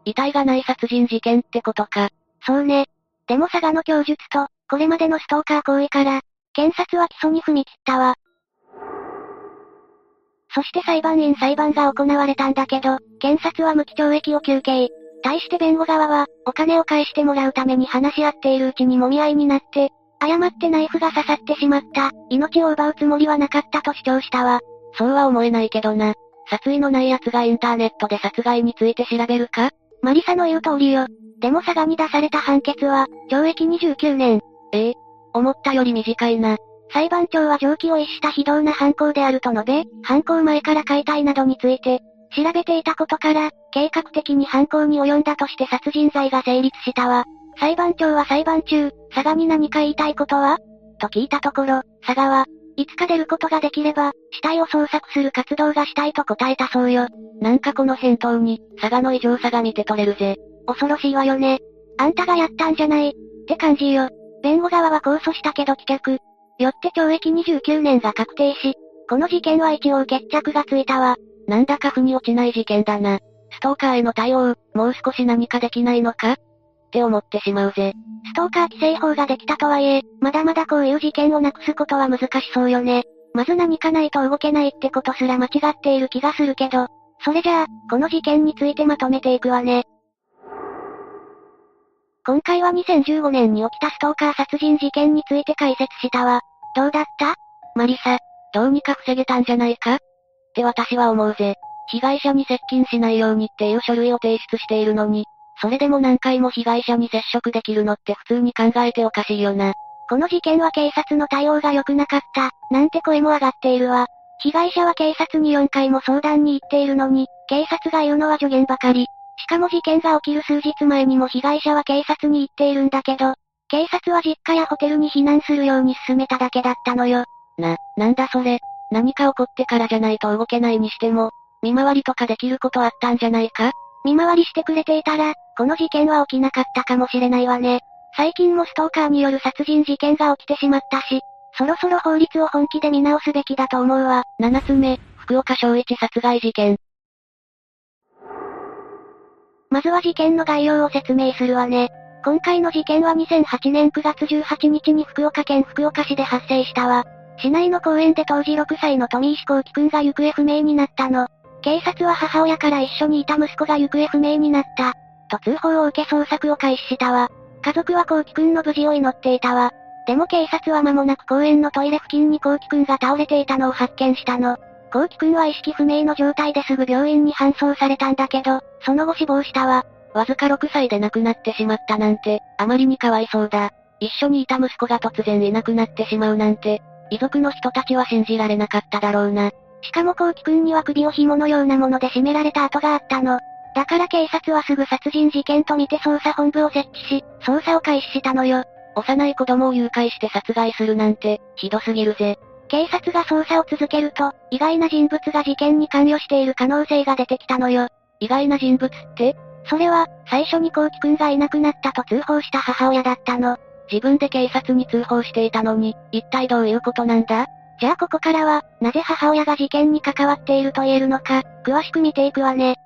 遺体がない殺人事件ってことか。 そうね。でも佐賀の供述と、これまでのストーカー行為から、検察は起訴に踏み切ったわ。そして裁判員裁判が行われたんだけど、検察は無期懲役を求刑。対して弁護側は、お金を返してもらうために話し合っているうちに揉み合いになって、誤ってナイフが刺さってしまった、命を奪うつもりはなかったと主張したわ。 そうは思えないけどな。殺意のない奴がインターネットで殺害について調べるか？ マリサの言う通りよ。でも佐賀に出された判決は、懲役にじゅうきゅうねん。 ええ、思ったより短いな。 裁判長は常軌を逸した非道な犯行であると述べ、犯行前から解体などについて、調べていたことから、計画的に犯行に及んだとして殺人罪が成立したわ。裁判長は裁判中、佐賀に何か言いたいことはと聞いたところ、佐賀は、いつか出ることができれば、死体を捜索する活動がしたいと答えたそうよ。 なんかこの返答に、佐賀の異常さが見て取れるぜ。 恐ろしいわよね。あんたがやったんじゃない、って感じよ。弁護側は控訴したけど棄却。よって懲役にじゅうきゅうねんが確定し、この事件は一応決着がついたわ。 なんだか腑に落ちない事件だな。ストーカーへの対応、もう少し何かできないのかって思ってしまうぜ。 ストーカー規制法ができたとはいえ、まだまだこういう事件をなくすことは難しそうよね。まず何かないと動けないってことすら間違っている気がするけど、それじゃあ、この事件についてまとめていくわね。今回はにせんじゅうごねんに起きたストーカー殺人事件について解説したわ。どうだった？ マリサ、どうにか防げたんじゃないかって私は思うぜ。被害者に接近しないようにっていう書類を提出しているのに、それでも何回も被害者に接触できるのって普通に考えておかしいよな。 この事件は警察の対応が良くなかった、なんて声も上がっているわ。被害者は警察によんかいも相談に行っているのに、警察が言うのは助言ばかり。しかも事件が起きる数日前にも被害者は警察に行っているんだけど、警察は実家やホテルに避難するように勧めただけだったのよ。 な、なんだそれ。何か起こってからじゃないと動けないにしても、見回りとかできることあったんじゃないか？ 見回りしてくれていたら、この事件は起きなかったかもしれないわね。最近もストーカーによる殺人事件が起きてしまったし、そろそろ法律を本気で見直すべきだと思うわ。 ななつめ、福岡正一殺害事件。 まずは事件の概要を説明するわね。今回の事件はにせんはちねんくがつじゅうはちにちに福岡県福岡市で発生したわ。市内の公園で当時ろくさいの富石幸樹くんが行方不明になったの。警察は母親から一緒にいた息子が行方不明になった、と通報を受け捜索を開始したわ。家族は幸樹くんの無事を祈っていたわ。でも警察は間もなく公園のトイレ付近に幸樹くんが倒れていたのを発見したの。幸樹くんは意識不明の状態ですぐ病院に搬送されたんだけど、その後死亡したわ。 わずかろくさいで亡くなってしまったなんて、あまりにかわいそうだ。一緒にいた息子が突然いなくなってしまうなんて、遺族の人たちは信じられなかっただろうな。 しかも幸樹くんには首を紐のようなもので絞められた跡があったの。だから警察はすぐ殺人事件と見て捜査本部を設置し、捜査を開始したのよ。 幼い子供を誘拐して殺害するなんて、ひどすぎるぜ。 警察が捜査を続けると、意外な人物が事件に関与している可能性が出てきたのよ。 意外な人物って？ それは、最初に幸樹くんがいなくなったと通報した母親だったの。 自分で警察に通報していたのに、一体どういうことなんだ？ じゃあここからは、なぜ母親が事件に関わっていると言えるのか、詳しく見ていくわね。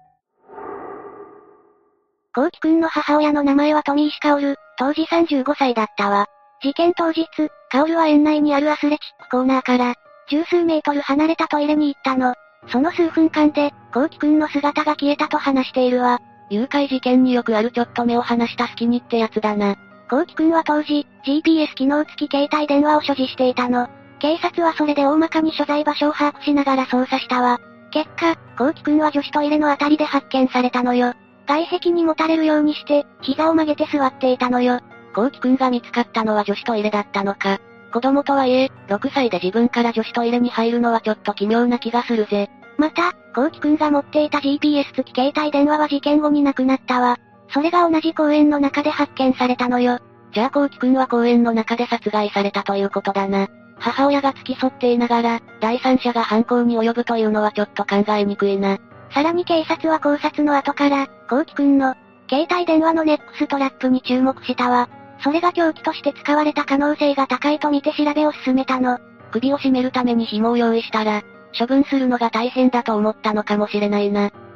幸樹くんの母親の名前は富石薫、当時さんじゅうごさいだったわ。事件当日、薫は園内にあるアスレチックコーナーから、十数メートル離れたトイレに行ったの。その数分間で、幸樹くんの姿が消えたと話しているわ。 誘拐事件によくあるちょっと目を離した隙にってやつだな。 幸樹くんは当時、ジーピーエス 機能付き携帯電話を所持していたの。警察はそれで大まかに所在場所を把握しながら捜査したわ。結果、幸樹くんは女子トイレのあたりで発見されたのよ。外壁にもたれるようにして、膝を曲げて座っていたのよ。 幸樹くんが見つかったのは女子トイレだったのか。子供とはいえ、ろくさいで自分から女子トイレに入るのはちょっと奇妙な気がするぜ。 また、幸樹くんが持っていた ジーピーエス 付き携帯電話は事件後になくなったわ。それが同じ公園の中で発見されたのよ。 じゃあ幸樹くんは公園の中で殺害されたということだな。母親が付き添っていながら、第三者が犯行に及ぶというのはちょっと考えにくいな。 さらに警察は考察の後から、幸樹くんの、携帯電話のネックストラップに注目したわ。それが凶器として使われた可能性が高いと見て調べを進めたの。 首を絞めるために紐を用意したら、処分するのが大変だと思ったのかもしれないな。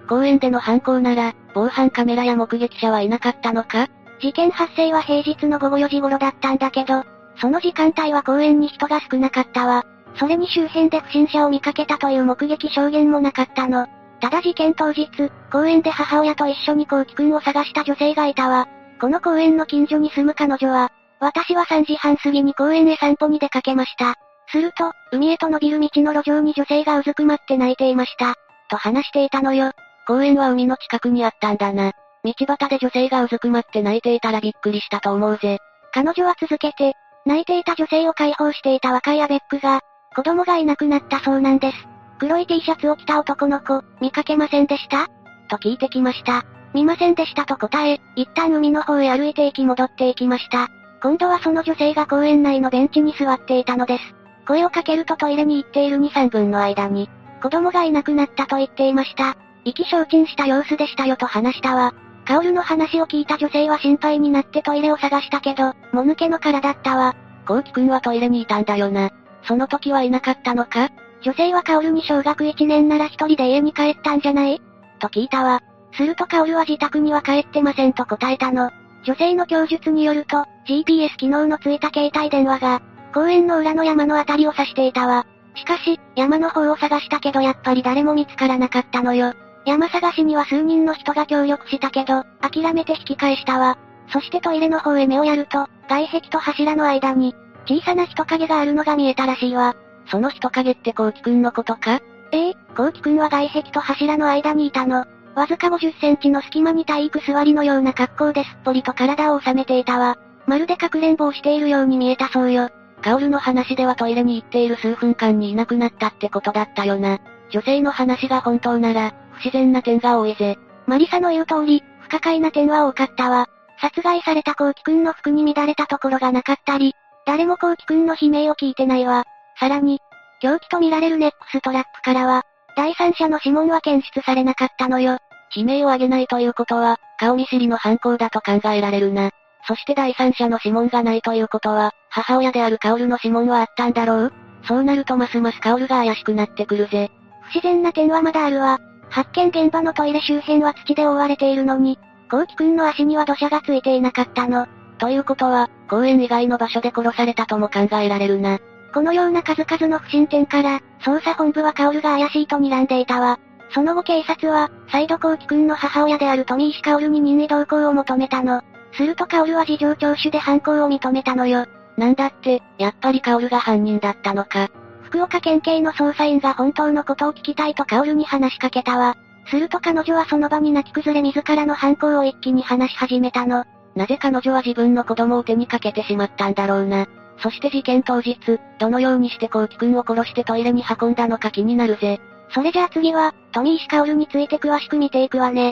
公園での犯行なら、防犯カメラや目撃者はいなかったのか？ 事件発生は平日の午後よじ頃だったんだけど、その時間帯は公園に人が少なかったわ。それに周辺で不審者を見かけたという目撃証言もなかったの。ただ事件当日、公園で母親と一緒にコウキくんを探した女性がいたわ。この公園の近所に住む彼女は、私はさんじはん過ぎに公園へ散歩に出かけました。すると、海へと伸びる道の路上に女性がうずくまって泣いていました。と話していたのよ。 公園は海の近くにあったんだな。道端で女性がうずくまって泣いていたらびっくりしたと思うぜ。 彼女は続けて、泣いていた女性を解放していた若いアベックが、子供がいなくなったそうなんです。黒い T シャツを着た男の子、見かけませんでした？ と聞いてきました。 見ませんでしたと答え、一旦海の方へ歩いて行き戻っていきました。今度はその女性が公園内のベンチに座っていたのです。声をかけるとトイレに行っているに、さんぷんの間に、子供がいなくなったと言っていました。意気消沈した様子でしたよと話したわ。カオルの話を聞いた女性は心配になってトイレを探したけど、もぬけの殻だったわ。 コウキくんはトイレにいたんだよな。その時はいなかったのか？ 女性はカオルに小学いちねんなら一人で家に帰ったんじゃない？と聞いたわ。するとカオルは自宅には帰ってませんと答えたの。女性の供述によると、ジーピーエス 機能のついた携帯電話が、公園の裏の山のあたりを指していたわ。しかし、山の方を探したけどやっぱり誰も見つからなかったのよ。山探しには数人の人が協力したけど、諦めて引き返したわ。そしてトイレの方へ目をやると、外壁と柱の間に、小さな人影があるのが見えたらしいわ。 その人影ってコウキくんのことか？ ええ、コウキくんは外壁と柱の間にいたの。わずかごじゅっセンチの隙間に体育座りのような格好ですっぽりと体を収めていたわ。まるでかくれんぼをしているように見えたそうよ。 カオルの話ではトイレに行っている数分間にいなくなったってことだったよな。女性の話が本当なら、不自然な点が多いぜ。 マリサの言う通り、不可解な点は多かったわ。殺害されたコウキくんの服に乱れたところがなかったり、誰もコウキくんの悲鳴を聞いてないわ。さらに、凶器と見られるネックストラップからは、第三者の指紋は検出されなかったのよ。 悲鳴を上げないということは、顔見知りの犯行だと考えられるな。そして第三者の指紋がないということは、母親であるカオルの指紋はあったんだろう？そうなるとますますカオルが怪しくなってくるぜ。 不自然な点はまだあるわ。発見現場のトイレ周辺は土で覆われているのに、コウキくんの足には土砂がついていなかったの。 ということは、公園以外の場所で殺されたとも考えられるな。 このような数々の不審点から、捜査本部はカオルが怪しいと睨んでいたわ。その後警察は、再度コウキくんの母親である富石カオルに任意同行を求めたの。するとカオルは事情聴取で犯行を認めたのよ。 なんだって、やっぱりカオルが犯人だったのか。 福岡県警の捜査員が本当のことを聞きたいとカオルに話しかけたわ。すると彼女はその場に泣き崩れ自らの犯行を一気に話し始めたの。 なぜ彼女は自分の子供を手にかけてしまったんだろうな。そして事件当日、どのようにしてコウキくんを殺してトイレに運んだのか気になるぜ。 それじゃあ次は、富石カオルについて詳しく見ていくわね。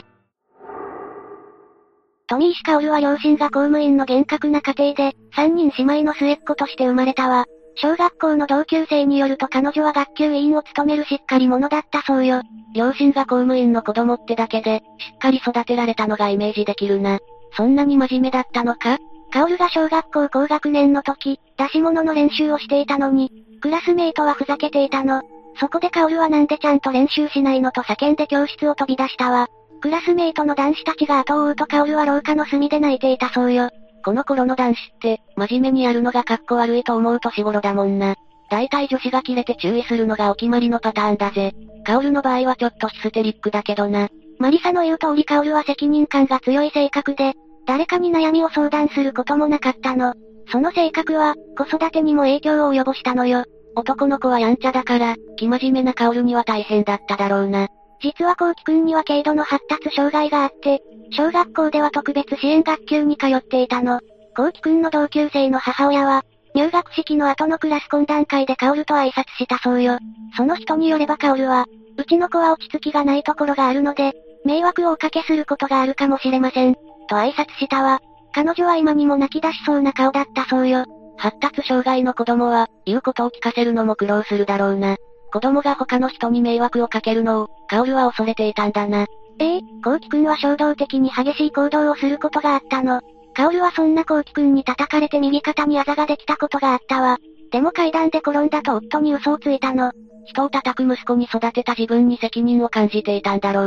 富石カオルは両親が公務員の厳格な家庭で、三人姉妹の末っ子として生まれたわ。小学校の同級生によると彼女は学級委員を務めるしっかり者だったそうよ。 両親が公務員の子供ってだけで、しっかり育てられたのがイメージできるな。そんなに真面目だったのか？ カオルが小学校高学年の時、出し物の練習をしていたのに、クラスメイトはふざけていたの。そこでカオルはなんでちゃんと練習しないのと叫んで教室を飛び出したわ。クラスメイトの男子たちが後を追うとカオルは廊下の隅で泣いていたそうよ。 この頃の男子って、真面目にやるのがかっこ悪いと思う年頃だもんな。大体女子がキレて注意するのがお決まりのパターンだぜ。カオルの場合はちょっとヒステリックだけどな。 マリサの言う通りカオルは責任感が強い性格で、誰かに悩みを相談することもなかったの。その性格は、子育てにも影響を及ぼしたのよ。 男の子はやんちゃだから、生真面目なカオルには大変だっただろうな。 実はコウキくんには軽度の発達障害があって、小学校では特別支援学級に通っていたの。コウキくんの同級生の母親は、入学式の後のクラス懇談会でカオルと挨拶したそうよ。その人によればカオルは、うちの子は落ち着きがないところがあるので、迷惑をおかけすることがあるかもしれません。と挨拶したわ。彼女は今にも泣き出しそうな顔だったそうよ。 発達障害の子供は、言うことを聞かせるのも苦労するだろうな。子供が他の人に迷惑をかけるのを、カオルは恐れていたんだな。 ええ、コウキくんは衝動的に激しい行動をすることがあったの。カオルはそんなコウキくんに叩かれて右肩にあざができたことがあったわ。でも階段で転んだと夫に嘘をついたの。 人を叩く息子に育てた自分に責任を感じていたんだろうか。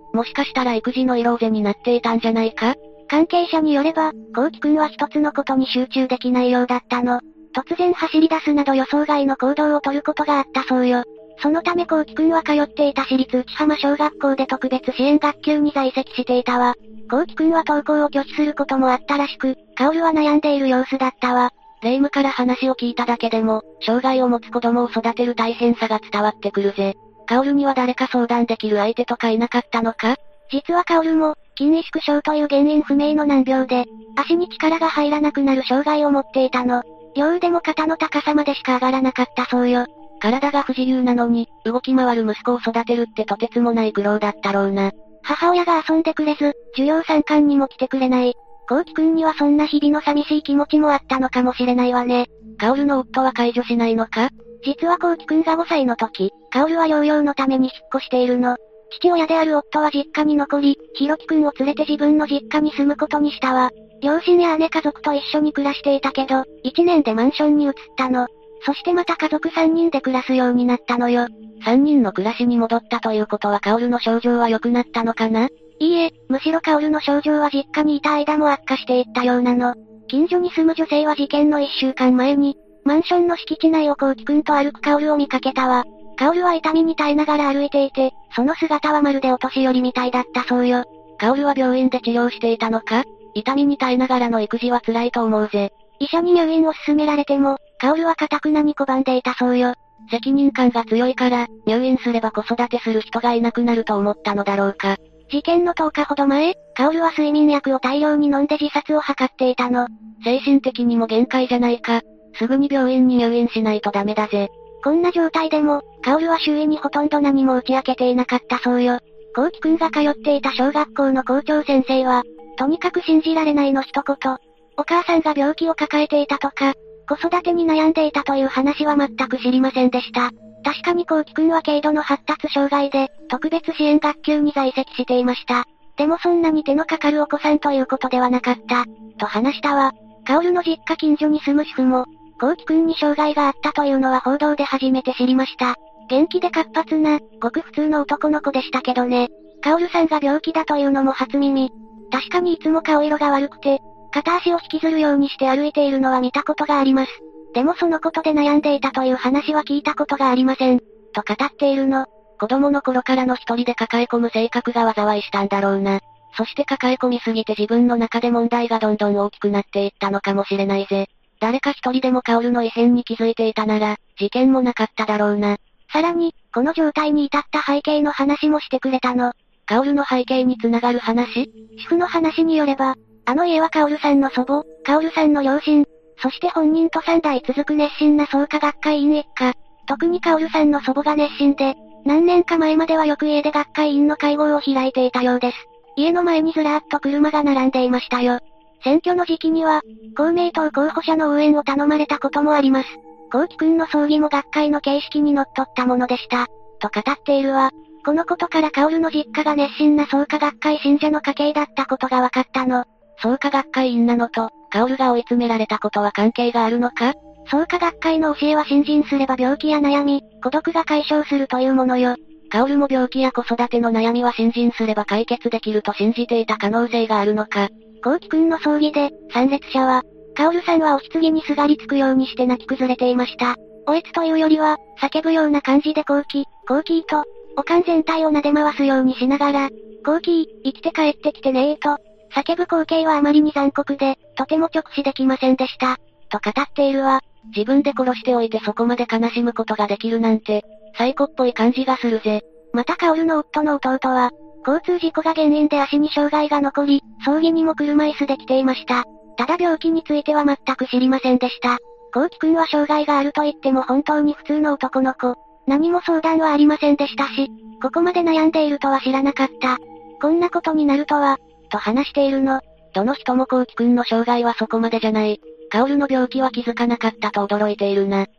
もしかしたら育児の色ぜになっていたんじゃないか？ 関係者によれば、こうきくんは一つのことに集中できないようだったの。突然走り出すなど予想外の行動をとることがあったそうよ。そのためこうきくんは通っていた私立内浜小学校で特別支援学級に在籍していたわ。こうきくんは登校を拒否することもあったらしく、カオルは悩んでいる様子だったわ。 霊夢から話を聞いただけでも、障害を持つ子供を育てる大変さが伝わってくるぜ。カオルには誰か相談できる相手とかいなかったのか？ 実はカオルも、筋萎縮症という原因不明の難病で、足に力が入らなくなる障害を持っていたの。両腕も肩の高さまでしか上がらなかったそうよ。 体が不自由なのに、動き回る息子を育てるってとてつもない苦労だったろうな。 母親が遊んでくれず、授業参観にも来てくれない。こうきくんにはそんな日々の寂しい気持ちもあったのかもしれないわね。 カオルの夫は介助しないのか？ 実はこうきくんがごさいの時、カオルは療養のために引っ越しているの。父親である夫は実家に残り、ひろきくんを連れて自分の実家に住むことにしたわ。両親や姉家族と一緒に暮らしていたけど、いちねんでマンションに移ったの。そしてまた家族さんにんで暮らすようになったのよ。 さんにんの暮らしに戻ったということはカオルの症状は良くなったのかな？ いいえ、むしろカオルの症状は実家にいた間も悪化していったようなの。近所に住む女性は事件のいっしゅうかんまえに、マンションの敷地内をこうきくんと歩くカオルを見かけたわ。カオルは痛みに耐えながら歩いていて、その姿はまるでお年寄りみたいだったそうよ。 カオルは病院で治療していたのか？痛みに耐えながらの育児は辛いと思うぜ。 医者に入院を勧められても、カオルは堅くなに拒んでいたそうよ。 責任感が強いから、入院すれば子育てする人がいなくなると思ったのだろうか。 事件のとおかほど前、カオルは睡眠薬を大量に飲んで自殺を図っていたの。 精神的にも限界じゃないか。すぐに病院に入院しないとダメだぜ。 こんな状態でも、カオルは周囲にほとんど何も打ち明けていなかったそうよ。こうきくんが通っていた小学校の校長先生は、とにかく信じられないの一言。お母さんが病気を抱えていたとか、子育てに悩んでいたという話は全く知りませんでした。確かにこうきくんは軽度の発達障害で、特別支援学級に在籍していました。でもそんなに手のかかるお子さんということではなかった、と話したわ。カオルの実家近所に住む主婦も、こうきくんに障害があったというのは報道で初めて知りました。元気で活発な、ごく普通の男の子でしたけどね。カオルさんが病気だというのも初耳。確かにいつも顔色が悪くて、片足を引きずるようにして歩いているのは見たことがあります。でもそのことで悩んでいたという話は聞いたことがありません。と語っているの。 子供の頃からの一人で抱え込む性格が災いしたんだろうな。そして抱え込みすぎて自分の中で問題がどんどん大きくなっていったのかもしれないぜ。誰か一人でもカオルの異変に気づいていたなら、事件もなかっただろうな。 さらに、この状態に至った背景の話もしてくれたの。 カオルの背景につながる話？ 主婦の話によれば、あの家はカオルさんの祖母、カオルさんの両親、そして本人とさんだい続く熱心な創価学会員一家。特にカオルさんの祖母が熱心で、何年か前まではよく家で学会員の会合を開いていたようです。家の前にずらーっと車が並んでいましたよ。選挙の時期には、公明党候補者の応援を頼まれたこともあります。こうきくんの葬儀も学会の形式にのっとったものでした。と語っているわ。このことからカオルの実家が熱心な創価学会信者の家系だったことが分かったの。 創価学会員なのと、カオルが追い詰められたことは関係があるのか？ 創価学会の教えは信心すれば病気や悩み、孤独が解消するというものよ。 カオルも病気や子育ての悩みは信心すれば解決できると信じていた可能性があるのか？ こうきくんの葬儀で、参列者は、カオルさんはお棺にすがりつくようにして泣き崩れていました。おえつというよりは、叫ぶような感じでコウキ、コウキーと、おかん全体を撫で回すようにしながら、コウキー、生きて帰ってきてねーと、叫ぶ光景はあまりに残酷で、とても直視できませんでした。と語っているわ。 自分で殺しておいてそこまで悲しむことができるなんて、サイコっぽい感じがするぜ。 またカオルの夫の弟は、交通事故が原因で足に障害が残り、葬儀にも車椅子で来ていました。ただ病気については全く知りませんでした。こうきくんは障害があると言っても本当に普通の男の子。何も相談はありませんでしたし、ここまで悩んでいるとは知らなかった。こんなことになるとは、と話しているの。 どの人もこうきくんの障害はそこまでじゃない。カオルの病気は気づかなかったと驚いているな。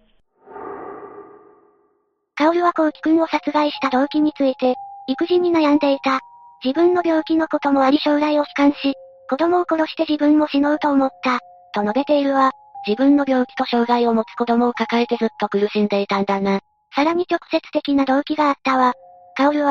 カオルはこうきくんを殺害した動機について、育児に悩んでいた。自分の病気のこともあり将来を悲観し、子供を殺して自分も死のうと思った。と述べているわ。 自分の病気と障害を持つ子供を抱えてずっと苦しんでいたんだな。 さらに直接的な動機があったわ。カオルは、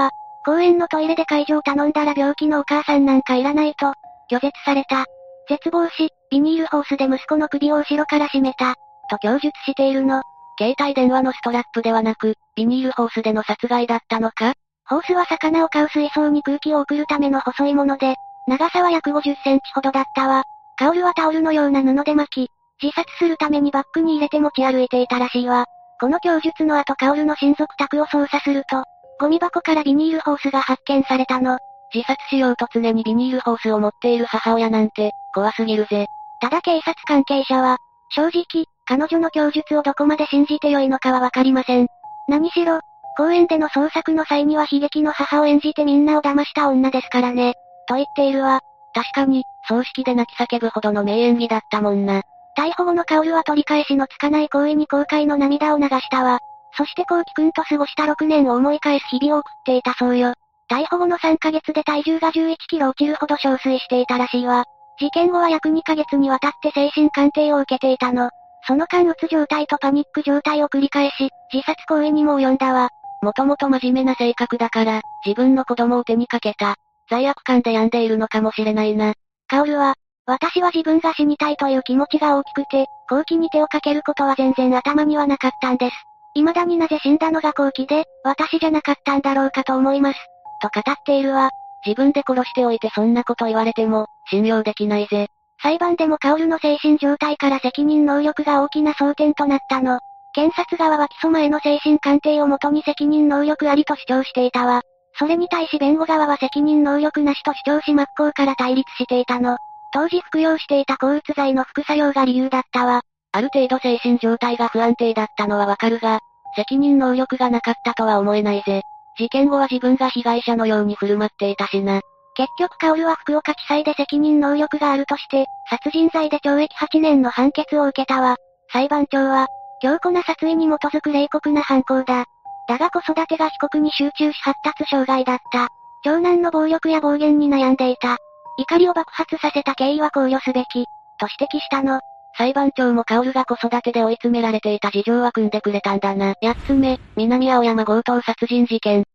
公園のトイレで介助を頼んだら病気のお母さんなんかいらないと、拒絶された。絶望し、ビニールホースで息子の首を後ろから絞めた、と供述しているの。 携帯電話のストラップではなく、ビニールホースでの殺害だったのか？ ホースは魚を飼う水槽に空気を送るための細いもので、長さは約ごじゅっセンチほどだったわ。カオルはタオルのような布で巻き、自殺するためにバッグに入れて持ち歩いていたらしいわ。この供述の後カオルの親族宅を捜査すると、ゴミ箱からビニールホースが発見されたの。 自殺しようと常にビニールホースを持っている母親なんて、怖すぎるぜ。 ただ警察関係者は、正直、彼女の供述をどこまで信じてよいのかはわかりません。何しろ、公園での捜索の際には悲劇の母を演じてみんなを騙した女ですからね。と言っているわ。 確かに、葬式で泣き叫ぶほどの名演技だったもんな。 逮捕後のカオルは取り返しのつかない行為に後悔の涙を流したわ。そしてコウキ君と過ごしたろくねんを思い返す日々を送っていたそうよ。逮捕後のさんかげつで体重がじゅういちキロ落ちるほど憔悴していたらしいわ。事件後は約にかげつにわたって精神鑑定を受けていたの。その間うつ状態とパニック状態を繰り返し、自殺行為にも及んだわ。 もともと真面目な性格だから、自分の子供を手にかけた。罪悪感で病んでいるのかもしれないな。 カオルは、私は自分が死にたいという気持ちが大きくて、コウキに手をかけることは全然頭にはなかったんです。未だになぜ死んだのがコウキで、私じゃなかったんだろうかと思います。と語っているわ。 自分で殺しておいてそんなこと言われても、信用できないぜ。 裁判でもカオルの精神状態から責任能力が大きな争点となったの。検察側は起訴前の精神鑑定をもとに責任能力ありと主張していたわ。それに対し弁護側は責任能力なしと主張し真っ向から対立していたの。当時服用していた抗うつ剤の副作用が理由だったわ。 ある程度精神状態が不安定だったのはわかるが、責任能力がなかったとは思えないぜ。事件後は自分が被害者のように振る舞っていたしな。 結局カオルは福岡地裁で責任能力があるとして、殺人罪で懲役はちねんの判決を受けたわ。裁判長は、強固な殺意に基づく冷酷な犯行だ。だが子育てが被告に集中し発達障害だった。長男の暴力や暴言に悩んでいた。怒りを爆発させた経緯は考慮すべき、と指摘したの。 裁判長もカオルが子育てで追い詰められていた事情は組んでくれたんだな。やっつめ、南青山強盗殺人事件。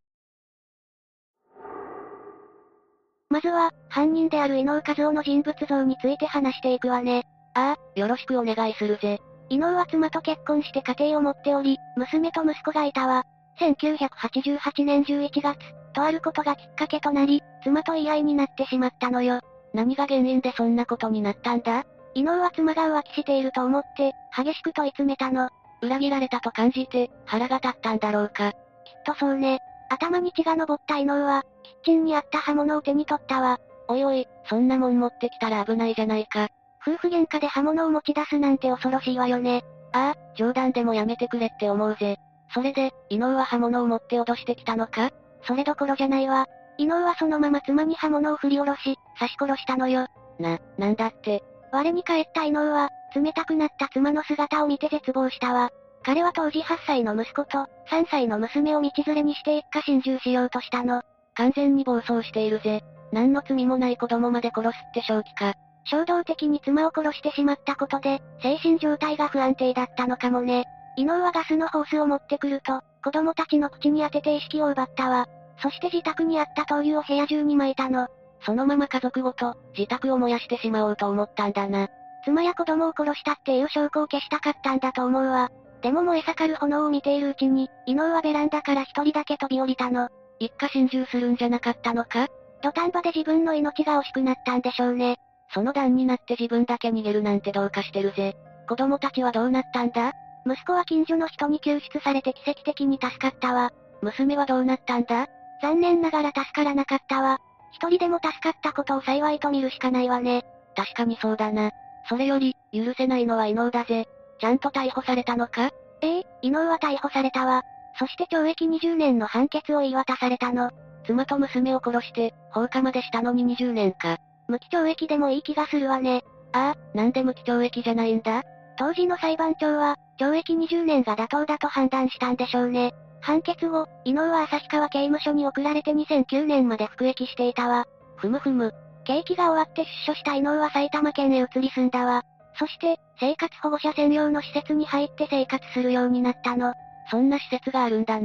まずは、犯人である伊能和夫の人物像について話していくわね。 ああ、よろしくお願いするぜ。 伊能は妻と結婚して家庭を持っており、娘と息子がいたわ。せんきゅうひゃくはちじゅうはちねんじゅういちがつ、とあることがきっかけとなり、妻と言い合いになってしまったのよ。 何が原因でそんなことになったんだ？ 伊能は妻が浮気していると思って、激しく問い詰めたの。 裏切られたと感じて、腹が立ったんだろうか。 きっとそうね。頭に血が昇った伊能は、キッチンにあった刃物を手に取ったわ。 おいおい、そんなもん持ってきたら危ないじゃないか。 夫婦喧嘩で刃物を持ち出すなんて恐ろしいわよね。 ああ、冗談でもやめてくれって思うぜ。それで、伊能は刃物を持って脅してきたのか？ それどころじゃないわ。伊能はそのまま妻に刃物を振り下ろし、刺し殺したのよ。 な、なんだって。 我に返った伊能は、冷たくなった妻の姿を見て絶望したわ。彼は当時はっさいの息子と、さんさいの娘を道連れにして一家心中しようとしたの。 完全に暴走しているぜ。何の罪もない子供まで殺すって正気か。 衝動的に妻を殺してしまったことで、精神状態が不安定だったのかもね。伊能はガスのホースを持ってくると、子供たちの口に当てて意識を奪ったわ。そして自宅にあった灯油を部屋中に撒いたの。 そのまま家族ごと、自宅を燃やしてしまおうと思ったんだな。 妻や子供を殺したっていう証拠を消したかったんだと思うわ。でも燃え盛る炎を見ているうちに、伊能はベランダから一人だけ飛び降りたの。 一家心中するんじゃなかったのか？ 土壇場で自分の命が惜しくなったんでしょうね。 その段になって自分だけ逃げるなんてどうかしてるぜ。子供たちはどうなったんだ？ 息子は近所の人に救出されて奇跡的に助かったわ。 娘はどうなったんだ？ 残念ながら助からなかったわ。一人でも助かったことを幸いと見るしかないわね。 確かにそうだな。それより、許せないのは伊能だぜ。ちゃんと逮捕されたのか？ ええ、伊能は逮捕されたわ。そして懲役にじゅうねんの判決を言い渡されたの。 妻と娘を殺して、放火までしたのににじゅうねんか。 無期懲役でもいい気がするわね。 ああ、なんで無期懲役じゃないんだ？ 当時の裁判長は、懲役にじゅうねんが妥当だと判断したんでしょうね。判決後、伊能は旭川刑務所に送られてにせんきゅうねんまで服役していたわ。 ふむふむ。 刑期が終わって出所した伊能は埼玉県へ移り住んだわ。そして、生活保護者専用の施設に入って生活するようになったの。 そんな施設があるんだな。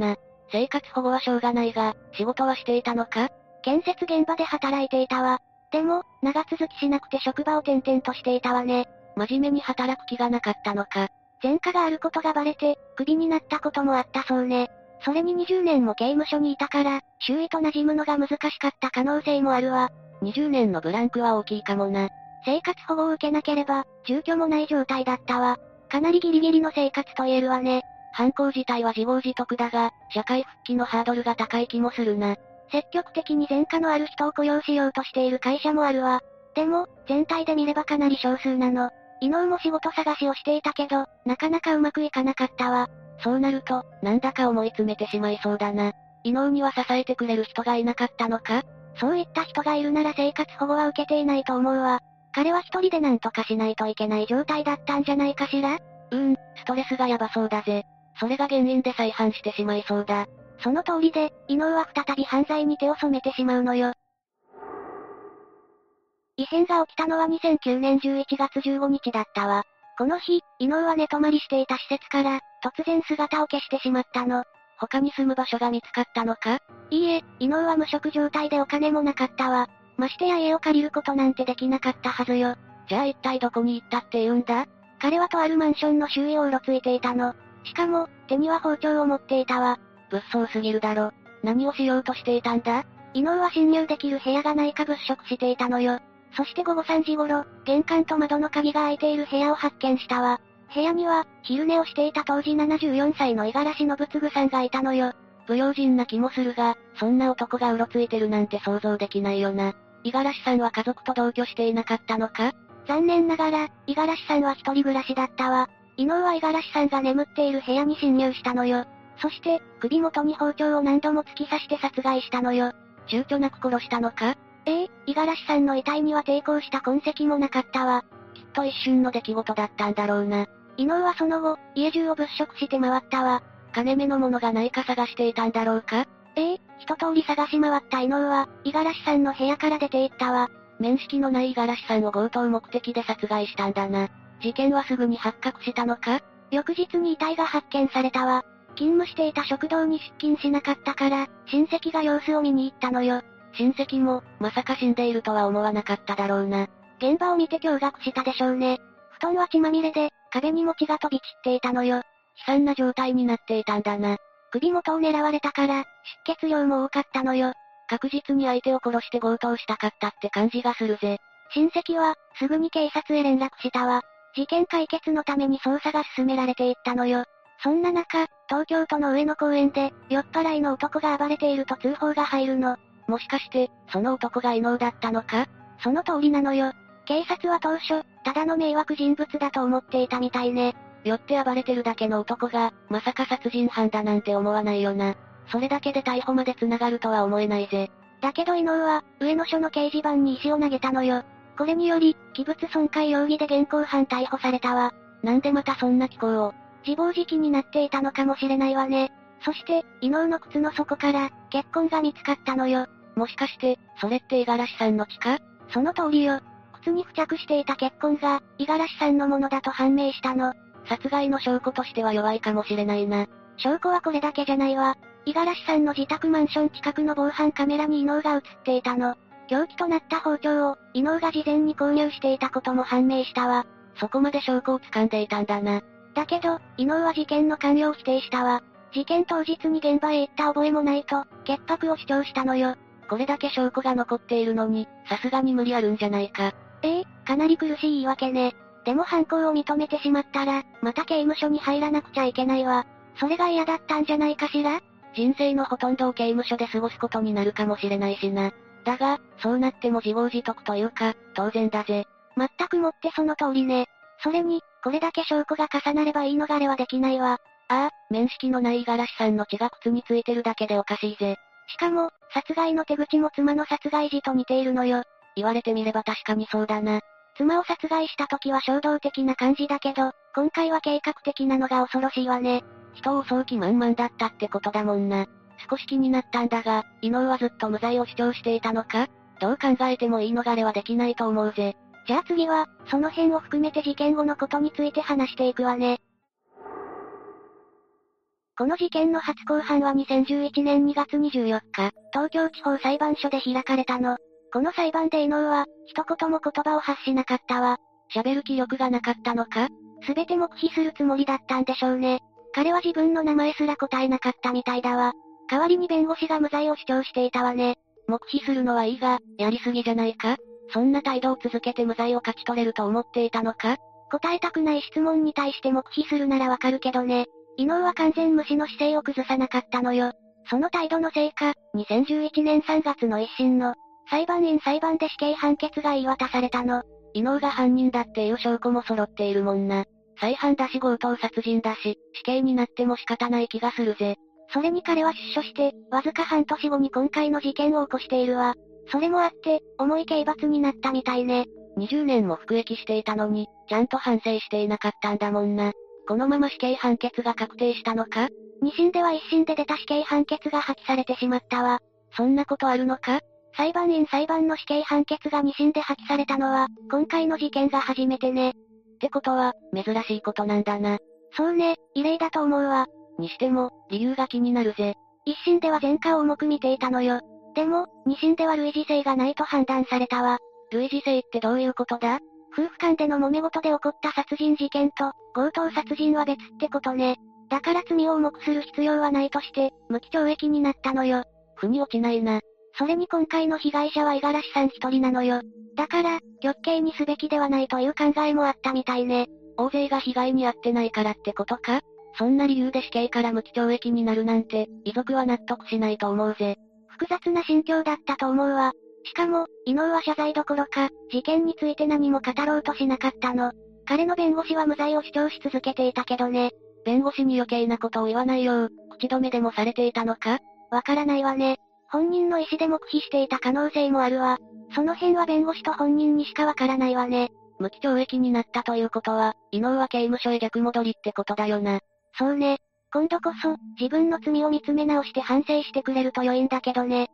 生活保護はしょうがないが、仕事はしていたのか？ 建設現場で働いていたわ。でも、長続きしなくて職場を転々としていたわね。 真面目に働く気がなかったのか。 前科があることがバレて、クビになったこともあったそうね。それににじゅうねんも刑務所にいたから、周囲と馴染むのが難しかった可能性もあるわ。 にじゅうねんのブランクは大きいかもな。 生活保護を受けなければ、住居もない状態だったわ。かなりギリギリの生活と言えるわね。 犯行自体は自業自得だが、社会復帰のハードルが高い気もするな。 積極的に前科のある人を雇用しようとしている会社もあるわ。でも、全体で見ればかなり少数なの。伊能も仕事探しをしていたけど、なかなかうまくいかなかったわ。 そうなると、なんだか思い詰めてしまいそうだな。伊能には支えてくれる人がいなかったのか？ そういった人がいるなら生活保護は受けていないと思うわ。彼は一人で何とかしないといけない状態だったんじゃないかしら？ うーん、ストレスがやばそうだぜ。それが原因で再犯してしまいそうだ。 その通りで、伊能は再び犯罪に手を染めてしまうのよ。異変が起きたのはにせんきゅうねんじゅういちがつじゅうごにちだったわ。この日、伊能は寝泊まりしていた施設から、突然姿を消してしまったの。 他に住む場所が見つかったのか？ いいえ、伊能は無職状態でお金もなかったわ。ましてや家を借りることなんてできなかったはずよ。 じゃあ一体どこに行ったって言うんだ？ 彼はとあるマンションの周囲をうろついていたの。しかも、手には包丁を持っていたわ。 物騒すぎるだろ。何をしようとしていたんだ？ 伊能は侵入できる部屋がないか物色していたのよ。そしてごごさんじ頃、玄関と窓の鍵が開いている部屋を発見したわ。部屋には、昼寝をしていた当時ななじゅうよんさいの五十嵐信次さんがいたのよ。 不用心な気もするが、そんな男がうろついてるなんて想像できないよな。五十嵐さんは家族と同居していなかったのか？ 残念ながら、五十嵐さんは一人暮らしだったわ。伊能は五十嵐さんが眠っている部屋に侵入したのよ。そして、首元に包丁を何度も突き刺して殺害したのよ。 躊躇なく殺したのか？ ええ、五十嵐さんの遺体には抵抗した痕跡もなかったわ。 きっと一瞬の出来事だったんだろうな。 伊能はその後、家中を物色して回ったわ。 金目のものがないか探していたんだろうか？ ええ、一通り探し回った伊能は、五十嵐さんの部屋から出て行ったわ。 面識のない五十嵐さんを強盗目的で殺害したんだな。事件はすぐに発覚したのか？ 翌日に遺体が発見されたわ。勤務していた食堂に出勤しなかったから、親戚が様子を見に行ったのよ。 親戚も、まさか死んでいるとは思わなかっただろうな。 現場を見て驚愕したでしょうね。布団は血まみれで、壁にも血が飛び散っていたのよ。 悲惨な状態になっていたんだな。 首元を狙われたから、出血量も多かったのよ。 確実に相手を殺して強盗したかったって感じがするぜ。 親戚は、すぐに警察へ連絡したわ。事件解決のために捜査が進められていったのよ。そんな中、東京都の上野公園で、酔っ払いの男が暴れていると通報が入るの。 もしかして、その男が伊能だったのか？ その通りなのよ。警察は当初、ただの迷惑人物だと思っていたみたいね。 酔って暴れてるだけの男が、まさか殺人犯だなんて思わないよな。それだけで逮捕まで繋がるとは思えないぜ。 だけど伊能は、上野署の掲示板に石を投げたのよ。これにより、器物損壊容疑で現行犯逮捕されたわ。 なんでまたそんな気候を？ 自暴自棄になっていたのかもしれないわね。そして、伊能の靴の底から、血痕が見つかったのよ。 もしかして、それって五十嵐さんの血か？ その通りよ。靴に付着していた血痕が、五十嵐さんのものだと判明したの。 殺害の証拠としては弱いかもしれないな。 証拠はこれだけじゃないわ。五十嵐さんの自宅マンション近くの防犯カメラに伊能が映っていたの。凶器となった包丁を、伊能が事前に購入していたことも判明したわ。 そこまで証拠を掴んでいたんだな。 だけど、伊能は事件の関与を否定したわ。事件当日に現場へ行った覚えもないと、潔白を主張したのよ。 これだけ証拠が残っているのに、さすがに無理あるんじゃないか。 ええ、かなり苦しい言い訳ね。でも犯行を認めてしまったら、また刑務所に入らなくちゃいけないわ。それが嫌だったんじゃないかしら？ 人生のほとんどを刑務所で過ごすことになるかもしれないしな。だが、そうなっても自業自得というか、当然だぜ。 全くもってその通りね。それに、これだけ証拠が重なれば言い逃れはできないわ。 ああ、面識のない五十嵐さんの血が靴についてるだけでおかしいぜ。 しかも、殺害の手口も妻の殺害時と似ているのよ。 言われてみれば確かにそうだな。 妻を殺害した時は衝動的な感じだけど、今回は計画的なのが恐ろしいわね。 人を襲う気満々だったってことだもんな。少し気になったんだが、伊能はずっと無罪を主張していたのか？どう考えても言い逃れはできないと思うぜ。 じゃあ次は、その辺を含めて事件後のことについて話していくわね。 この事件の初公判はにせんじゅういちねんにがつにじゅうよっか、東京地方裁判所で開かれたの。この裁判で伊能は、一言も言葉を発しなかったわ。 喋る気力がなかったのか？ すべて黙秘するつもりだったんでしょうね。彼は自分の名前すら答えなかったみたいだわ。代わりに弁護士が無罪を主張していたわね。 黙秘するのはいいが、やりすぎじゃないか？そんな態度を続けて無罪を勝ち取れると思っていたのか？ 答えたくない質問に対して黙秘するならわかるけどね。伊能は完全無視の姿勢を崩さなかったのよ。その態度のせいか、にせんじゅういちねんさんがつの一審の裁判員裁判で死刑判決が言い渡されたの。 伊能が犯人だっていう証拠も揃っているもんな。再犯だし強盗殺人だし、死刑になっても仕方ない気がするぜ。 それに彼は出所して、わずか半年後に今回の事件を起こしているわ。それもあって、重い刑罰になったみたいね。 にじゅうねんも服役していたのに、ちゃんと反省していなかったんだもんな。このまま死刑判決が確定したのか？ 二審では一審で出た死刑判決が破棄されてしまったわ。 そんなことあるのか？ 裁判員裁判の死刑判決が二審で破棄されたのは、今回の事件が初めてね。 ってことは、珍しいことなんだな。 そうね、異例だと思うわ。 にしても、理由が気になるぜ。 一審では前科を重く見ていたのよ。でも、二審では類似性がないと判断されたわ。 類似性ってどういうことだ？ 夫婦間での揉め事で起こった殺人事件と、強盗殺人は別ってことね。だから罪を重くする必要はないとして、無期懲役になったのよ。 腑に落ちないな。 それに今回の被害者は五十嵐さん一人なのよ。だから、極刑にすべきではないという考えもあったみたいね。 大勢が被害に遭ってないからってことか？そんな理由で死刑から無期懲役になるなんて、遺族は納得しないと思うぜ。 複雑な心境だったと思うわ。しかも、伊能は謝罪どころか、事件について何も語ろうとしなかったの。彼の弁護士は無罪を主張し続けていたけどね。 弁護士に余計なことを言わないよう、口止めでもされていたのか？ わからないわね。本人の意思で黙秘していた可能性もあるわ。その辺は弁護士と本人にしかわからないわね。 無期懲役になったということは、伊能は刑務所へ逆戻りってことだよな。 そうね。今度こそ、自分の罪を見つめ直して反省してくれると良いんだけどね。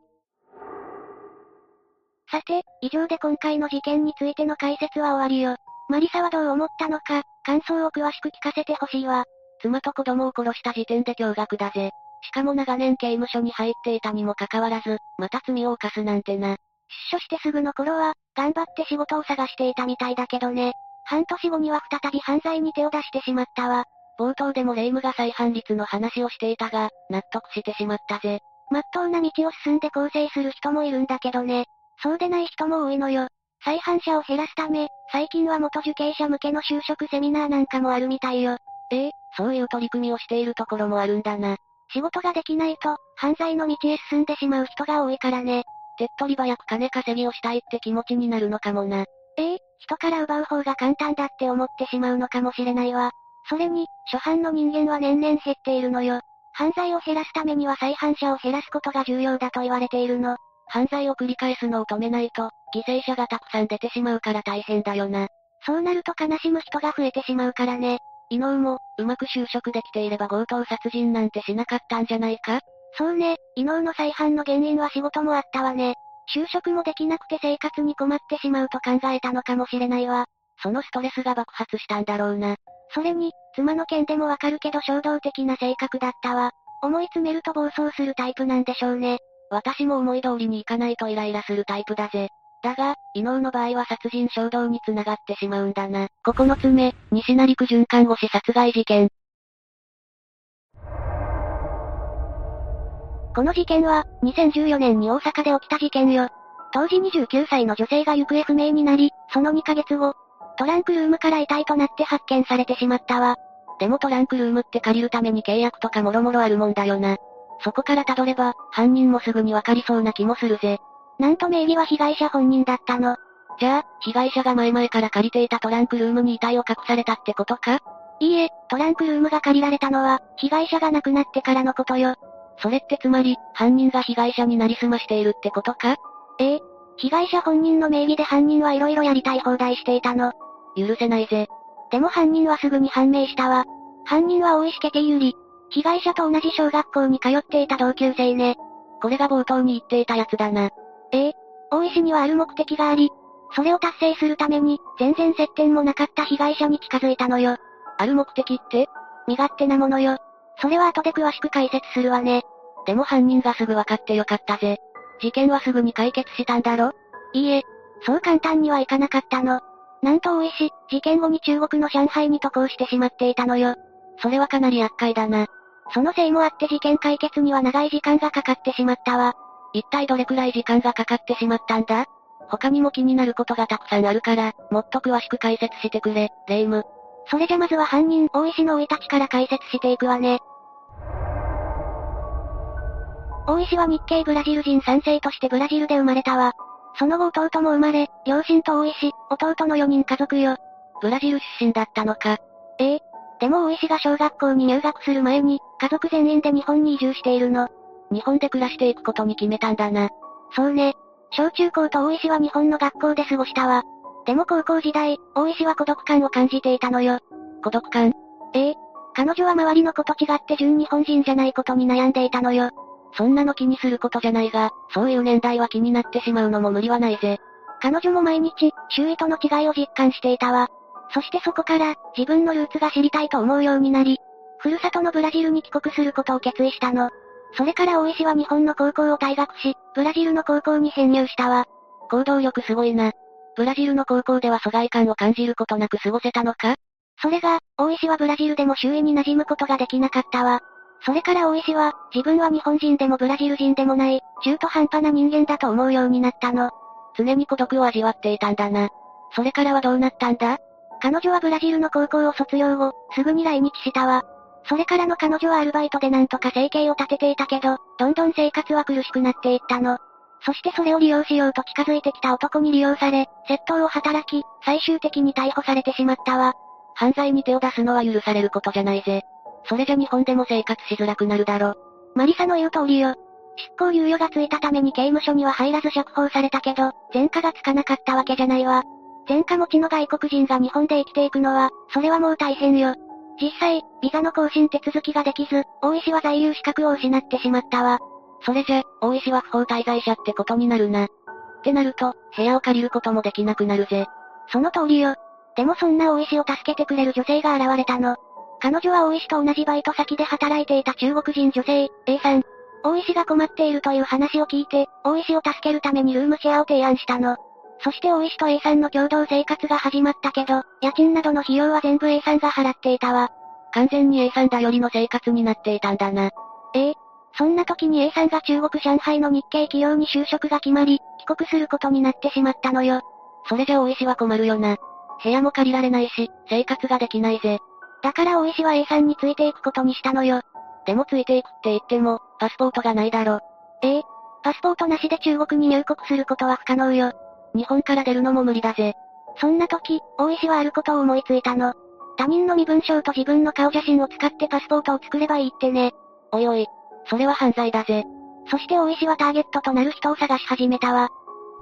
さて、以上で今回の事件についての解説は終わりよ。マリサはどう思ったのか、感想を詳しく聞かせてほしいわ。 妻と子供を殺した時点で驚愕だぜ。しかも長年刑務所に入っていたにもかかわらず、また罪を犯すなんてな。 出所してすぐの頃は、頑張って仕事を探していたみたいだけどね。半年後には再び犯罪に手を出してしまったわ。 冒頭でも霊夢が再犯率の話をしていたが、納得してしまったぜ。 まっとうな道を進んで更生する人もいるんだけどね。そうでない人も多いのよ。再犯者を減らすため、最近は元受刑者向けの就職セミナーなんかもあるみたいよ。 ええ、そういう取り組みをしているところもあるんだな。 仕事ができないと、犯罪の道へ進んでしまう人が多いからね。 手っ取り早く金稼ぎをしたいって気持ちになるのかもな。 ええ、人から奪う方が簡単だって思ってしまうのかもしれないわ。それに、初犯の人間は年々減っているのよ。犯罪を減らすためには再犯者を減らすことが重要だと言われているの。 犯罪を繰り返すのを止めないと、犠牲者がたくさん出てしまうから大変だよな。 そうなると悲しむ人が増えてしまうからね。 伊能も、うまく就職できていれば強盗殺人なんてしなかったんじゃないか？ そうね、伊能の再犯の原因は仕事もあったわね。就職もできなくて生活に困ってしまうと考えたのかもしれないわ。 そのストレスが爆発したんだろうな。 それに、妻の件でもわかるけど衝動的な性格だったわ。思い詰めると暴走するタイプなんでしょうね。 私も思い通りにいかないとイライラするタイプだぜ。だが、伊能の場合は殺人衝動に繋がってしまうんだな。ここのつめ、西成区准看護師殺害事件。 この事件は、にせんじゅうよねんに大阪で起きた事件よ。当時にじゅうきゅうさいの女性が行方不明になり、そのにかげつご、トランクルームから遺体となって発見されてしまったわ。 でもトランクルームって借りるために契約とかもろもろあるもんだよな。そこから辿れば、犯人もすぐにわかりそうな気もするぜ。 なんと名義は被害者本人だったの。 じゃあ、被害者が前々から借りていたトランクルームに遺体を隠されたってことか？ いいえ、トランクルームが借りられたのは、被害者が亡くなってからのことよ。 それってつまり、犯人が被害者になりすましているってことか？ ええ。被害者本人の名義で犯人はいろいろやりたい放題していたの。 許せないぜ。 でも犯人はすぐに判明したわ。犯人は大石家ゆり。被害者と同じ小学校に通っていた同級生ね。 これが冒頭に言っていたやつだな。 ええ。大石にはある目的があり、それを達成するために、全然接点もなかった被害者に近づいたのよ。 ある目的って？ 身勝手なものよ。 それは後で詳しく解説するわね。 でも犯人がすぐ分かってよかったぜ。事件はすぐに解決したんだろ？ いいえ、そう簡単にはいかなかったの。なんと大石、事件後に中国の上海に渡航してしまっていたのよ。 それはかなり厄介だな。 そのせいもあって事件解決には長い時間がかかってしまったわ。 一体どれくらい時間がかかってしまったんだ？他にも気になることがたくさんあるから、もっと詳しく解説してくれ、レイム。 それじゃまずは犯人、大石の生い立ちから解説していくわね。大石は日系ブラジル人さん世としてブラジルで生まれたわ。その後弟も生まれ、両親と大石、弟のよにん家族よ。 ブラジル出身だったのか。 ええ。でも大石が小学校に入学する前に、家族全員で日本に移住しているの。 日本で暮らしていくことに決めたんだな。 そうね。小中高と大石は日本の学校で過ごしたわ。でも高校時代、大石は孤独感を感じていたのよ。 孤独感？ ええ。彼女は周りの子と違って純日本人じゃないことに悩んでいたのよ。 そんなの気にすることじゃないが、そういう年代は気になってしまうのも無理はないぜ。 彼女も毎日、周囲との違いを実感していたわ。そしてそこから、自分のルーツが知りたいと思うようになり、ふるさとのブラジルに帰国することを決意したの。それから大石は日本の高校を退学し、ブラジルの高校に編入したわ。 行動力すごいな。ブラジルの高校では疎外感を感じることなく過ごせたのか？ それが、大石はブラジルでも周囲に馴染むことができなかったわ。それから大石は、自分は日本人でもブラジル人でもない、中途半端な人間だと思うようになったの。 常に孤独を味わっていたんだな。それからはどうなったんだ？ 彼女はブラジルの高校を卒業後、すぐに来日したわ。それからの彼女はアルバイトでなんとか生計を立てていたけど、どんどん生活は苦しくなっていったの。そしてそれを利用しようと近づいてきた男に利用され、窃盗を働き、最終的に逮捕されてしまったわ。 犯罪に手を出すのは許されることじゃないぜ。それじゃ日本でも生活しづらくなるだろ。 マリサの言う通りよ。執行猶予がついたために刑務所には入らず釈放されたけど、前科がつかなかったわけじゃないわ。前科持ちの外国人が日本で生きていくのは、それはもう大変よ。実際、ビザの更新手続きができず、大石は在留資格を失ってしまったわ。 それじゃ、大石は不法滞在者ってことになるな。ってなると、部屋を借りることもできなくなるぜ。 その通りよ。でもそんな大石を助けてくれる女性が現れたの。彼女は大石と同じバイト先で働いていた中国人女性、A さん。大石が困っているという話を聞いて、大石を助けるためにルームシェアを提案したの。そして大石と A さんの共同生活が始まったけど、家賃などの費用は全部 A さんが払っていたわ。 完全に A さん頼りの生活になっていたんだな。 ええ。そんな時に A さんが中国上海の日系企業に就職が決まり、帰国することになってしまったのよ。 それじゃ大石は困るよな。部屋も借りられないし、生活ができないぜ。 だから大石は A さんについていくことにしたのよ。 でもついていくって言っても、パスポートがないだろ。 ええ。パスポートなしで中国に入国することは不可能よ。 日本から出るのも無理だぜ。 そんな時、大石はあることを思いついたの。他人の身分証と自分の顔写真を使ってパスポートを作ればいいってね。 おいおい。それは犯罪だぜ。 そして大石はターゲットとなる人を探し始めたわ。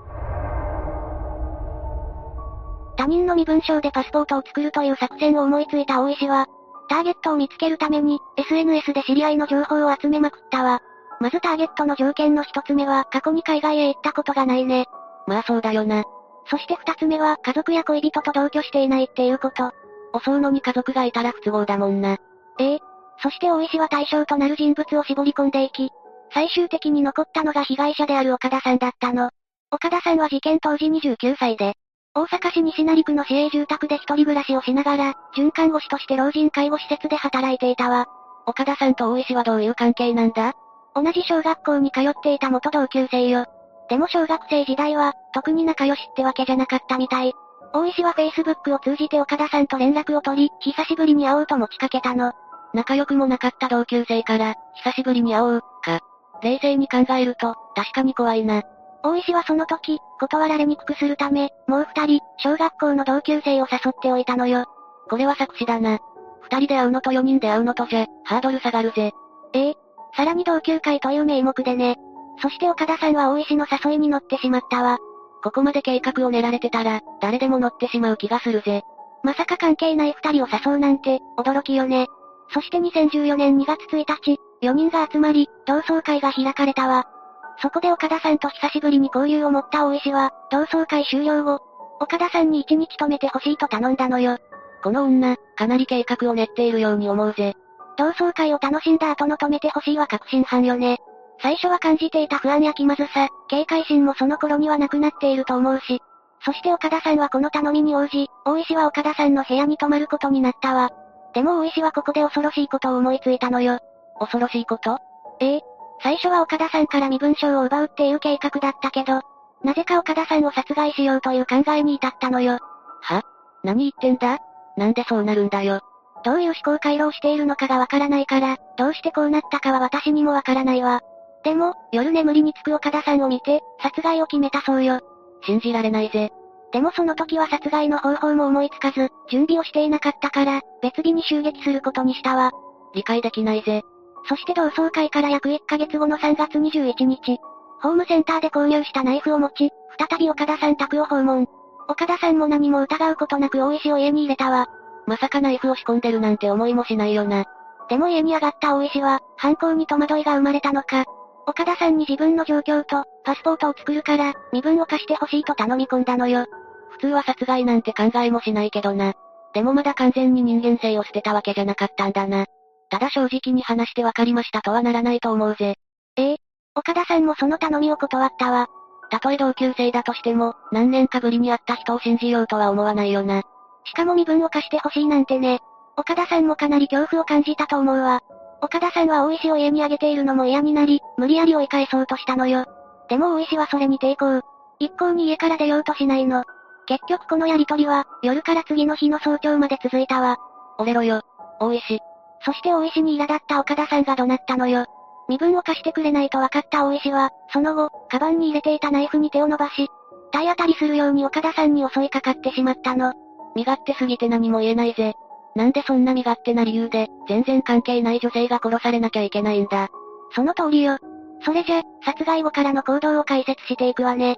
他人の身分証でパスポートを作るという作戦を思いついた大石は、ターゲットを見つけるために、エスエヌエス で知り合いの情報を集めまくったわ。まずターゲットの条件の一つ目は、過去に海外へ行ったことがないね。 まあそうだよな。 そして二つ目は、家族や恋人と同居していないっていうこと。 襲うのに家族がいたら不都合だもんな。 ええ。そして大石は対象となる人物を絞り込んでいき、最終的に残ったのが被害者である岡田さんだったの。岡田さんは事件当時にじゅうきゅうさいで、大阪市西成区の市営住宅で一人暮らしをしながら、准看護師として老人介護施設で働いていたわ。 岡田さんと大石はどういう関係なんだ？ 同じ小学校に通っていた元同級生よ。でも小学生時代は、特に仲良しってわけじゃなかったみたい。大石は Facebook を通じて岡田さんと連絡を取り、久しぶりに会おうと持ちかけたの。 仲良くもなかった同級生から、久しぶりに会おう、か。冷静に考えると、確かに怖いな。 大石はその時、断られにくくするため、もう二人、小学校の同級生を誘っておいたのよ。 これは作詞だな。二人で会うのと四人で会うのとじゃ、ハードル下がるぜ。 ええ。さらに同級会という名目でね。そして岡田さんは大石の誘いに乗ってしまったわ。 ここまで計画を練られてたら、誰でも乗ってしまう気がするぜ。 まさか関係ない二人を誘うなんて、驚きよね。そしてにせんじゅうよねんにがつついたち、よにんが集まり、同窓会が開かれたわ。そこで岡田さんと久しぶりに交流を持った大石は、同窓会終了後、岡田さんに一日泊めてほしいと頼んだのよ。 この女、かなり計画を練っているように思うぜ。 同窓会を楽しんだ後の止めてほしいは確信犯よね。最初は感じていた不安や気まずさ、警戒心もその頃にはなくなっていると思うし。そして岡田さんはこの頼みに応じ、大石は岡田さんの部屋に泊まることになったわ。でも大石はここで恐ろしいことを思いついたのよ。 恐ろしいこと？ ええ。最初は岡田さんから身分証を奪うっていう計画だったけど、なぜか岡田さんを殺害しようという考えに至ったのよ。 は？何言ってんだ？なんでそうなるんだよ。 どういう思考回路をしているのかがわからないから、どうしてこうなったかは私にもわからないわ。でも、夜眠りにつく岡田さんを見て、殺害を決めたそうよ。 信じられないぜ。 でもその時は殺害の方法も思いつかず、準備をしていなかったから、別日に襲撃することにしたわ。 理解できないぜ。 そして同窓会から約いっかげつごのさんがつにじゅういちにち、ホームセンターで購入したナイフを持ち、再び岡田さん宅を訪問。岡田さんも何も疑うことなく大石を家に入れたわ。 まさかナイフを仕込んでるなんて思いもしないよな。 でも家に上がった大石は、犯行に戸惑いが生まれたのか、岡田さんに自分の状況と、パスポートを作るから、身分を貸してほしいと頼み込んだのよ。 普通は殺害なんて考えもしないけどな。でもまだ完全に人間性を捨てたわけじゃなかったんだな。ただ正直に話してわかりましたとはならないと思うぜ。 ええ。岡田さんもその頼みを断ったわ。 たとえ同級生だとしても、何年かぶりに会った人を信じようとは思わないよな。 しかも身分を貸してほしいなんてね。岡田さんもかなり恐怖を感じたと思うわ。岡田さんは大石を家にあげているのも嫌になり、無理やり追い返そうとしたのよ。でも大石はそれに抵抗。一向に家から出ようとしないの。結局このやりとりは、夜から次の日の早朝まで続いたわ。 折れろよ、大石。 そして大石に苛立った岡田さんが怒鳴ったのよ。身分を貸してくれないと分かった大石は、その後、カバンに入れていたナイフに手を伸ばし、体当たりするように岡田さんに襲いかかってしまったの。 身勝手すぎて何も言えないぜ。なんでそんな身勝手な理由で、全然関係ない女性が殺されなきゃいけないんだ。 その通りよ。それじゃ、殺害後からの行動を解説していくわね。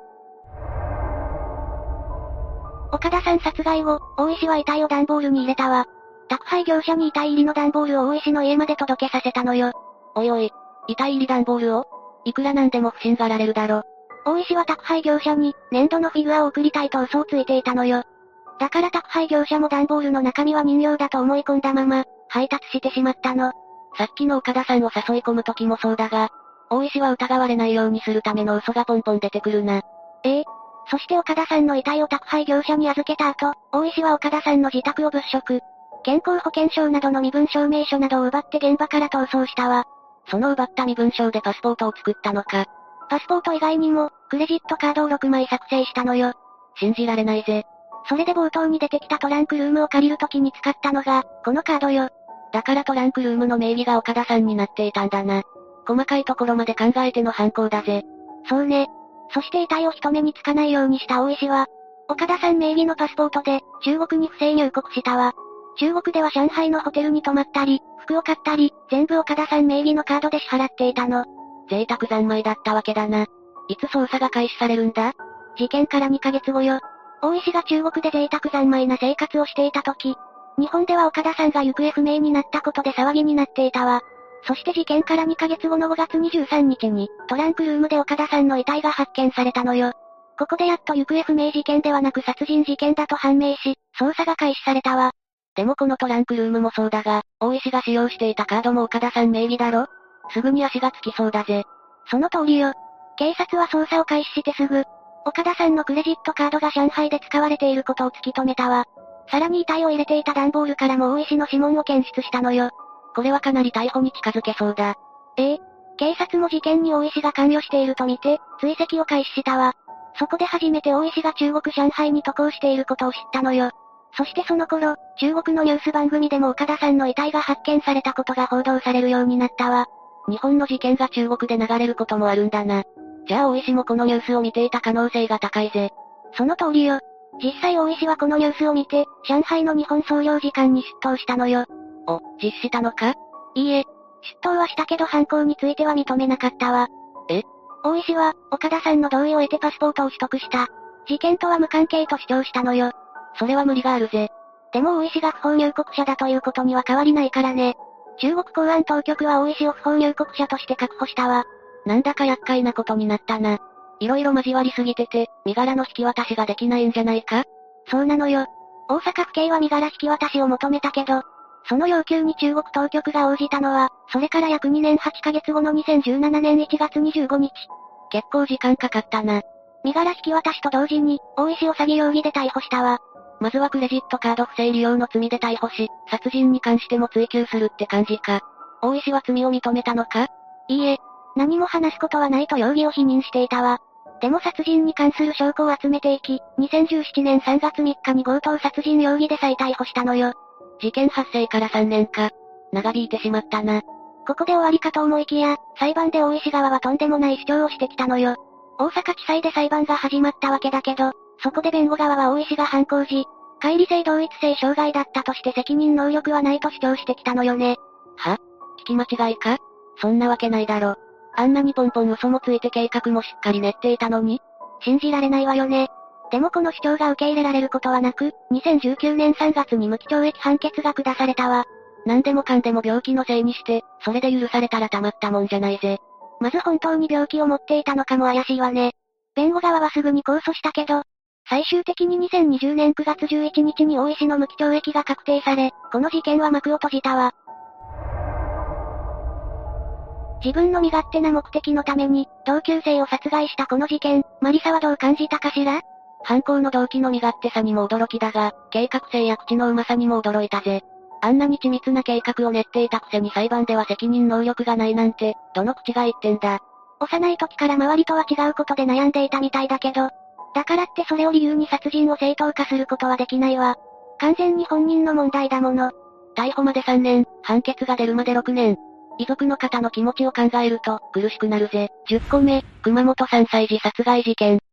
岡田さん殺害後、大石は遺体を段ボールに入れたわ。宅配業者に遺体入りの段ボールを大石の家まで届けさせたのよ。 おいおい、遺体入り段ボールを？いくらなんでも不審がられるだろ。 大石は宅配業者に、粘土のフィギュアを送りたいと嘘をついていたのよ。だから宅配業者も段ボールの中身は人形だと思い込んだまま、配達してしまったの。 さっきの岡田さんを誘い込む時もそうだが、大石は疑われないようにするための嘘がポンポン出てくるな。 ええ。そして岡田さんの遺体を宅配業者に預けた後、大石は岡田さんの自宅を物色。健康保険証などの身分証明書などを奪って現場から逃走したわ。 その奪った身分証でパスポートを作ったのか。 パスポート以外にも、クレジットカードをろくまい作成したのよ。 信じられないぜ。 それで冒頭に出てきたトランクルームを借りる時に使ったのが、このカードよ。 だからトランクルームの名義が岡田さんになっていたんだな。細かいところまで考えての犯行だぜ。 そうね。そして遺体を人目につかないようにした大石は、岡田さん名義のパスポートで、中国に不正入国したわ。中国では上海のホテルに泊まったり、服を買ったり、全部岡田さん名義のカードで支払っていたの。 贅沢三昧だったわけだな。いつ捜査が開始されるんだ？ 事件からにかげつごよ。大石が中国で贅沢三昧な生活をしていた時、日本では岡田さんが行方不明になったことで騒ぎになっていたわ。そして事件からにかげつごのごがつにじゅうさんにちに、トランクルームで岡田さんの遺体が発見されたのよ。ここでやっと行方不明事件ではなく殺人事件だと判明し、捜査が開始されたわ。 でもこのトランクルームもそうだが、大石が使用していたカードも岡田さん名義だろ？すぐに足がつきそうだぜ。 その通りよ。警察は捜査を開始してすぐ、岡田さんのクレジットカードが上海で使われていることを突き止めたわ。さらに遺体を入れていた段ボールからも大石の指紋を検出したのよ。 これはかなり逮捕に近づけそうだ。 ええ。警察も事件に大石が関与しているとみて、追跡を開始したわ。そこで初めて大石が中国上海に渡航していることを知ったのよ。そしてその頃、中国のニュース番組でも岡田さんの遺体が発見されたことが報道されるようになったわ。 日本の事件が中国で流れることもあるんだな。じゃあ大石もこのニュースを見ていた可能性が高いぜ。 その通りよ。実際大石はこのニュースを見て、上海の日本総領事館に出頭したのよ。 お、実施したのか？ いいえ。出頭はしたけど犯行については認めなかったわ。 え？ 大石は、岡田さんの同意を得てパスポートを取得した。事件とは無関係と主張したのよ。 それは無理があるぜ。 でも大石が不法入国者だということには変わりないからね。中国公安当局は大石を不法入国者として確保したわ。 なんだか厄介なことになったな。いろいろ交わりすぎてて、身柄の引き渡しができないんじゃないか？ そうなのよ。大阪府警は身柄引き渡しを求めたけど、 その要求に中国当局が応じたのは、それから約にねんはちかげつごのにせんじゅうななねんいちがつにじゅうごにち。 結構時間かかったな。 身柄引き渡しと同時に、大石を詐欺容疑で逮捕したわ。 まずはクレジットカード不正利用の罪で逮捕し、殺人に関しても追及するって感じか。大石は罪を認めたのか？ いいえ。何も話すことはないと容疑を否認していたわ。でも殺人に関する証拠を集めていき、にせんじゅうななねんさんがつみっかに強盗殺人容疑で再逮捕したのよ。 事件発生からさんねんか。長引いてしまったな。 ここで終わりかと思いきや、裁判で大石側はとんでもない主張をしてきたのよ。大阪地裁で裁判が始まったわけだけど、そこで弁護側は大石が犯行時、解離性同一性障害だったとして責任能力はないと主張してきたのよね。 は？聞き間違いか？そんなわけないだろ。あんなにポンポン嘘もついて計画もしっかり練っていたのに？ 信じられないわよね。でもこの主張が受け入れられることはなく、にせんじゅうきゅうねんさんがつに無期懲役判決が下されたわ。 なんでもかんでも病気のせいにして、それで許されたらたまったもんじゃないぜ。 まず本当に病気を持っていたのかも怪しいわね。弁護側はすぐに控訴したけど、最終的ににせんにじゅうねんくがつじゅういちにちに大石の無期懲役が確定され、この事件は幕を閉じたわ。自分の身勝手な目的のために、同級生を殺害したこの事件、マリサはどう感じたかしら？ 犯行の動機の身勝手さにも驚きだが、計画性や口のうまさにも驚いたぜ。あんなに緻密な計画を練っていたくせに裁判では責任能力がないなんて、どの口が言ってんだ。 幼い時から周りとは違うことで悩んでいたみたいだけど、だからってそれを理由に殺人を正当化することはできないわ。完全に本人の問題だもの。 逮捕までさんねん、判決が出るまでろくねん。遺族の方の気持ちを考えると、苦しくなるぜ。じゅっこめ、熊本さんさい児殺害事件。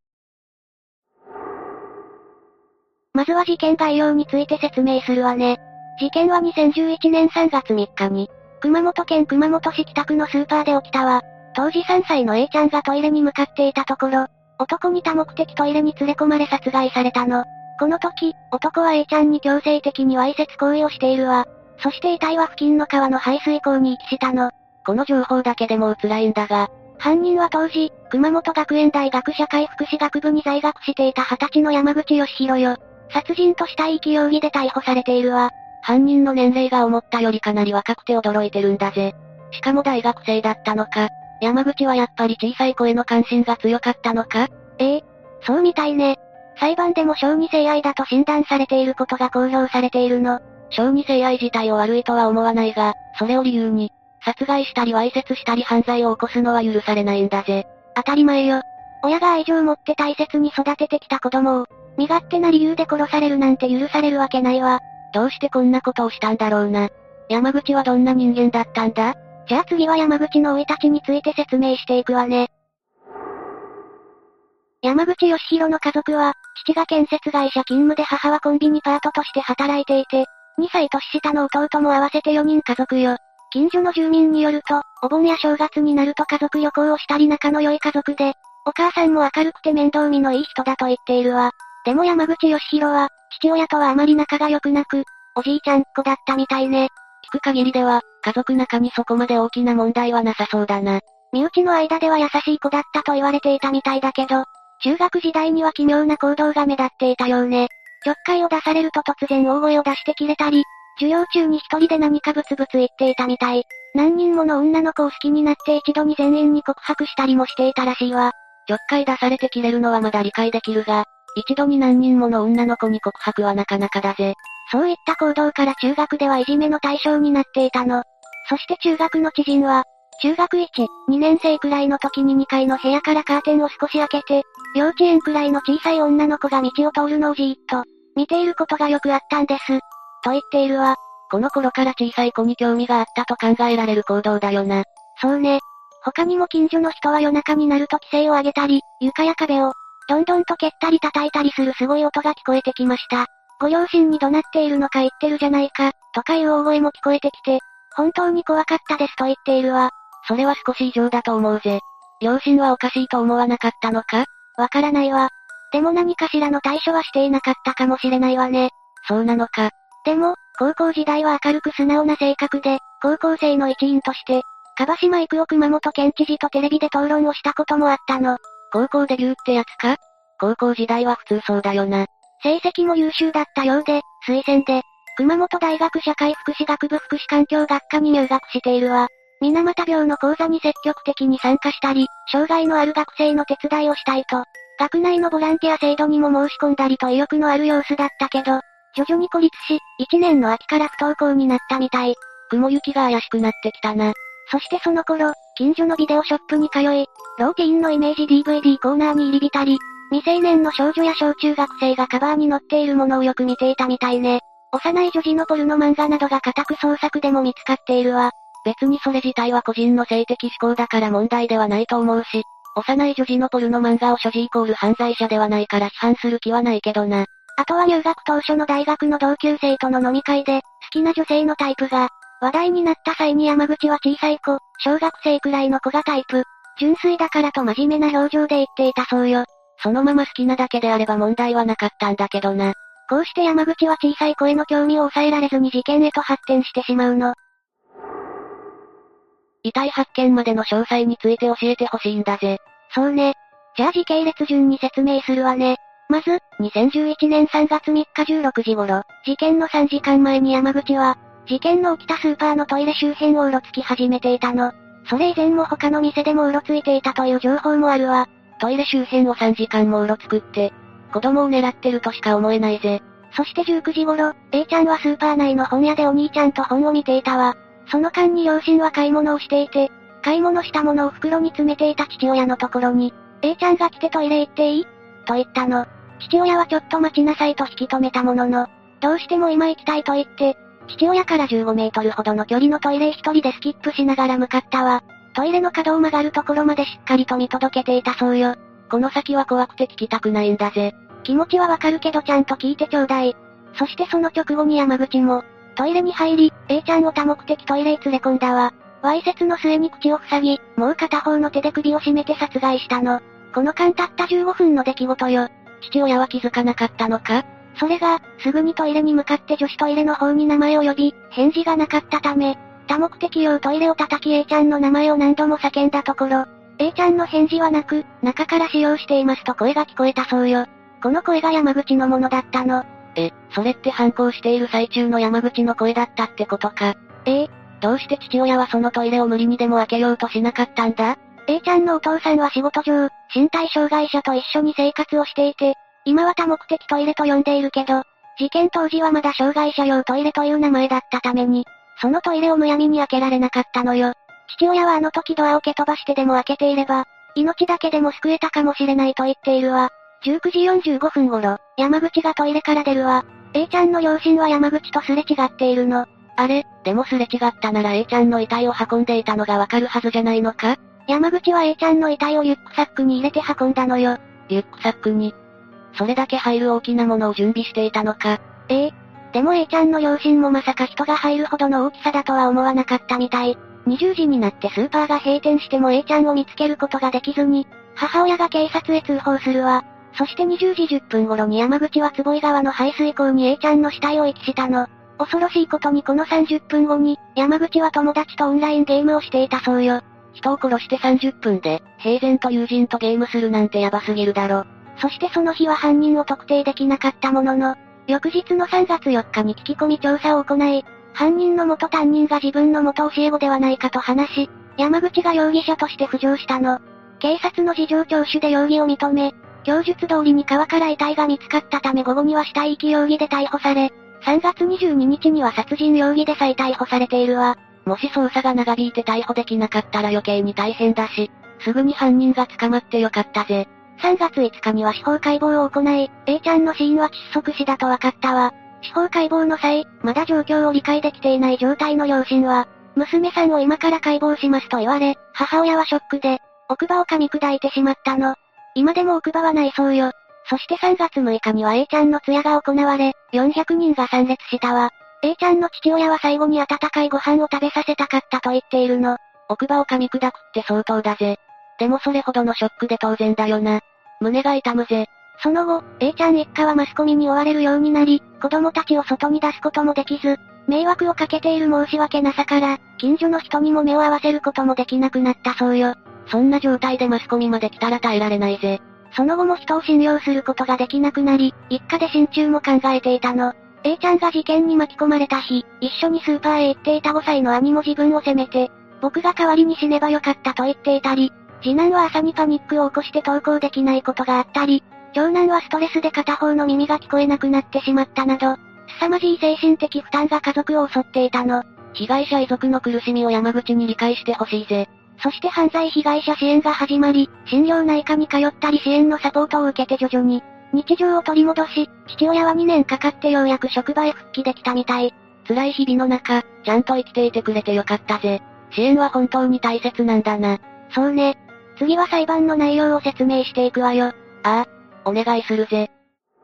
まずは事件概要について説明するわね。事件はにせんじゅういちねんさんがつみっかに、熊本県熊本市北区のスーパーで起きたわ。当時さんさいの A ちゃんがトイレに向かっていたところ、男に多目的トイレに連れ込まれ殺害されたの。この時、男は A ちゃんに強制的にわいせつ行為をしているわ。そして遺体は付近の川の排水溝に遺棄したの。 この情報だけでもう辛いんだが、 犯人は当時、熊本学園大学社会福祉学部に在学していたはたちの山口義弘よ。殺人と死体遺棄容疑で逮捕されているわ。 犯人の年齢が思ったよりかなり若くて驚いてるんだぜ。しかも大学生だったのか。山口はやっぱり小さい子への関心が強かったのか？ ええ、そうみたいね。裁判でも小児性愛だと診断されていることが公表されているの。 小児性愛自体を悪いとは思わないが、それを理由に、殺害したりわいせつしたり犯罪を起こすのは許されないんだぜ。 当たり前よ。親が愛情を持って大切に育ててきた子供を、身勝手な理由で殺されるなんて許されるわけないわ。 どうしてこんなことをしたんだろうな。山口はどんな人間だったんだ？ じゃあ次は山口の生い立ちについて説明していくわね。山口義弘の家族は、父が建設会社勤務で母はコンビニパートとして働いていて、にさい年下の弟も合わせてよにん家族よ。近所の住民によると、お盆や正月になると家族旅行をしたり仲の良い家族で、お母さんも明るくて面倒見のいい人だと言っているわ。でも山口義弘は、父親とはあまり仲が良くなく、おじいちゃんっ子だったみたいね。 聞く限りでは、家族仲にそこまで大きな問題はなさそうだな。 身内の間では優しい子だったと言われていたみたいだけど、中学時代には奇妙な行動が目立っていたようね。ちょっかいを出されると突然大声を出してキレたり、授業中に一人で何かブツブツ言っていたみたい。何人もの女の子を好きになって一度に全員に告白したりもしていたらしいわ。 ちょっかい出されてキレるのはまだ理解できるが、一度に何人もの女の子に告白はなかなかだぜ。 そういった行動から中学ではいじめの対象になっていたの。そして中学の知人は、中学いち、にねん生くらいの時ににかいの部屋からカーテンを少し開けて、幼稚園くらいの小さい女の子が道を通るのをじーっと、見ていることがよくあったんです。と言っているわ。 この頃から小さい子に興味があったと考えられる行動だよな。 そうね。他にも近所の人は夜中になると規制を上げたり、床や壁を、どんどんと蹴ったり叩いたりするすごい音が聞こえてきました。ご両親に怒鳴っているのか言ってるじゃないか、とかいう大声も聞こえてきて、本当に怖かったですと言っているわ。 それは少し異常だと思うぜ。両親はおかしいと思わなかったのか？ わからないわ。でも何かしらの対処はしていなかったかもしれないわね。 そうなのか。 でも、高校時代は明るく素直な性格で、高校生の一員として、樺島育夫熊本県知事とテレビで討論をしたこともあったの。 高校デビューってやつか？高校時代は普通そうだよな。 成績も優秀だったようで、推薦で、 熊本大学社会福祉学部福祉環境学科に入学しているわ。水俣病の講座に積極的に参加したり、障害のある学生の手伝いをしたいと、学内のボランティア制度にも申し込んだりと意欲のある様子だったけど、徐々に孤立し、いちねんの秋から不登校になったみたい。 雲行きが怪しくなってきたな。 そしてその頃、近所のビデオショップに通い、ローティーンのイメージ ディーブイディー コーナーに入り浸り、未成年の少女や小中学生がカバーに載っているものをよく見ていたみたいね。幼い女児のポルノ漫画などが家宅捜索でも見つかっているわ。 別にそれ自体は個人の性的指向だから問題ではないと思うし、幼い女児のポルノ漫画を所持イコール犯罪者ではないから批判する気はないけどな。 あとは入学当初の大学の同級生との飲み会で、好きな女性のタイプが、話題になった際に山口は小さい子、小学生くらいの子がタイプ。純粋だからと真面目な表情で言っていたそうよ。 そのまま好きなだけであれば問題はなかったんだけどな。 こうして山口は小さい子への興味を抑えられずに事件へと発展してしまうの。 遺体発見までの詳細について教えてほしいんだぜ。 そうね。じゃあ時系列順に説明するわね。まず、にせんじゅういちねんさんがつみっかじゅうろくじ頃、事件のさんじかんまえに山口は、事件の起きたスーパーのトイレ周辺をうろつき始めていたの。それ以前も他の店でもうろついていたという情報もあるわ。 トイレ周辺をさんじかんもうろつくって、子供を狙ってるとしか思えないぜ。 そしてじゅうくじ頃、A ちゃんはスーパー内の本屋でお兄ちゃんと本を見ていたわ。その間に両親は買い物をしていて、買い物したものを袋に詰めていた父親のところに、A ちゃんが来てトイレ行っていいと言ったの。父親はちょっと待ちなさいと引き止めたものの、どうしても今行きたいと言って、父親からじゅうごメートルほどの距離のトイレへ一人でスキップしながら向かったわ。トイレの角を曲がるところまでしっかりと見届けていたそうよ。 この先は怖くて聞きたくないんだぜ。 気持ちはわかるけどちゃんと聞いてちょうだい。そしてその直後に山口も、トイレに入り、A ちゃんを多目的トイレへ連れ込んだわ。わいせつの末に口を塞ぎ、もう片方の手で首を絞めて殺害したの。この間たったじゅうごふんの出来事よ。 父親は気づかなかったのか？ それが、すぐにトイレに向かって女子トイレの方に名前を呼び、返事がなかったため、多目的用トイレを叩き A ちゃんの名前を何度も叫んだところ、A ちゃんの返事はなく、中から使用していますと声が聞こえたそうよ。この声が山口のものだったの。 え、それって反抗している最中の山口の声だったってことか。 ええ。 どうして父親はそのトイレを無理にでも開けようとしなかったんだ？ A ちゃんのお父さんは仕事上、身体障害者と一緒に生活をしていて、今は多目的トイレと呼んでいるけど、事件当時はまだ障害者用トイレという名前だったために、そのトイレをむやみに開けられなかったのよ。父親はあの時ドアを蹴飛ばしてでも開けていれば、命だけでも救えたかもしれないと言っているわ。じゅうくじよんじゅうごふん頃、山口がトイレから出るわ。A ちゃんの両親は山口とすれ違っているの。 あれ、でもすれ違ったなら A ちゃんの遺体を運んでいたのがわかるはずじゃないのか？ 山口は A ちゃんの遺体をリュックサックに入れて運んだのよ。 リュックサックに？それだけ入る大きなものを準備していたのか？ ええ。でも A ちゃんの両親もまさか人が入るほどの大きさだとは思わなかったみたい。にじゅうじになってスーパーが閉店しても A ちゃんを見つけることができずに、母親が警察へ通報するわ。そしてにじゅうじじゅっぷん頃に山口は坪井川の排水溝に A ちゃんの死体を遺棄したの。恐ろしいことにこのさんじゅっぷんごに、山口は友達とオンラインゲームをしていたそうよ。 人を殺してさんじゅっぷんで、平然と友人とゲームするなんてヤバすぎるだろ。 そしてその日は犯人を特定できなかったものの、翌日のさんがつよっかに聞き込み調査を行い、犯人の元担任が自分の元教え子ではないかと話し、山口が容疑者として浮上したの。警察の事情聴取で容疑を認め、供述通りに川から遺体が見つかったため午後には死体遺棄容疑で逮捕され、さんがつにじゅうににちには殺人容疑で再逮捕されているわ。 もし捜査が長引いて逮捕できなかったら余計に大変だし、すぐに犯人が捕まってよかったぜ。 さんがついつかには司法解剖を行い、A ちゃんの死因は窒息死だと分かったわ。司法解剖の際、まだ状況を理解できていない状態の両親は、娘さんを今から解剖しますと言われ、母親はショックで、奥歯を噛み砕いてしまったの。今でも奥歯はないそうよ。そしてさんがつむいかには A ちゃんの通夜が行われ、よんひゃくにんが参列したわ。A ちゃんの父親は最後に温かいご飯を食べさせたかったと言っているの。 奥歯を噛み砕くって相当だぜ。でもそれほどのショックで当然だよな。胸が痛むぜ。 その後、A ちゃん一家はマスコミに追われるようになり、子供たちを外に出すこともできず、迷惑をかけている申し訳なさから、近所の人にも目を合わせることもできなくなったそうよ。 そんな状態でマスコミまで来たら耐えられないぜ。 その後も人を信用することができなくなり、一家で心中も考えていたの。 A ちゃんが事件に巻き込まれた日、一緒にスーパーへ行っていたごさいの兄も自分を責めて、僕が代わりに死ねばよかったと言っていたり、次男は朝にパニックを起こして登校できないことがあったり、長男はストレスで片方の耳が聞こえなくなってしまったなど、凄まじい精神的負担が家族を襲っていたの。 被害者遺族の苦しみを山口に理解してほしいぜ。 そして犯罪被害者支援が始まり、心療内科に通ったり支援のサポートを受けて徐々に、日常を取り戻し、父親はにねんかかってようやく職場へ復帰できたみたい。 辛い日々の中、ちゃんと生きていてくれてよかったぜ。支援は本当に大切なんだな。 そうね。次は裁判の内容を説明していくわよ。 ああ、お願いするぜ。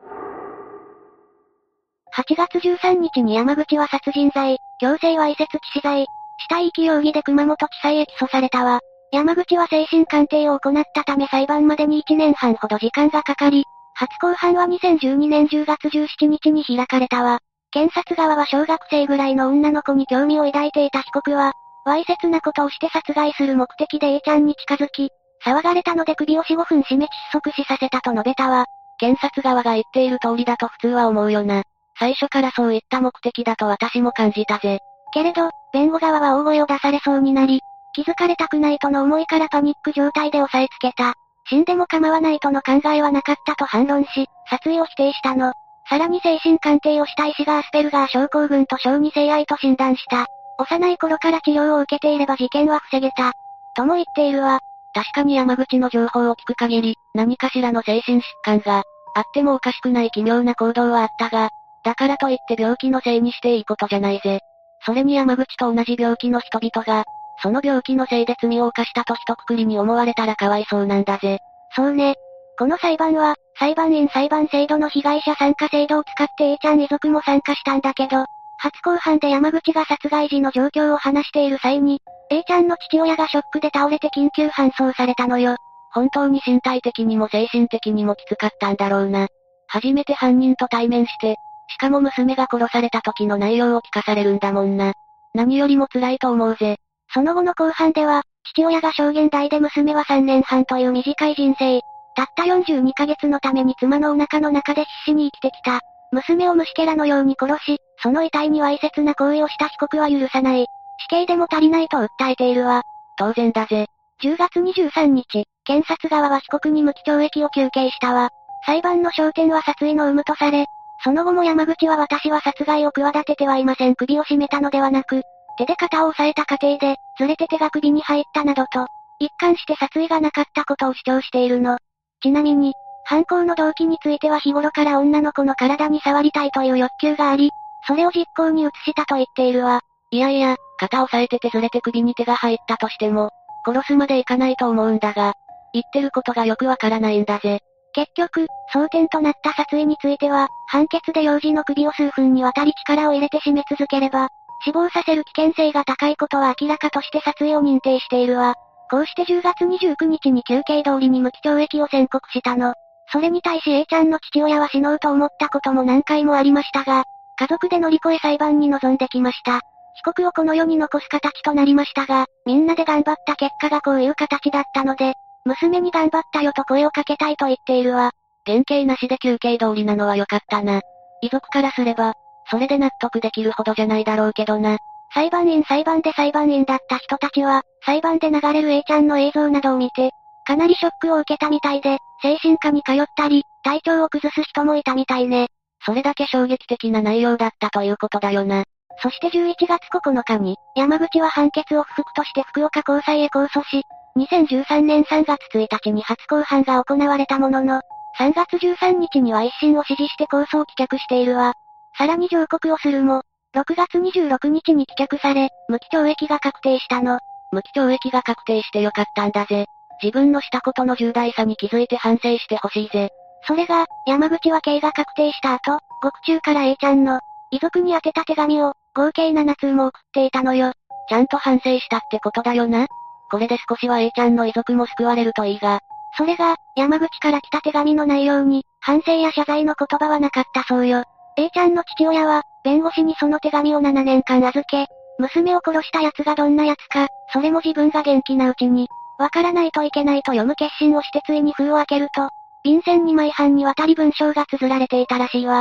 はちがつじゅうさんにちに山口は殺人罪、強制わいせつ致死罪、死体遺棄容疑で熊本地裁へ起訴されたわ。山口は精神鑑定を行ったため裁判までにいちねんはんほど時間がかかり、初公判はにせんじゅうにねんじゅうがつじゅうしちにちに開かれたわ。検察側は小学生ぐらいの女の子に興味を抱いていた被告は、わいせつなことをして殺害する目的で A ちゃんに近づき、騒がれたので首をよん、ごふん絞め窒息死させたと述べたわ。 検察側が言っている通りだと普通は思うよな。最初からそういった目的だと私も感じたぜ。 けれど、弁護側は大声を出されそうになり、気づかれたくないとの思いからパニック状態で押さえつけた。死んでも構わないとの考えはなかったと反論し、殺意を否定したの。さらに精神鑑定をした医師がアスペルガー症候群と小児性愛と診断した。幼い頃から治療を受けていれば事件は防げた。とも言っているわ。 確かに山口の情報を聞く限り、何かしらの精神疾患が、あってもおかしくない奇妙な行動はあったが、だからといって病気のせいにしていいことじゃないぜ。それに山口と同じ病気の人々が、その病気のせいで罪を犯したと一括りに思われたらかわいそうなんだぜ。 そうね。この裁判は、裁判員裁判制度の被害者参加制度を使って A ちゃん遺族も参加したんだけど、初公判で山口が殺害時の状況を話している際に、A ちゃんの父親がショックで倒れて緊急搬送されたのよ。 本当に身体的にも精神的にもきつかったんだろうな。初めて犯人と対面して、しかも娘が殺された時の内容を聞かされるんだもんな。何よりも辛いと思うぜ。 その後の公判では、父親が証言台で娘はさんねんはんという短い人生。たったよんじゅうにかげつのために妻のお腹の中で必死に生きてきた。娘を虫けらのように殺し、その遺体にわいせつな行為をした被告は許さない。死刑でも足りないと訴えているわ。 当然だぜ。 じゅうがつにじゅうさんにち、検察側は被告に無期懲役を求刑したわ。裁判の焦点は殺意の有無とされ、その後も山口は私は殺害を企ててはいません首を絞めたのではなく、手で肩を押さえた過程で、ずれて手が首に入ったなどと、一貫して殺意がなかったことを主張しているの。ちなみに、犯行の動機については日頃から女の子の体に触りたいという欲求があり、それを実行に移したと言っているわ。 いやいや、肩押さえててずれて首に手が入ったとしても、殺すまでいかないと思うんだが、言ってることがよくわからないんだぜ。 結局、争点となった殺意については、判決で幼児の首を数分にわたり力を入れて締め続ければ、死亡させる危険性が高いことは明らかとして殺意を認定しているわ。こうしてじゅうがつにじゅうくにちに求刑通りに無期懲役を宣告したの。それに対し A ちゃんの父親は死のうと思ったことも何回もありましたが、家族で乗り越え裁判に臨んできました。被告をこの世に残す形となりましたが、みんなで頑張った結果がこういう形だったので、娘に頑張ったよと声をかけたいと言っているわ。 減刑なしで求刑通りなのは良かったな。遺族からすれば、それで納得できるほどじゃないだろうけどな。 裁判員裁判で裁判員だった人たちは、裁判で流れる A ちゃんの映像などを見て、かなりショックを受けたみたいで、精神科に通ったり、体調を崩す人もいたみたいね。 それだけ衝撃的な内容だったということだよな。 そしてじゅういちがつここのかに、山口は判決を不服として福岡高裁へ控訴し、にせんじゅうさんねんさんがつついたちに初公判が行われたものの、さんがつじゅうさんにちには一審を支持して控訴を棄却しているわ。さらに上告をするも、ろくがつにじゅうろくにちに棄却され、無期懲役が確定したの。 無期懲役が確定してよかったんだぜ。自分のしたことの重大さに気づいて反省してほしいぜ。 それが、山口は刑が確定した後、獄中から A ちゃんの、遺族に宛てた手紙を、合計ななつうも送っていたのよ。 ちゃんと反省したってことだよな。これで少しは A ちゃんの遺族も救われるといいが。 それが、山口から来た手紙の内容に、反省や謝罪の言葉はなかったそうよ。A ちゃんの父親は、弁護士にその手紙をななねんかん預け、娘を殺した奴がどんな奴か、それも自分が元気なうちに、わからないといけないと読む決心をしてついに封を開けると、便箋にまいはんにわたり文章が綴られていたらしいわ。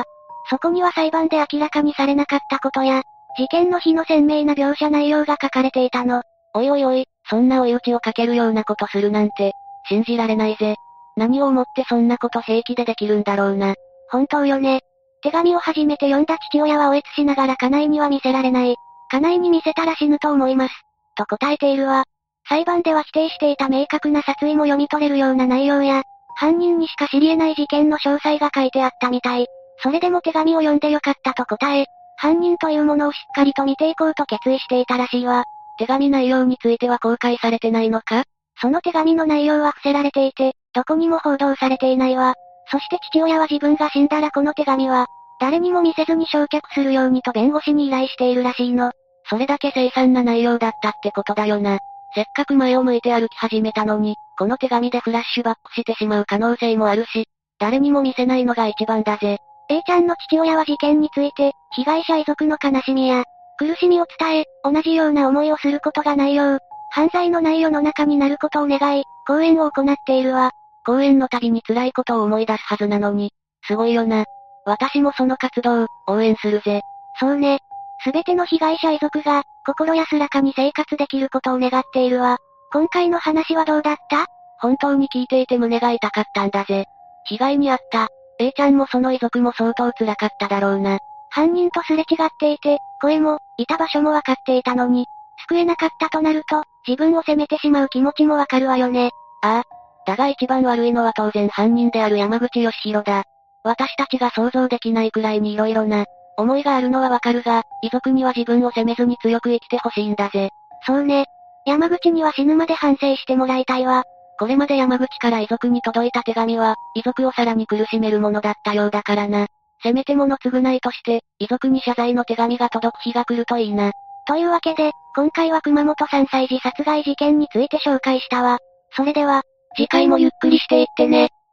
そこには裁判で明らかにされなかったことや、事件の日の鮮明な描写内容が書かれていたの。 おいおいおい、そんな追い打ちをかけるようなことするなんて、信じられないぜ。何を思ってそんなこと平気でできるんだろうな。 本当よね。手紙を初めて読んだ父親は嗚咽しながら家内には見せられない。家内に見せたら死ぬと思います。と答えているわ。裁判では否定していた明確な殺意も読み取れるような内容や、犯人にしか知り得ない事件の詳細が書いてあったみたい。それでも手紙を読んでよかったと答え、犯人というものをしっかりと見ていこうと決意していたらしいわ。 手紙内容については公開されてないのか？ その手紙の内容は伏せられていて、どこにも報道されていないわ。そして父親は自分が死んだらこの手紙は、誰にも見せずに焼却するようにと弁護士に依頼しているらしいの。 それだけ凄惨な内容だったってことだよな。せっかく前を向いて歩き始めたのに、この手紙でフラッシュバックしてしまう可能性もあるし、誰にも見せないのが一番だぜ。 A ちゃんの父親は事件について、被害者遺族の悲しみや、苦しみを伝え、同じような思いをすることがないよう、犯罪のない世の中になることを願い、講演を行っているわ。 講演の度に辛いことを思い出すはずなのに、すごいよな。私もその活動、応援するぜ。 そうね。すべての被害者遺族が、心安らかに生活できることを願っているわ。今回の話はどうだった？ 本当に聞いていて胸が痛かったんだぜ。被害に遭った。A ちゃんもその遺族も相当辛かっただろうな。 犯人とすれ違っていて、声も、いた場所もわかっていたのに、救えなかったとなると、自分を責めてしまう気持ちもわかるわよね。 ああ。だが一番悪いのは当然犯人である山口義弘だ。私たちが想像できないくらいに色々な、思いがあるのはわかるが、遺族には自分を責めずに強く生きてほしいんだぜ。 そうね。山口には死ぬまで反省してもらいたいわ。 これまで山口から遺族に届いた手紙は、遺族をさらに苦しめるものだったようだからな。せめてもの償いとして、遺族に謝罪の手紙が届く日が来るといいな。 というわけで、今回は熊本さんさい児殺害事件について紹介したわ。それでは、 次回もゆっくりしていってね。